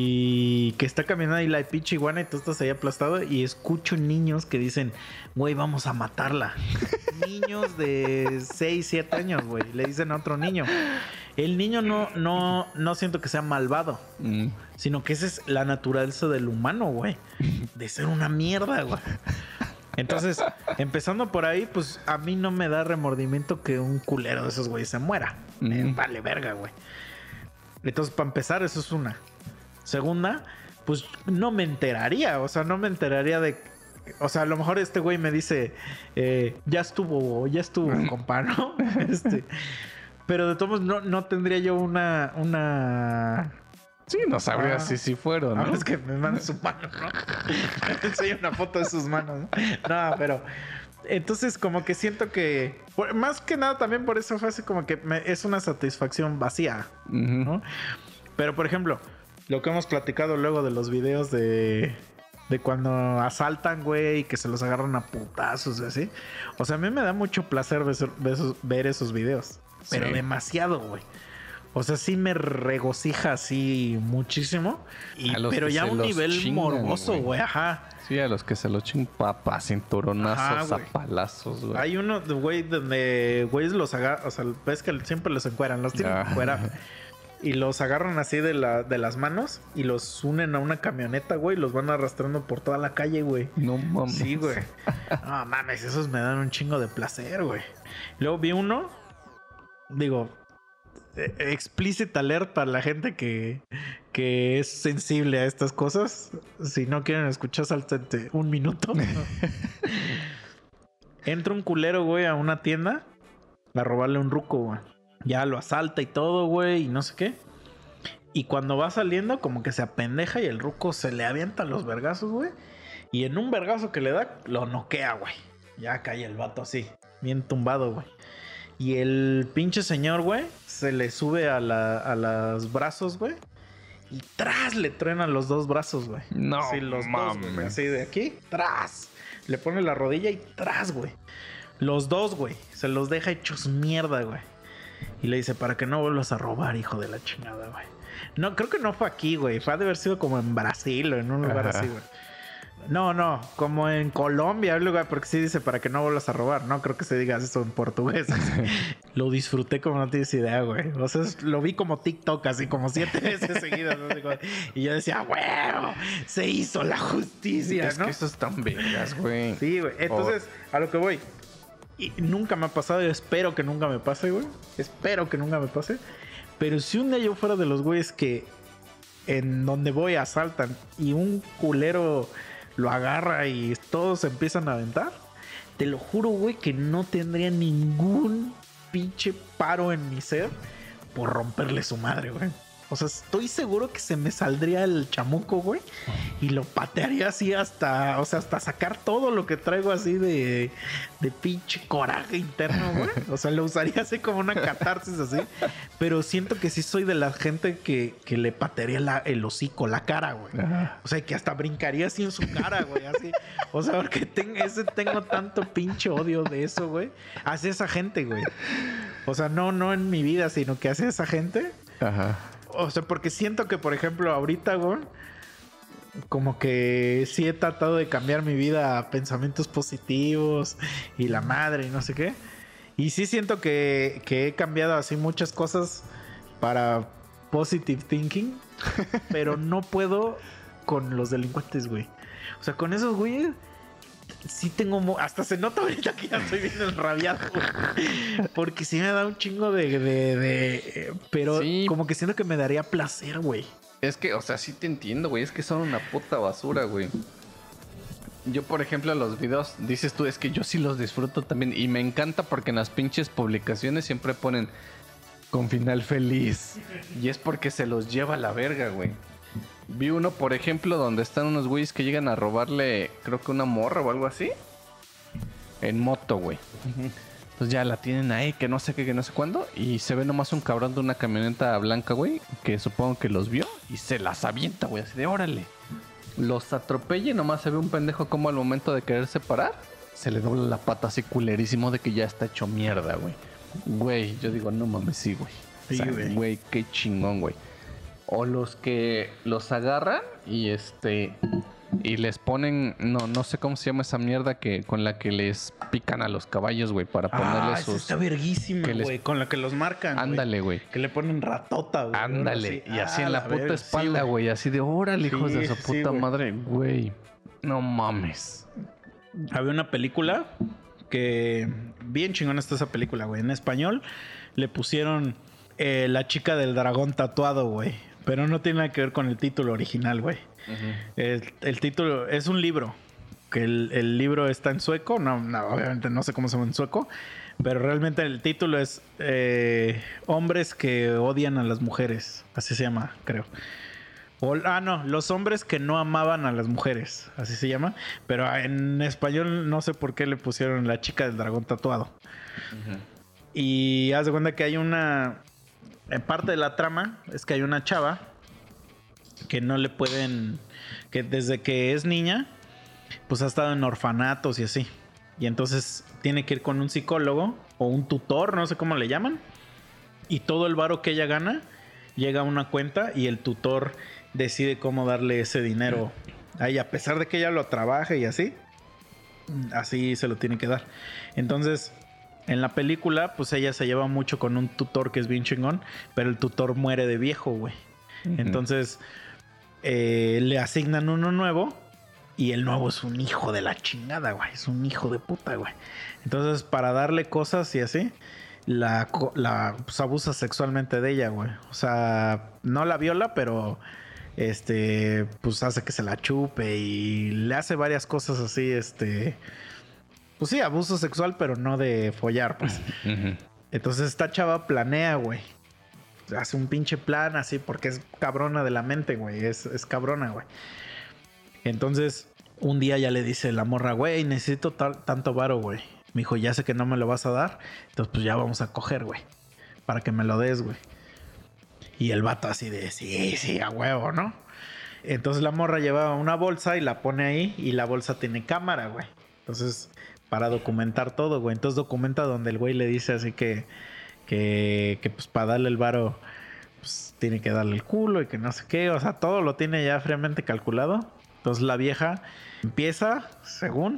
y que está caminando ahí la pinche iguana y tú estás ahí aplastado y escucho niños que dicen, güey, vamos a matarla. Niños de seis, siete años, güey. Le dicen a otro niño. El niño no, no, no siento que sea malvado, mm. sino que esa es la naturaleza del humano, güey. De ser una mierda, güey. Entonces, empezando por ahí, pues a mí no me da remordimiento que un culero de esos güeyes se muera. Mm. Eh, vale verga, güey. Entonces, para empezar, eso es una. Segunda, pues no me enteraría. O sea, no me enteraría de... O sea, a lo mejor este güey me dice, eh, ya estuvo, ya estuvo, compa, ¿no? Este... Pero de todos no, no tendría yo una... una... Sí, no sabría ah, si sí fueron, ¿no? Ah, es que me mandan su mano, ¿no? Me enseña una foto de sus manos, ¿no? No, pero... Entonces como que siento que... Más que nada también por eso fue así como que me, es una satisfacción vacía, uh-huh. ¿no? Pero por ejemplo, lo que hemos platicado luego de los videos de... De cuando asaltan, güey, y que se los agarran a putazos y así. O sea, a mí me da mucho placer ver esos, ver esos videos. Pero sí. demasiado, güey. O sea, sí me regocija así muchísimo. Y, pero ya a un nivel chingan, morboso, güey. Ajá. Sí, a los que se lo chingan papas, cinturonazos, a palazos, güey. Hay uno, güey, donde güeyes los agarran. O sea, ves que siempre los encueran. Los tienen ah. fuera. Y los agarran así de, la, de las manos y los unen a una camioneta, güey. Y los van arrastrando por toda la calle, güey. No mames. Sí, güey. No mames, esos me dan un chingo de placer, güey. Luego vi uno... Digo, explicit alert para la gente que, que es sensible a estas cosas. Si no quieren escuchar, saltente un minuto. Entra un culero, güey, a una tienda a robarle un ruco, güey. Ya lo asalta y todo, güey, y no sé qué. Y cuando va saliendo, como que se apendeja y el ruco se le avienta los vergazos, güey. Y en un vergazo que le da, lo noquea, güey. Ya cae el vato así, bien tumbado, güey. Y el pinche señor, güey, se le sube a, la, a los brazos, güey. Y tras le truenan los dos brazos, güey. No, así, los mames. dos, güey. Así de aquí, tras. Le pone la rodilla y tras, güey. Los dos, güey. Se los deja hechos mierda, güey. Y le dice, para que no vuelvas a robar, hijo de la chingada, güey. No, creo que no fue aquí, güey. Fue de haber sido como en Brasil o en un lugar Ajá. así, güey. No, no, como en Colombia, lugar, porque sí dice para que no vuelvas a robar. No creo que se diga eso en portugués. Lo disfruté como no tienes idea, güey. O sea, lo vi como TikTok, así como siete veces seguidas. ¿No? Y yo decía, güey, se hizo la justicia, es ¿no? que eso es tan vergas, güey. Sí, güey. Entonces, oh. a lo que voy. Y nunca me ha pasado y espero que nunca me pase, güey. Espero que nunca me pase. Pero si un día yo fuera de los güeyes que en donde voy asaltan y un culero lo agarra y todos se empiezan a aventar, te lo juro, güey, que no tendría ningún pinche paro en mi ser por romperle su madre, güey. O sea, estoy seguro que se me saldría el chamuco, güey, y lo patearía así hasta, o sea, hasta sacar todo lo que traigo así de, de pinche coraje interno, güey. O sea, lo usaría así como una catarsis así. Pero siento que sí soy de la gente que, que le patearía la, el hocico, la cara, güey. O sea, que hasta brincaría así en su cara, güey, así. O sea, porque ten, ese, tengo tanto pinche odio de eso, güey. Hacia esa gente, güey. O sea, no, no en mi vida, sino que hacia esa gente. Ajá. O sea, porque siento que, por ejemplo, ahorita, güey, como que sí he tratado de cambiar mi vida a pensamientos positivos y la madre y no sé qué. Y sí siento que, que he cambiado así muchas cosas para positive thinking, pero no puedo con los delincuentes, güey. O sea, con esos güeyes sí tengo... Mo- hasta se nota ahorita que ya estoy bien enrabiado, güey. Porque sí me da un chingo de... de, de pero sí, como que siento que me daría placer, güey. Es que, o sea, sí te entiendo, güey. Es que son una puta basura, güey. Yo, por ejemplo, los videos, dices tú, es que yo sí los disfruto también. Y me encanta porque en las pinches publicaciones siempre ponen con final feliz. Y es porque se los lleva a la verga, güey. Vi uno, por ejemplo, donde están unos güeyes que llegan a robarle, creo que una morra o algo así. En moto, güey. Uh-huh. Entonces ya la tienen ahí, que no sé qué, que no sé cuándo. Y se ve nomás un cabrón de una camioneta blanca, güey, que supongo que los vio. Y se las avienta, güey, así de órale. Los atropella y nomás se ve un pendejo como al momento de querer separar, se le dobla la pata así culerísimo de que ya está hecho mierda, güey. Güey, yo digo, no mames, sí, güey. Sí, o sea, güey, qué chingón, güey. O los que los agarran y este... y les ponen, no, no sé cómo se llama esa mierda que con la que les pican a los caballos, güey, para ponerles ah, sus... está verguísima, güey, les... con la que los marcan. Ándale, güey. Que le ponen ratota, güey. Ándale, y así ah, en la, la puta ver, espalda, güey, sí, así de órale, hijos sí, de su puta sí, madre, güey. No mames. Había una película que... bien chingona está esa película, güey. En español le pusieron eh, La chica del dragón tatuado, güey. Pero no tiene nada que ver con el título original, güey. Uh-huh. El, el título es un libro. Que el, el libro está en sueco. No, no, obviamente no sé cómo se llama en sueco. Pero realmente el título es eh, Hombres que odian a las mujeres. Así se llama, creo. O, ah, no, Los hombres que no amaban a las mujeres. Así se llama. Pero en español no sé por qué le pusieron La chica del dragón tatuado. Uh-huh. Y haz de cuenta que hay una... En parte de la trama es que hay una chava que no le pueden... que desde que es niña, pues ha estado en orfanatos y así. Y entonces tiene que ir con un psicólogo o un tutor, no sé cómo le llaman. Y todo el varo que ella gana llega a una cuenta y el tutor decide cómo darle ese dinero a ella. A pesar de que ella lo trabaje y así, así se lo tiene que dar. Entonces... en la película, pues ella se lleva mucho con un tutor que es bien chingón, pero el tutor muere de viejo, güey. Uh-huh. Entonces, eh, le asignan uno nuevo y el nuevo es un hijo de la chingada, güey. Es un hijo de puta, güey. Entonces, para darle cosas y así, la, la pues, abusa sexualmente de ella, güey. O sea, no la viola, pero este, pues hace que se la chupe y le hace varias cosas así, este... pues sí, abuso sexual, pero no de follar, pues. Uh-huh. Entonces esta chava planea, güey. Hace un pinche plan así porque es cabrona de la mente, güey. Es, es cabrona, güey. Entonces, un día ya le dice la morra, güey, necesito tal, tanto varo, güey. Me dijo, ya sé que no me lo vas a dar. Entonces, pues ya vamos a coger, güey. Para que me lo des, güey. Y el vato así de, sí, sí, a huevo, ¿no? Entonces la morra lleva una bolsa y la pone ahí. Y la bolsa tiene cámara, güey. Entonces... para documentar todo, güey. Entonces documenta donde el güey le dice así que... Que, que pues para darle el varo... pues tiene que darle el culo y que no sé qué. O sea, todo lo tiene ya fríamente calculado. Entonces la vieja empieza, según...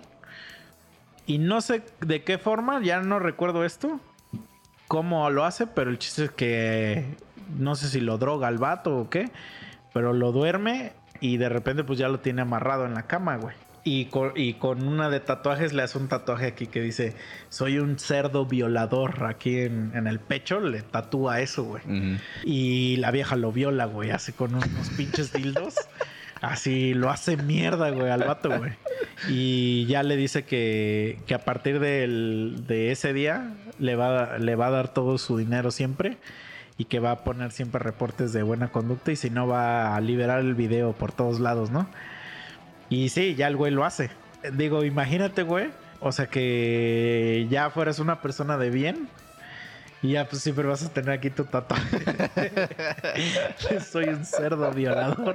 y no sé de qué forma, ya no recuerdo esto... cómo lo hace, pero el chiste es que... no sé si lo droga al vato o qué... pero lo duerme y de repente pues ya lo tiene amarrado en la cama, güey. Y con, y con una de tatuajes le hace un tatuaje aquí que dice: soy un cerdo violador. Aquí en, en el pecho le tatúa eso, güey. Uh-huh. Y la vieja lo viola, güey, así con unos pinches dildos. Así lo hace mierda, güey, al vato, güey. Y ya le dice que, que a partir del, de ese día le va, le va a dar todo su dinero siempre. Y que va a poner siempre reportes de buena conducta. Y si no, va a liberar el video por todos lados, ¿no? Y sí, ya el güey lo hace. Digo, imagínate, güey. O sea, que ya fueras una persona de bien. Y ya pues siempre vas a tener aquí tu tatuaje. Soy un cerdo violador.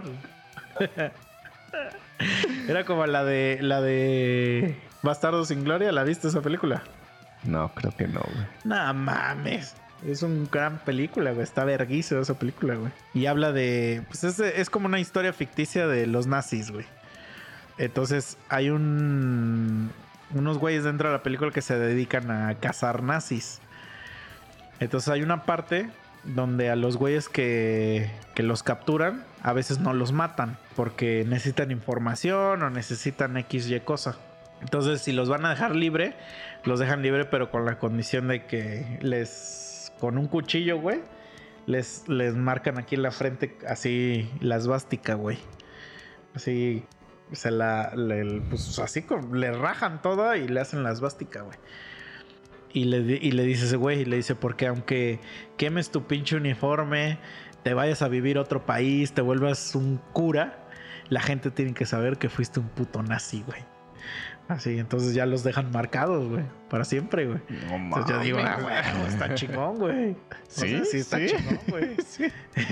Era como la de la de Bastardo sin Gloria. ¿La viste esa película? No, creo que no, güey. No mames. Es una gran película, güey. Está verguísima esa película, güey. Y habla de... Pues es, es como una historia ficticia de los nazis, güey. Entonces hay un... unos güeyes dentro de la película que se dedican a cazar nazis. Entonces hay una parte donde a los güeyes que, que los capturan a veces no los matan porque necesitan información o necesitan X y cosa. Entonces si los van a dejar libre, los dejan libre pero con la condición de que les... con un cuchillo, güey, les, les marcan aquí en la frente así la esvástica, güey. Así... Se la, le, pues así como le rajan toda y le hacen la esvástica, güey. Y le, y le dice ese güey, y le dice, porque aunque quemes tu pinche uniforme, te vayas a vivir a otro país, te vuelvas un cura, la gente tiene que saber que fuiste un puto nazi, güey. Así, entonces ya los dejan marcados, güey, para siempre, güey. No mames. Entonces yo digo, ah, güey, está chingón, güey. Sí, o sea, sí está sí. chingón, güey. Sí.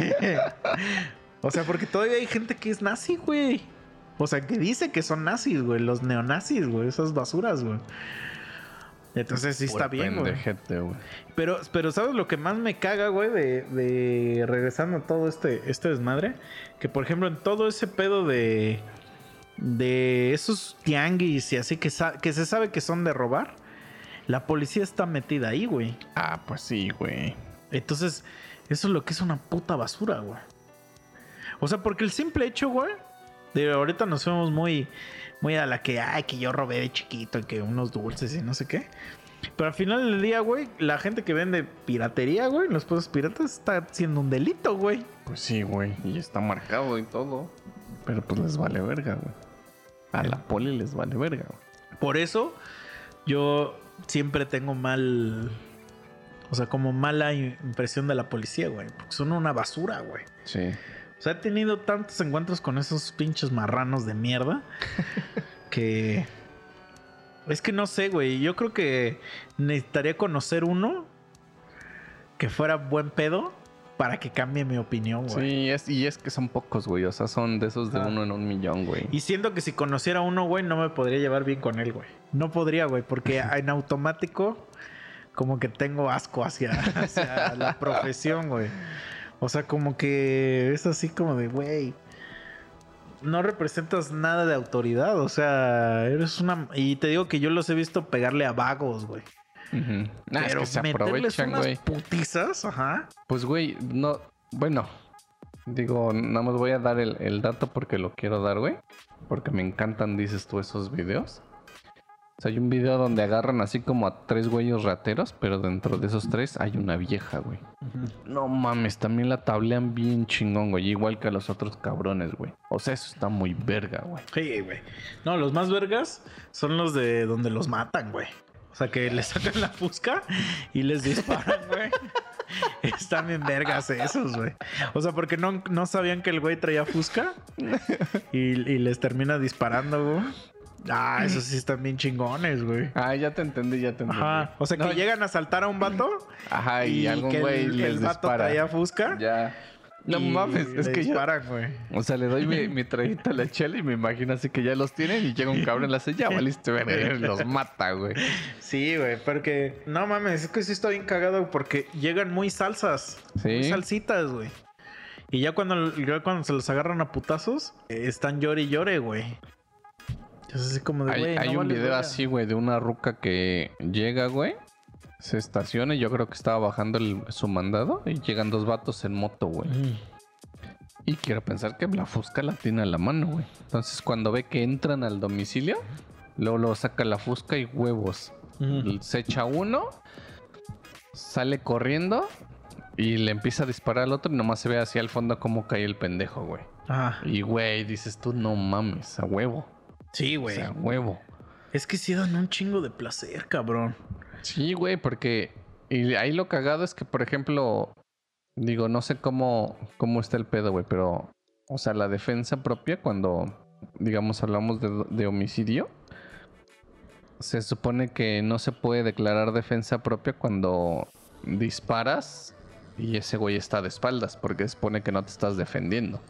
O sea, porque todavía hay gente que es nazi, güey. O sea, que dice que son nazis, güey. Los neonazis, güey. Esas basuras, güey. Entonces sí está bien, güey. Pero, pero ¿sabes lo que más me caga, güey? De, de regresando a todo este, este desmadre. Que, por ejemplo, en todo ese pedo de... De esos tianguis y así que, sa- que se sabe que son de robar. La policía está metida ahí, güey. Ah, pues sí, güey. Entonces, eso es lo que es una puta basura, güey. O sea, porque el simple hecho, güey... De ahorita nos fuimos muy, muy a la que, ay, que yo robé de chiquito y que unos dulces y no sé qué. Pero al final del día, güey, la gente que vende piratería, güey, los puestos piratas, está haciendo un delito, güey. Pues sí, güey. Y está marcado y todo. Pero pues les vale verga, güey. A la poli les vale verga, güey. Por eso, yo siempre tengo mal... O sea, como mala impresión de la policía, güey. Porque son una basura, güey. Sí. O sea, he tenido tantos encuentros con esos pinches marranos de mierda que... Es que no sé, güey. Yo creo que necesitaría conocer uno que fuera buen pedo para que cambie mi opinión, güey. Sí, es, y es que son pocos, güey. O sea, son de esos de ah. uno en un millón, güey. Y siento que si conociera uno, güey, no me podría llevar bien con él, güey. No podría, güey, porque en automático como que tengo asco hacia, hacia la profesión, güey. O sea, como que es así como de, güey, no representas nada de autoridad. O sea, eres una... Y te digo que yo los he visto pegarle a vagos, güey. Uh-huh. Nah, pero es que se meterles aprovechan, unas güey. putizas, ajá. Pues, güey, no... Bueno, digo, nada más voy a dar el, el dato porque lo quiero dar, güey. Porque me encantan, dices tú, esos videos. O sea, hay un video donde agarran así como a tres güeyes rateros, pero dentro de esos tres hay una vieja, güey. Uh-huh. No mames, también la tablean bien chingón, güey. Igual que a los otros cabrones, güey. O sea, eso está muy verga, güey. Sí, güey. No, los más vergas son los de donde los matan, güey. O sea, que les sacan la fusca y les disparan, güey. Están bien vergas esos, güey. O sea, porque no, no sabían que el güey traía fusca y, y les termina disparando, güey. Ah, esos sí están bien chingones, güey. Ah, ya te entendí, ya te entendí. Ajá. O sea, que no, llegan a asaltar a un vato. Ajá, y, y algún güey les el vato dispara. traía fusca. Ya. No mames, es que disparan, güey. O sea, le doy mi, mi traguita a la chela y me imagino así que ya los tienen y llega un cabrón y le hace, ya valiste verga, y los mata, güey. Sí, güey, porque no mames, es que sí está bien cagado porque llegan muy salsas. ¿Sí? Muy salsitas, güey. Y ya cuando, ya cuando se los agarran a putazos, eh, están llore y llore, güey. Es así como de, hay güey, hay no un vale video verga. así, güey, de una ruca que llega, güey. Se estaciona y yo creo que estaba bajando el, su mandado y llegan dos vatos en moto, güey. Mm. Y quiero pensar que la fusca la tiene a la mano, güey. Entonces, cuando ve que entran al domicilio, luego lo saca la fusca y huevos. Uh-huh. Se echa uno, sale corriendo y le empieza a disparar al otro y nomás se ve hacia el fondo cómo cae el pendejo, güey. Ajá. Y, güey, dices tú, no mames, a huevo. Sí, güey. O sea, a huevo. Es que sí dan un chingo de placer, cabrón. Sí, güey, porque... Y ahí lo cagado es que, por ejemplo... Digo, no sé cómo, cómo está el pedo, güey, pero... O sea, la defensa propia cuando... Digamos, hablamos de, de homicidio... Se supone que no se puede declarar defensa propia cuando disparas y ese güey está de espaldas, porque se supone que no te estás defendiendo.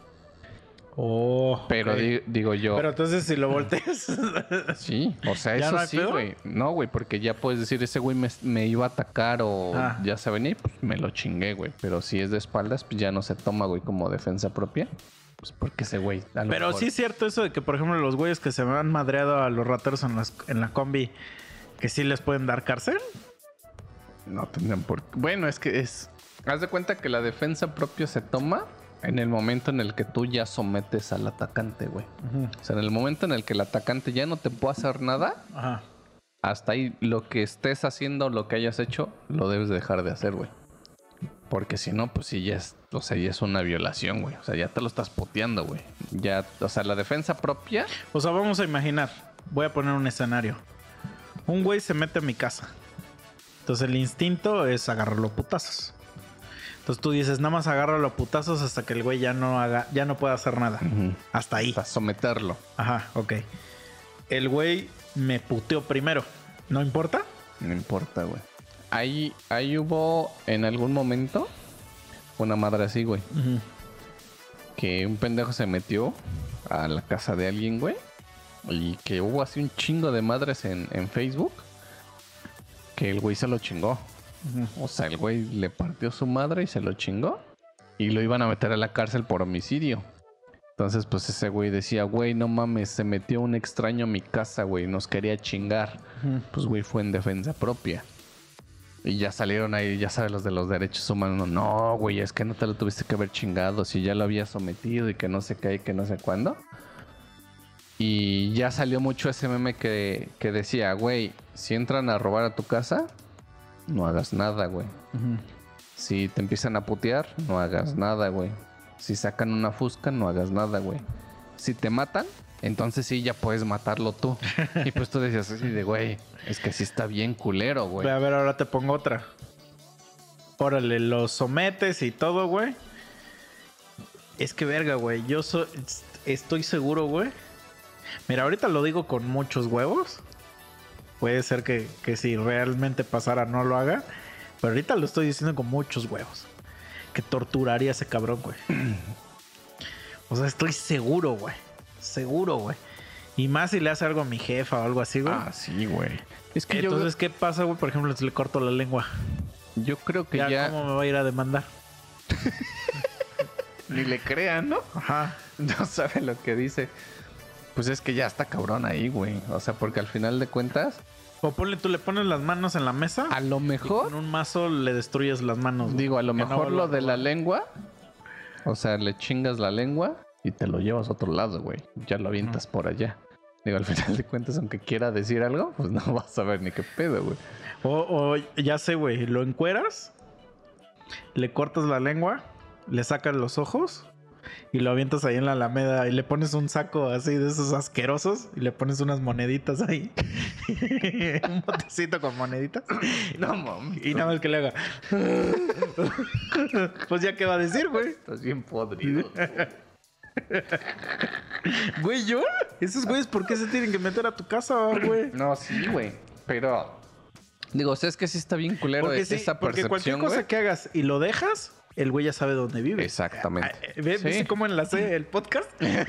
Oh, pero okay. di, digo yo... Pero entonces si lo volteas... Sí, o sea, eso no sí, güey. No, güey, porque ya puedes decir, ese güey me, me iba a atacar o ah. ya se venía, pues me lo chingué, güey. Pero si es de espaldas, pues ya no se toma, güey, como defensa propia. Pues porque ese güey... Pero mejor... sí es cierto eso de que, por ejemplo, los güeyes que se me han madreado a los rateros en, las, en la combi, que sí les pueden dar cárcel. No tendrían por qué. Bueno, es que es... Haz de cuenta que la defensa propia se toma en el momento en el que tú ya sometes al atacante, güey. Uh-huh. O sea, en el momento en el que el atacante ya no te puede hacer nada, uh-huh. hasta ahí lo que estés haciendo, lo que hayas hecho, lo debes dejar de hacer, güey. Porque si no, pues sí, ya es, o sea, ya es una violación, güey. O sea, ya te lo estás puteando, güey. Ya, o sea, la defensa propia... O sea, vamos a imaginar. Voy a poner un escenario. Un güey se mete a mi casa. Entonces el instinto es agarrarlo a putazos. Entonces tú dices, nada más agárralo a putazos hasta que el güey ya no haga, ya no pueda hacer nada. Uh-huh. Hasta ahí. Hasta someterlo. Ajá, ok. El güey me puteó primero. ¿No importa? No importa, güey. Ahí, ahí hubo en algún momento una madre así, güey. Uh-huh. Que un pendejo se metió a la casa de alguien, güey. Y que hubo así un chingo de madres en, en Facebook. Que el güey se lo chingó. Uh-huh. O sea, el güey le partió su madre y se lo chingó. Y lo iban a meter a la cárcel por homicidio. Entonces, pues ese güey decía, güey, no mames, se metió un extraño a mi casa, güey. Nos quería chingar. Uh-huh. Pues, güey, fue en defensa propia. Y ya salieron ahí, ya sabes, los de los derechos humanos. No, güey, es que no te lo tuviste que haber chingado si ya lo había sometido y que no sé qué y que no sé cuándo. Y ya salió mucho ese meme que, que decía, güey, si entran a robar a tu casa, no hagas nada, güey. Uh-huh. Si te empiezan a putear, no hagas nada, güey. Si sacan una fusca, no hagas nada, güey. Si te matan, entonces sí, ya puedes matarlo tú. Y pues tú decías así de, güey, es que sí está bien culero, güey. A ver, ahora te pongo otra. Órale, lo sometes y todo, güey. Es que verga, güey. Yo so- estoy seguro, güey. Mira, ahorita lo digo con muchos huevos. Puede ser que, que si realmente pasara no lo haga. Pero ahorita lo estoy diciendo con muchos huevos. Que torturaría a ese cabrón, güey. O sea, estoy seguro, güey. Seguro, güey. Y más si le hace algo a mi jefa o algo así, güey. Ah, sí, güey. Es que entonces, yo... ¿qué pasa, güey? Por ejemplo, si le corto la lengua. Yo creo que ya... ya... ¿Cómo me va a ir a demandar? Ni le crean, ¿no? Ajá. No sabe lo que dice. Pues es que ya está cabrón ahí, güey. O sea, porque al final de cuentas... O ponle, tú le pones las manos en la mesa. A lo mejor... Y con un mazo le destruyes las manos. Güey. Digo, a lo mejor no lo de la lengua... O sea, le chingas la lengua y te lo llevas a otro lado, güey. Ya lo avientas uh-huh. por allá. Digo, al final de cuentas, aunque quiera decir algo, pues no vas a ver ni qué pedo, güey. O, o ya sé, güey. Lo encueras, le cortas la lengua, le sacas los ojos y lo avientas ahí en la alameda y le pones un saco así de esos asquerosos y le pones unas moneditas ahí. Un botecito con moneditas. No, mami. Y nada más que le haga. Pues ya qué va a decir, güey. Estás bien podrido. Güey, ¿yo? Esos güeyes, ¿por qué se tienen que meter a tu casa, güey? No, sí, güey. Pero... Digo, o sea, es que sí está bien culero porque esa sí, percepción, porque cualquier cosa güey. que hagas y lo dejas... El güey ya sabe dónde vive. Exactamente. ¿Ves sí. cómo enlacé el podcast?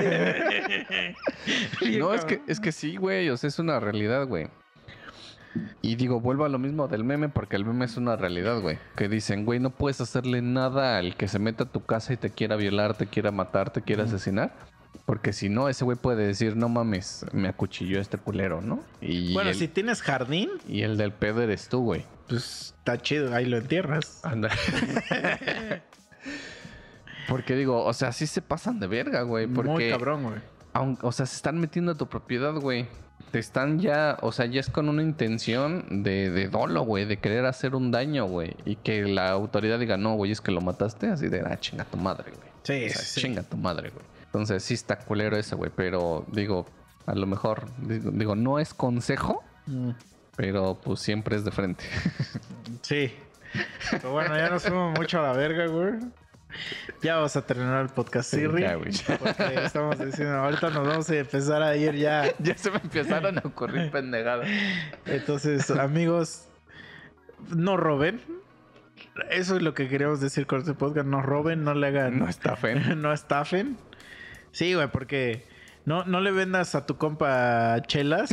No, es que, es que sí, güey. O sea, es una realidad, güey. Y digo, vuelvo a lo mismo del meme, porque el meme es una realidad, güey. Que dicen, güey, no puedes hacerle nada al que se meta a tu casa y te quiera violar, te quiera matar, te quiera asesinar. Porque si no, ese güey puede decir, no mames, me acuchilló este culero, ¿no? Y bueno, el, si tienes jardín... Y el del pedo eres tú, güey. Pues está chido, ahí lo entierras. Anda. Porque digo, o sea, sí se pasan de verga, güey. Porque, Muy cabrón, güey. aun- o sea, se están metiendo a tu propiedad, güey. Te están ya, o sea, ya es con una intención de, de dolo, güey, de querer hacer un daño, güey. Y que la autoridad diga, no, güey, es que lo mataste. Así de, ah, chinga tu madre, güey. Sí, O sea, sí. chinga tu madre, güey. Entonces sí está culero ese, güey. Pero digo, a lo mejor, digo, digo, no es consejo, Mm, pero pues siempre es de frente. sí. Pero bueno, ya nos fuimos mucho a la verga, güey. Ya vamos a terminar el podcast, Sirri. Ya, güey. Porque estamos diciendo, ahorita nos vamos a empezar a ir ya. Ya se me empezaron a ocurrir pendejadas. Entonces, amigos, no roben. Eso es lo que queríamos decir con este podcast. No roben, no le hagan. No estafen. No estafen. Sí, güey, porque no, no le vendas a tu compa chelas.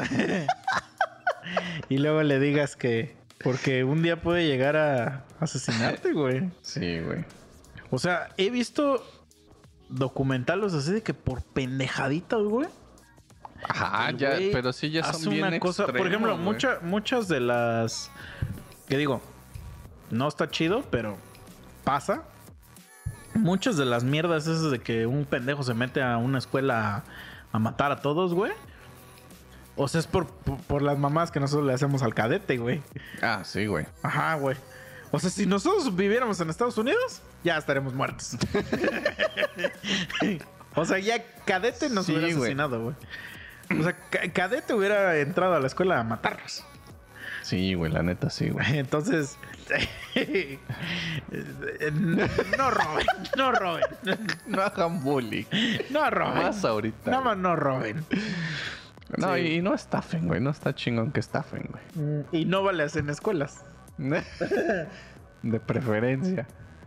Y luego le digas que. Porque un día puede llegar a asesinarte, güey. Sí, güey. O sea, he visto documentales así de que por pendejaditas, güey. Ajá, el ya, güey pero sí ya hace son bien una cosa. Por ejemplo, extremos, güey. mucha- muchas de las. Que digo, no está chido, pero pasa. Muchas de las mierdas esas de que un pendejo se mete a una escuela a, a matar a todos, güey. O sea, es por, por, por las mamás que nosotros le hacemos al cadete, güey. Ah, sí, güey. Ajá, güey. O sea, si nosotros viviéramos en Estados Unidos, ya estaremos muertos. O sea, ya cadete nos Sí, hubiera güey. asesinado, güey. O sea, ca- cadete hubiera entrado a la escuela a matarnos. Sí, güey, la neta sí, güey. Entonces, no roben, no roben, No hagan bullying. no roben. Más ahorita. Nada más no roben. No, Sí. y, y no estafen, güey. No está chingón que estafen, güey. Y no vale hacer en escuelas. De preferencia.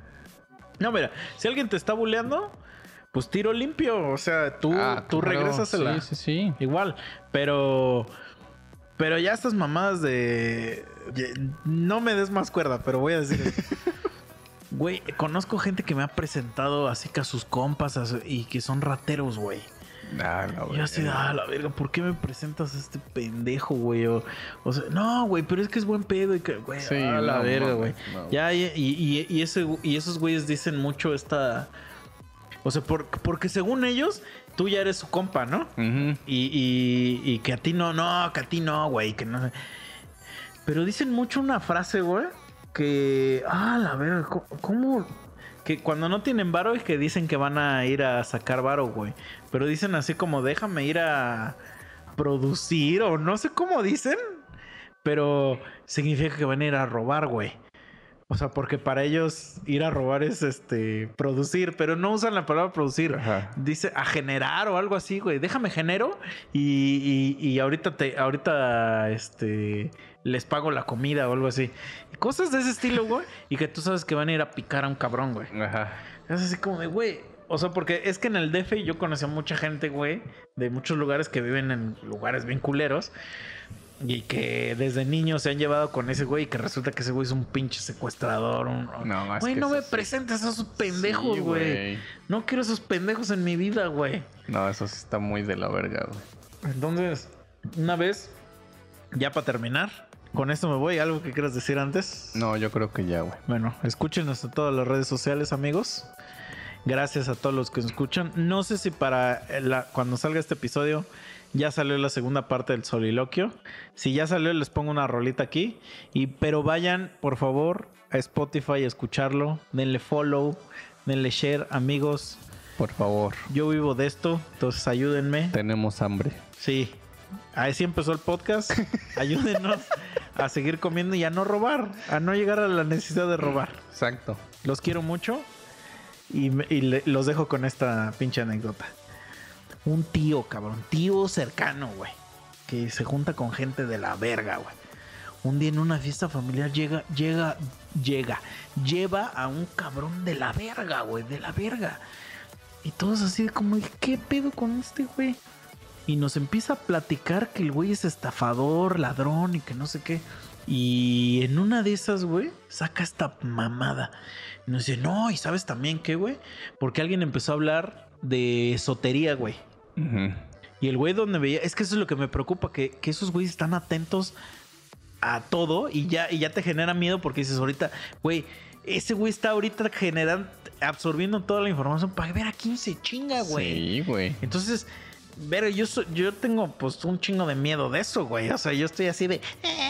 No, mira, si alguien te está bulleando, pues tiro limpio. O sea, tú, Ah, tú claro. regrésasela. Sí, sí, sí. Igual, pero. Pero ya estas mamadas de. No me des más cuerda, pero voy a decir esto. Güey, conozco gente que me ha presentado así que a sus compas a su- y que son rateros, güey. Ah, la Y yo así, ah, la verga, ¿por qué me presentas a este pendejo, güey? O, o sea, no, güey, pero es que es buen pedo y que, güey, Sí, ah, la no, verga, mames, güey. no. Ya, y, y, y, ese, y esos güeyes dicen mucho esta. O sea, por- porque según ellos, tú ya eres su compa, ¿no? Ujú. Y, y, y que a ti no, no, que a ti no, güey, que no. Pero dicen mucho una frase, güey, que. Ah, la verga, ¿cómo? cómo? Que cuando no tienen varo es que dicen que van a ir a sacar varo, güey. Pero dicen así como, déjame ir a producir, o no sé cómo dicen. Pero significa que van a ir a robar, güey. O sea, porque para ellos ir a robar es este producir, pero no usan la palabra producir. Ajá. Dice a generar o algo así, güey. Déjame genero y, y, y ahorita te, ahorita este les pago la comida o algo así. Cosas de ese estilo, güey. Y que tú sabes que van a ir a picar a un cabrón, güey. Ajá. Es así como de, güey. O sea, porque es que en el D F yo conocí a mucha gente, güey, de muchos lugares que viven en lugares bien culeros. Y que desde niños se han llevado con ese güey y que resulta que ese güey es un pinche secuestrador. Un... No, es Güey, que no eso me sí. presentes a esos pendejos, Sí, güey. No quiero esos pendejos en mi vida, güey. No, eso sí está muy de la verga, güey. Entonces, una vez, ya para terminar, con esto me voy. ¿Algo que quieras decir antes? No, yo creo que ya, güey. Bueno, escúchenos en todas las redes sociales, amigos. Gracias a todos los que nos escuchan. No sé si para la, cuando salga este episodio ya salió la segunda parte del soliloquio. Si ya salió, les pongo una rolita aquí. Y, pero vayan, por favor, a Spotify a escucharlo. Denle follow, denle share, amigos. Por favor. Yo vivo de esto, entonces ayúdenme. Tenemos hambre. Sí, así empezó el podcast. Ayúdenos a seguir comiendo y a no robar, a no llegar a la necesidad de robar. Exacto. Los quiero mucho y, me- y le- los dejo con esta pinche anécdota. Un tío, cabrón, tío cercano, güey, que se junta con gente de la verga, güey. Un día en una fiesta familiar llega, llega, llega, lleva a un cabrón de la verga, güey, de la verga. Y todos así como, ¿qué pedo con este güey? Y nos empieza a platicar que el güey es estafador, ladrón y que no sé qué. Y en una de esas, güey, saca esta mamada. Y nos dice, no, ¿y sabes también qué, güey? Porque alguien empezó a hablar de esotería, güey. Ujú. Y el güey donde veía... Es que eso es lo que me preocupa, que, que esos güeyes están atentos a todo y ya, y ya te genera miedo porque dices ahorita, güey, ese güey está ahorita generando... absorbiendo toda la información para ver a quién se chinga, güey. Sí, güey. Entonces, pero yo, soy, yo tengo pues un chingo de miedo de eso, güey. O sea, yo estoy así de...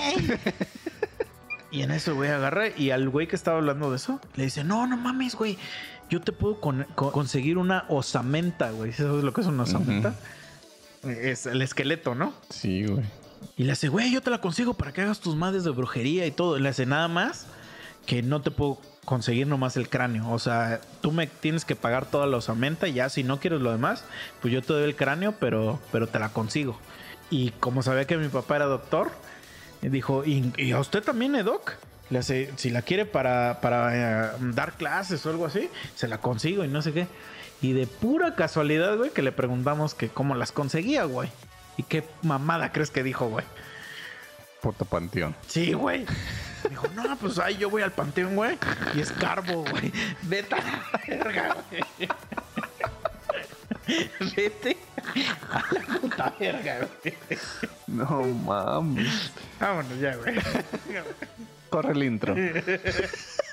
Y en eso, güey, agarra y al güey que estaba hablando de eso, le dice, no, no mames, güey. Yo te puedo con, con, conseguir una osamenta, güey. ¿Sabes lo que es una osamenta? Uh-huh. Es el esqueleto, ¿no? Sí, güey. Y le dice, güey, yo te la consigo para que hagas tus madres de brujería y todo. Y le dice, nada más que no te puedo conseguir nomás el cráneo. O sea, tú me tienes que pagar toda la osamenta y ya si no quieres lo demás, pues yo te doy el cráneo, pero, pero te la consigo. Y como sabía que mi papá era doctor, dijo, ¿y, y a usted también, eh, Doc? Le hace, si la quiere para, para eh, dar clases o algo así, se la consigo y no sé qué. Y de pura casualidad, güey, que le preguntamos que cómo las conseguía, güey. ¿Y qué mamada crees que dijo, güey? Puto panteón. Sí, güey. Dijo, no, pues ahí yo voy al panteón, güey. Y escarbo, güey. Vete a la verga, güey. Vete a la puta verga, güey. No mames. Vámonos ya, güey. Corre el intro.